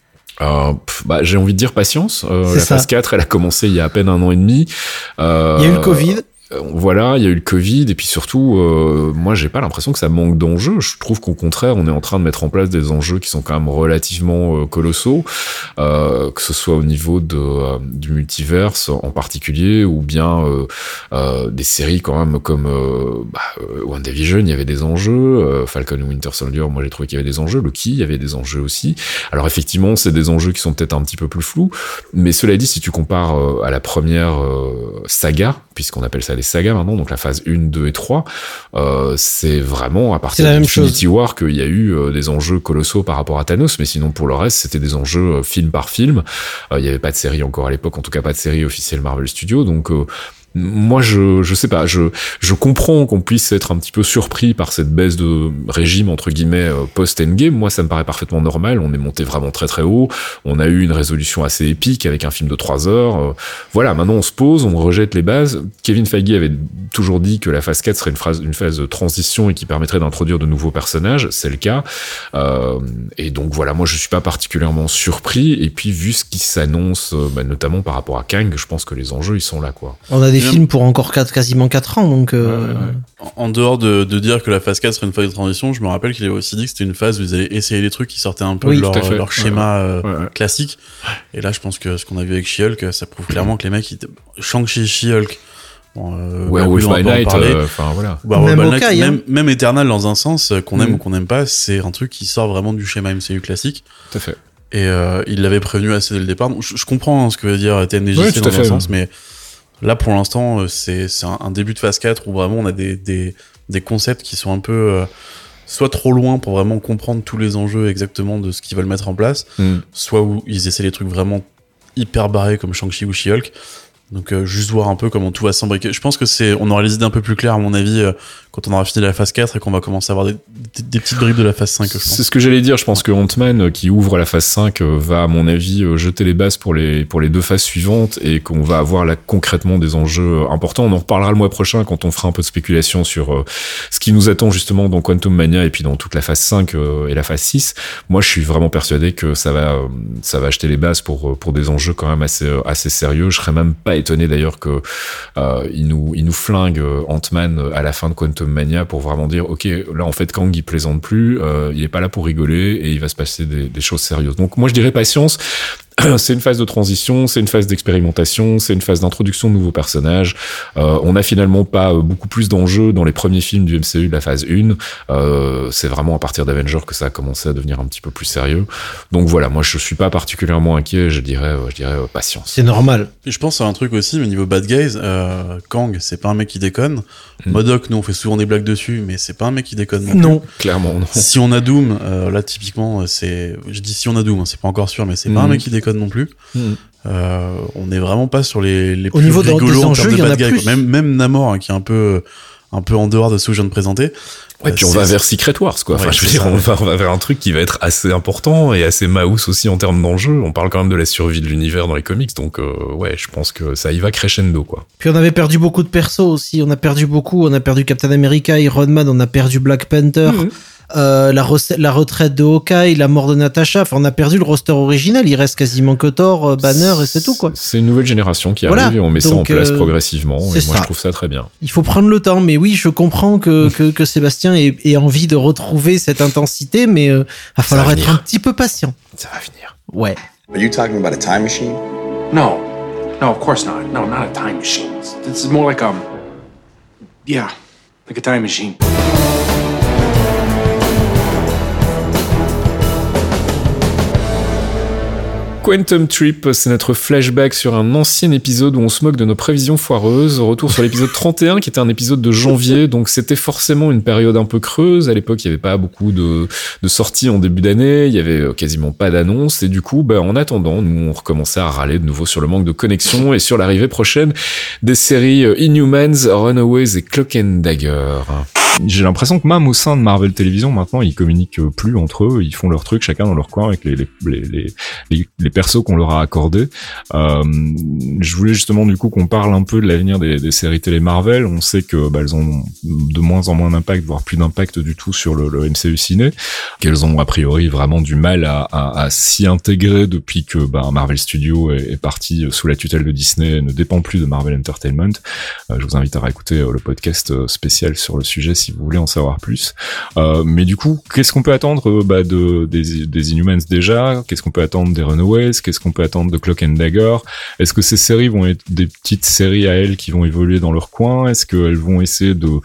Euh, pff, bah, j'ai envie de dire patience. Euh, la ça. phase quatre, elle a commencé il y a à peine un an et demi. Euh, il y a eu le Covid. voilà, il y a eu le Covid et puis surtout, euh, moi j'ai pas l'impression que ça manque d'enjeux. Je trouve qu'au contraire, on est en train de mettre en place des enjeux qui sont quand même relativement euh, colossaux, euh, que ce soit au niveau de euh, du multiverse en particulier ou bien euh, euh, des séries quand même comme euh, bah, euh, WandaVision, il y avait des enjeux, euh, Falcon et Winter Soldier, moi j'ai trouvé qu'il y avait des enjeux, Loki, il y avait des enjeux aussi. Alors effectivement, c'est des enjeux qui sont peut-être un petit peu plus flous, mais cela dit, si tu compares euh, à la première euh, saga, puisqu'on appelle ça des sagas maintenant, donc la phase un, deux et trois, euh, c'est vraiment à partir de Infinity War qu'il y a eu euh, des enjeux colossaux par rapport à Thanos, mais sinon pour le reste, c'était des enjeux euh, film par film. Euh, il y avait pas de série encore à l'époque, en tout cas pas de série officielle Marvel Studios, donc euh, moi, je je sais pas, je je comprends qu'on puisse être un petit peu surpris par cette baisse de régime entre guillemets post-Endgame. Moi, ça me paraît parfaitement normal. On est monté vraiment très très haut. On a eu une résolution assez épique avec un film de trois heures. Voilà, maintenant on se pose, on rejette les bases. Kevin Feige avait toujours dit que la phase quatre serait une phase une phase de transition et qui permettrait d'introduire de nouveaux personnages. C'est le cas. Euh, et donc voilà, moi je suis pas particulièrement surpris. Et puis vu ce qui s'annonce, bah, notamment par rapport à Kang, je pense que les enjeux ils sont là quoi. On a des film pour encore quatre, quasiment quatre ans, donc euh... ouais, ouais. En dehors de, de dire que la phase quatre serait une phase de transition, je me rappelle qu'il avait aussi dit que c'était une phase où ils allaient essayer des trucs qui sortaient un peu oui, de leur, leur schéma ouais, ouais. Euh, classique. Et là, je pense que ce qu'on a vu avec She-Hulk, ça prouve clairement que les mecs, ils... Shang-Chi, She-Hulk, bon, euh, ouais, Wolf by Night, enfin euh, voilà. Bah, même, Night, Hawkeye, même, hein. même Eternal dans un sens, qu'on aime mm. ou qu'on n'aime pas, c'est un truc qui sort vraiment du schéma M C U classique. Tout à fait. Et euh, il l'avait prévenu assez dès le départ. Donc, je, je comprends hein, ce que veut dire T M D J C ouais, dans un fait, sens, ouais. mais là, pour l'instant, c'est, c'est un, un début de phase quatre où vraiment on a des, des, des concepts qui sont un peu euh, soit trop loin pour vraiment comprendre tous les enjeux exactement de ce qu'ils veulent mettre en place, mm. soit où ils essaient des trucs vraiment hyper barrés comme Shang-Chi ou She-Hulk. Donc euh, juste voir un peu comment tout va s'embriquer. Je pense que c'est, on aura les idées un peu plus claires à mon avis euh, quand on aura fini la phase quatre et qu'on va commencer à avoir des, des, des petites bribes de la phase cinq. Je pense. C'est ce que j'allais dire. Je pense que Ant-Man qui ouvre la phase cinq va à mon avis jeter les bases pour les pour les deux phases suivantes et qu'on va avoir là concrètement des enjeux importants. On en reparlera le mois prochain quand on fera un peu de spéculation sur euh, ce qui nous attend justement dans Quantum Mania et puis dans toute la phase cinq euh, et la phase six. Moi, je suis vraiment persuadé que ça va euh, ça va acheter les bases pour pour des enjeux quand même assez assez sérieux. Je serais même pas étonné d'ailleurs que euh, il nous il nous flingue Ant-Man à la fin de Quantum Mania pour vraiment dire ok là en fait Kang il plaisante plus, euh, il est pas là pour rigoler et il va se passer des, des choses sérieuses. Donc moi je dirais patience. C'est une phase de transition, c'est une phase d'expérimentation, c'est une phase d'introduction de nouveaux personnages. Euh, on a finalement pas beaucoup plus d'enjeux dans les premiers films du M C U de la phase un. Euh, c'est vraiment à partir d'Avengers que ça a commencé à devenir un petit peu plus sérieux. Donc voilà, moi je suis pas particulièrement inquiet, je dirais, je dirais euh, patience. C'est normal. Et je pense à un truc aussi, au niveau bad guys, euh, Kang, c'est pas un mec qui déconne. Mm. MODOK, nous on fait souvent des blagues dessus, mais c'est pas un mec qui déconne non, non. plus. Clairement non. Si on a Doom, euh, là typiquement, c'est, je dis si on a Doom, hein, c'est pas encore sûr, mais c'est mm. pas un mec qui déconne non plus. Mmh. Euh, on n'est vraiment pas sur les, les Au plus niveau rigolos en en termes jeu, de bad guy. Même, même Namor, hein, qui est un peu, un peu en dehors de ce que je viens de présenter. Ouais, euh, puis on va vers Secret Wars, quoi. Enfin, ouais, je veux dire, ça, on, va, on va vers un truc qui va être assez important et assez mouse aussi en termes d'enjeux. On parle quand même de la survie de l'univers dans les comics, donc euh, ouais, je pense que ça y va crescendo, quoi. Puis on avait perdu beaucoup de persos aussi. On a perdu beaucoup. On a perdu Captain America, Iron Man, on a perdu Black Panther. Mmh. Euh, la, re- la retraite de Hawkeye, la mort de Natasha, enfin on a perdu le roster original, il reste quasiment que Thor, euh, Banner et c'est tout quoi. C'est une nouvelle génération qui voilà. arrive et on met Donc, ça en place euh, progressivement et moi ça. je trouve ça très bien. Il faut prendre le temps, mais oui je comprends que, que, que Sébastien ait, ait envie de retrouver cette intensité, mais euh, va falloir va être un petit peu patient. Ça va venir. Ouais. Are you talking about a time machine? No. No, of course not. No, not a time machine. This is more like a... Yeah, like a time machine. Quantum Trip, c'est notre flashback sur un ancien épisode où on se moque de nos prévisions foireuses. Retour sur l'épisode trente et un, qui était un épisode de janvier, donc c'était forcément une période un peu creuse. À l'époque, il n'y avait pas beaucoup de, de sorties en début d'année, il y avait quasiment pas d'annonces, et du coup, bah, en attendant, nous, on recommençait à râler de nouveau sur le manque de connexion et sur l'arrivée prochaine des séries Inhumans, Runaways et Cloak and Dagger. J'ai l'impression que même au sein de Marvel Télévision, maintenant, ils communiquent plus entre eux, ils font leur truc chacun dans leur coin avec les les les les, les, les persos qu'on leur a accordés. Euh, je voulais justement du coup qu'on parle un peu de l'avenir des, des séries télé Marvel. On sait que bah, elles ont de moins en moins d'impact, voire plus d'impact du tout sur le, le M C U ciné, qu'elles ont a priori vraiment du mal à, à, à s'y intégrer depuis que bah, Marvel Studios est, est parti sous la tutelle de Disney, ne dépend plus de Marvel Entertainment. Euh, je vous invite à réécouter euh, le podcast spécial sur le sujet si vous voulez en savoir plus. Euh, mais du coup, qu'est-ce qu'on peut attendre euh, bah, de des, des Inhumans déjà? Qu'est-ce qu'on peut attendre des Runaways? Qu'est-ce qu'on peut attendre de Cloak and Dagger? Est-ce que ces séries vont être des petites séries à elles qui vont évoluer dans leur coin? Est-ce qu'elles vont essayer de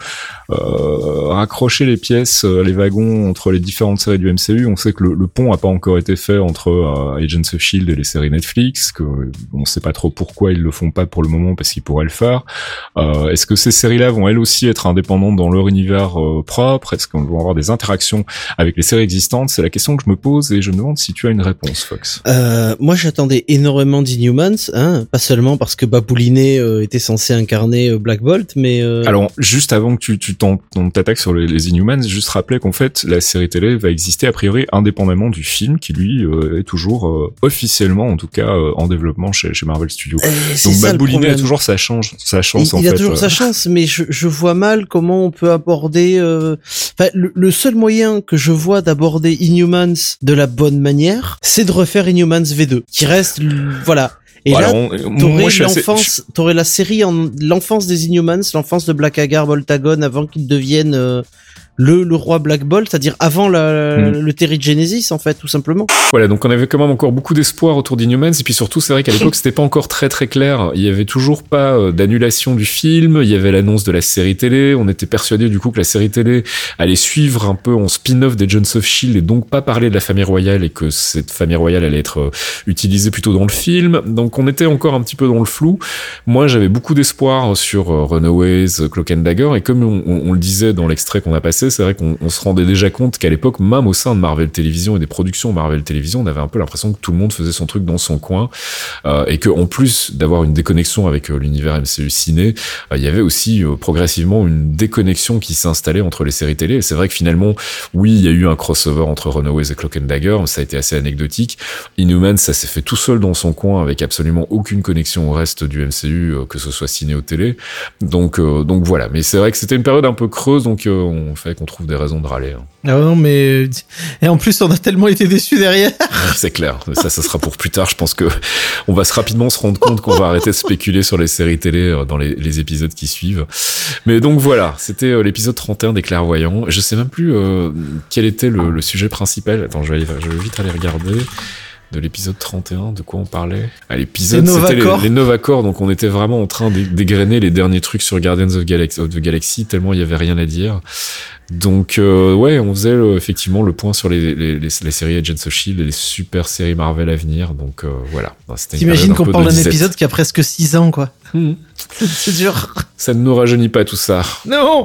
euh, raccrocher les pièces, les wagons entre les différentes séries du M C U? On sait que le, le pont a pas encore été fait entre euh, Agents of Shield et les séries Netflix, que on sait pas trop pourquoi ils le font pas pour le moment, parce qu'ils pourraient le faire. Euh, est-ce que ces séries-là vont elles aussi être indépendantes dans leur univers euh, propre? Est-ce qu'on va avoir des interactions avec les séries existantes? C'est la question que je me pose et je me demande si tu as une réponse, Fox. Euh, moi, j'attendais énormément d'Inhumans, hein, pas seulement parce que Baboulinet euh, était censé incarner euh, Black Bolt, mais euh... alors juste avant que tu tu t'en, on t'attaques sur les, les Inhumans, juste rappeler qu'en fait la série télé va exister a priori indépendamment du film qui lui euh, est toujours euh, officiellement en tout cas euh, en développement chez chez Marvel Studios. Euh, Donc Baboulinet a toujours sa chance, sa chance il, en il fait. Il a toujours euh... sa chance, mais je je vois mal comment on peut aborder. Euh... Enfin, le, le seul moyen que je vois d'aborder Inhumans de la bonne manière, c'est de refaire Inhumans V deux, qui reste voilà. Et voilà, là, on, t'aurais moi, l'enfance, assez... t'aurais la série en l'enfance des Inhumans, l'enfance de Black Hagar, Voltagon, avant qu'ils deviennent euh, le le roi Black Bolt, c'est-à-dire avant la, mm. le Terry Genesis en fait, tout simplement. Voilà, donc on avait quand même encore beaucoup d'espoir autour d'Inhumans, et puis surtout c'est vrai qu'à l'époque c'était pas encore très très clair, il y avait toujours pas euh, d'annulation du film, il y avait l'annonce de la série télé, on était persuadé du coup que la série télé allait suivre un peu en spin-off des Agents of Shield et donc pas parler de la famille royale, et que cette famille royale allait être euh, utilisée plutôt dans le film, donc on était encore un petit peu dans le flou. Moi j'avais beaucoup d'espoir sur euh, Runaways, Cloak and Dagger, et comme on, on, on le disait dans l'extrait qu'on a passé, c'est vrai qu'on on se rendait déjà compte qu'à l'époque, même au sein de Marvel Télévision et des productions Marvel Télévision, on avait un peu l'impression que tout le monde faisait son truc dans son coin, euh, et que en plus d'avoir une déconnexion avec euh, l'univers M C U ciné, euh, il y avait aussi euh, progressivement une déconnexion qui s'installait entre les séries télé. Et c'est vrai que finalement, oui, il y a eu un crossover entre Runaways et Cloak and Dagger, ça a été assez anecdotique. Inhumans, ça s'est fait tout seul dans son coin avec absolument aucune connexion au reste du M C U, euh, que ce soit ciné ou télé. Donc, euh, donc voilà. Mais c'est vrai que c'était une période un peu creuse, donc euh, on fait qu'on trouve des raisons de râler. Hein. Ah non, mais et en plus on a tellement été déçus derrière. Ouais, c'est clair. Ça, ça sera pour plus tard. Je pense que on va se rapidement se rendre compte qu'on va arrêter de spéculer sur les séries télé dans les, les épisodes qui suivent. Mais donc voilà, c'était l'épisode trente et un des Clairvoyants. Je sais même plus euh, quel était le, le sujet principal. Attends, je vais, aller, je vais vite aller regarder. De l'épisode trente et un, de quoi on parlait? À l'épisode, c'était les, les Novacor, donc on était vraiment en train d'égrener les derniers trucs sur Guardians of, Galaxy, of the Galaxy, tellement il y avait rien à dire. Donc euh, ouais, on faisait euh, effectivement le point sur les, les, les, les séries Agents of Shield et les super séries Marvel à venir, donc euh, voilà. T'imagines qu'on parle d'un épisode qui a presque six ans, quoi. Mmh. C'est dur. Ça ne nous rajeunit pas tout ça. Non.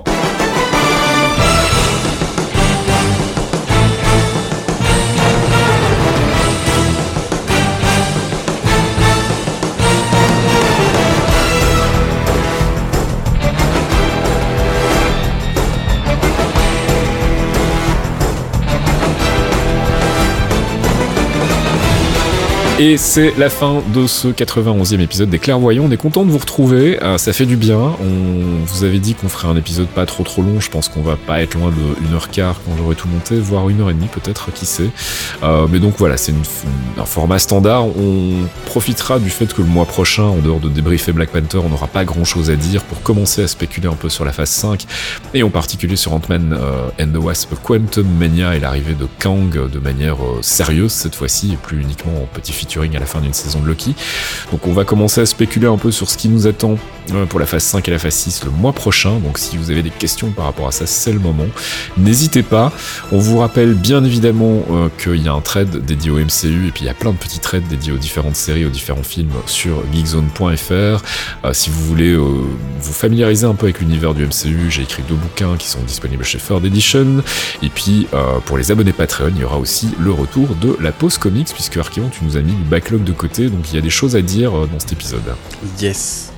Et c'est la fin de ce quatre-vingt-onzième épisode des Clairvoyants. On est content de vous retrouver, euh, ça fait du bien. On vous avait dit qu'on ferait un épisode pas trop trop long, je pense qu'on va pas être loin de une heure quart quand j'aurai tout monté, voire une heure et demie peut-être, qui sait. Euh, mais donc voilà, c'est une, un format standard. On profitera du fait que le mois prochain, en dehors de débriefer Black Panther, on n'aura pas grand chose à dire pour commencer à spéculer un peu sur la phase cinq, et en particulier sur Ant-Man euh, and the Wasp Quantum Mania et l'arrivée de Kang de manière euh, sérieuse cette fois-ci, et plus uniquement en petit featuring à la fin d'une saison de Loki. Donc on va commencer à spéculer un peu sur ce qui nous attend pour la phase cinq et la phase six le mois prochain. Donc si vous avez des questions par rapport à ça, c'est le moment. N'hésitez pas. On vous rappelle bien évidemment euh, qu'il y a un thread dédié au M C U, et puis il y a plein de petits threads dédiés aux différentes séries, aux différents films sur geekzone point f r. Euh, si vous voulez euh, vous familiariser un peu avec l'univers du M C U, j'ai écrit deux bouquins qui sont disponibles chez Third Edition. Et puis euh, pour les abonnés Patreon, il y aura aussi le retour de la pause comics, puisque Archeon, tu nous as mis du backlog de côté, donc il y a des choses à dire dans cet épisode. Yes.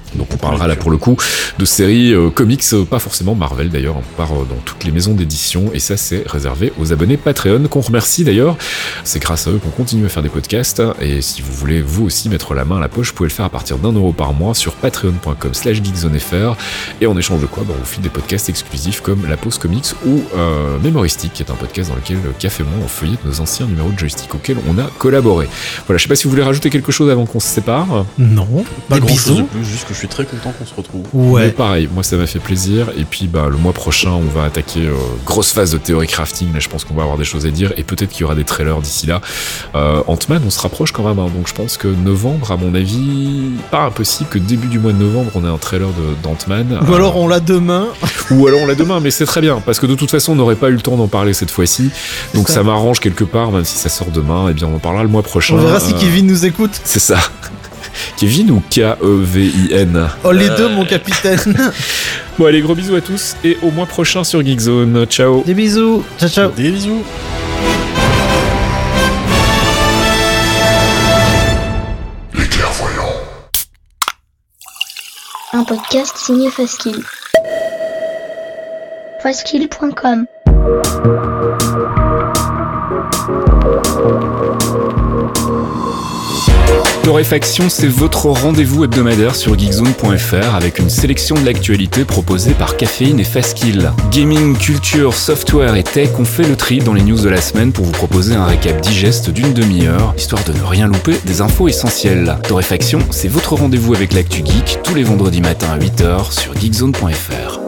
Donc on parlera là pour le coup de séries euh, comics, euh, pas forcément Marvel d'ailleurs, on part euh, dans toutes les maisons d'édition et ça c'est réservé aux abonnés Patreon qu'on remercie d'ailleurs. C'est grâce à eux qu'on continue à faire des podcasts et si vous voulez vous aussi mettre la main à la poche, vous pouvez le faire à partir d'un euro par mois sur patreon.com slash geekzonefr et en échange de quoi bah, on vous file des podcasts exclusifs comme La Pause Comics ou euh, Mémoristique qui est un podcast dans lequel Caf et moi on feuillette nos anciens numéros de joystick auxquels on a collaboré. Voilà, je sais pas si vous voulez rajouter quelque chose avant qu'on se sépare. Non, pas grand chose de bisous. plus, juste que je suis très content qu'on se retrouve. Ouais. Mais pareil, moi ça m'a fait plaisir et puis bah le mois prochain on va attaquer euh, grosse phase de théorie crafting, là je pense qu'on va avoir des choses à dire et peut-être qu'il y aura des trailers d'ici là. Euh, Ant-Man on se rapproche quand même, hein, donc je pense que novembre à mon avis, pas impossible que début du mois de novembre on ait un trailer de, d'Ant-Man. Ou euh, alors on l'a demain. Ou alors on l'a demain, mais c'est très bien parce que de toute façon on n'aurait pas eu le temps d'en parler cette fois-ci, donc ça. ça m'arrange quelque part, même si ça sort demain, et bien on en parlera le mois prochain. On verra si euh... Kevin nous écoute. C'est ça. Kevin ou K E V I N? Oh les deux mon capitaine. Bon allez, gros bisous à tous et au mois prochain sur Geekzone. Ciao. Des bisous. Ciao ciao. Des bisous. Les clairvoyants. Un podcast signé Faskill. Faskill point com. Torréfaction, c'est votre rendez-vous hebdomadaire sur geekzone point f r avec une sélection de l'actualité proposée par Caféine et Faskill. Gaming, culture, software et tech, on fait le tri dans les news de la semaine pour vous proposer un récap digeste d'une demi-heure, histoire de ne rien louper des infos essentielles. Torréfaction, c'est votre rendez-vous avec l'actu geek tous les vendredis matins à huit heures sur geekzone point f r.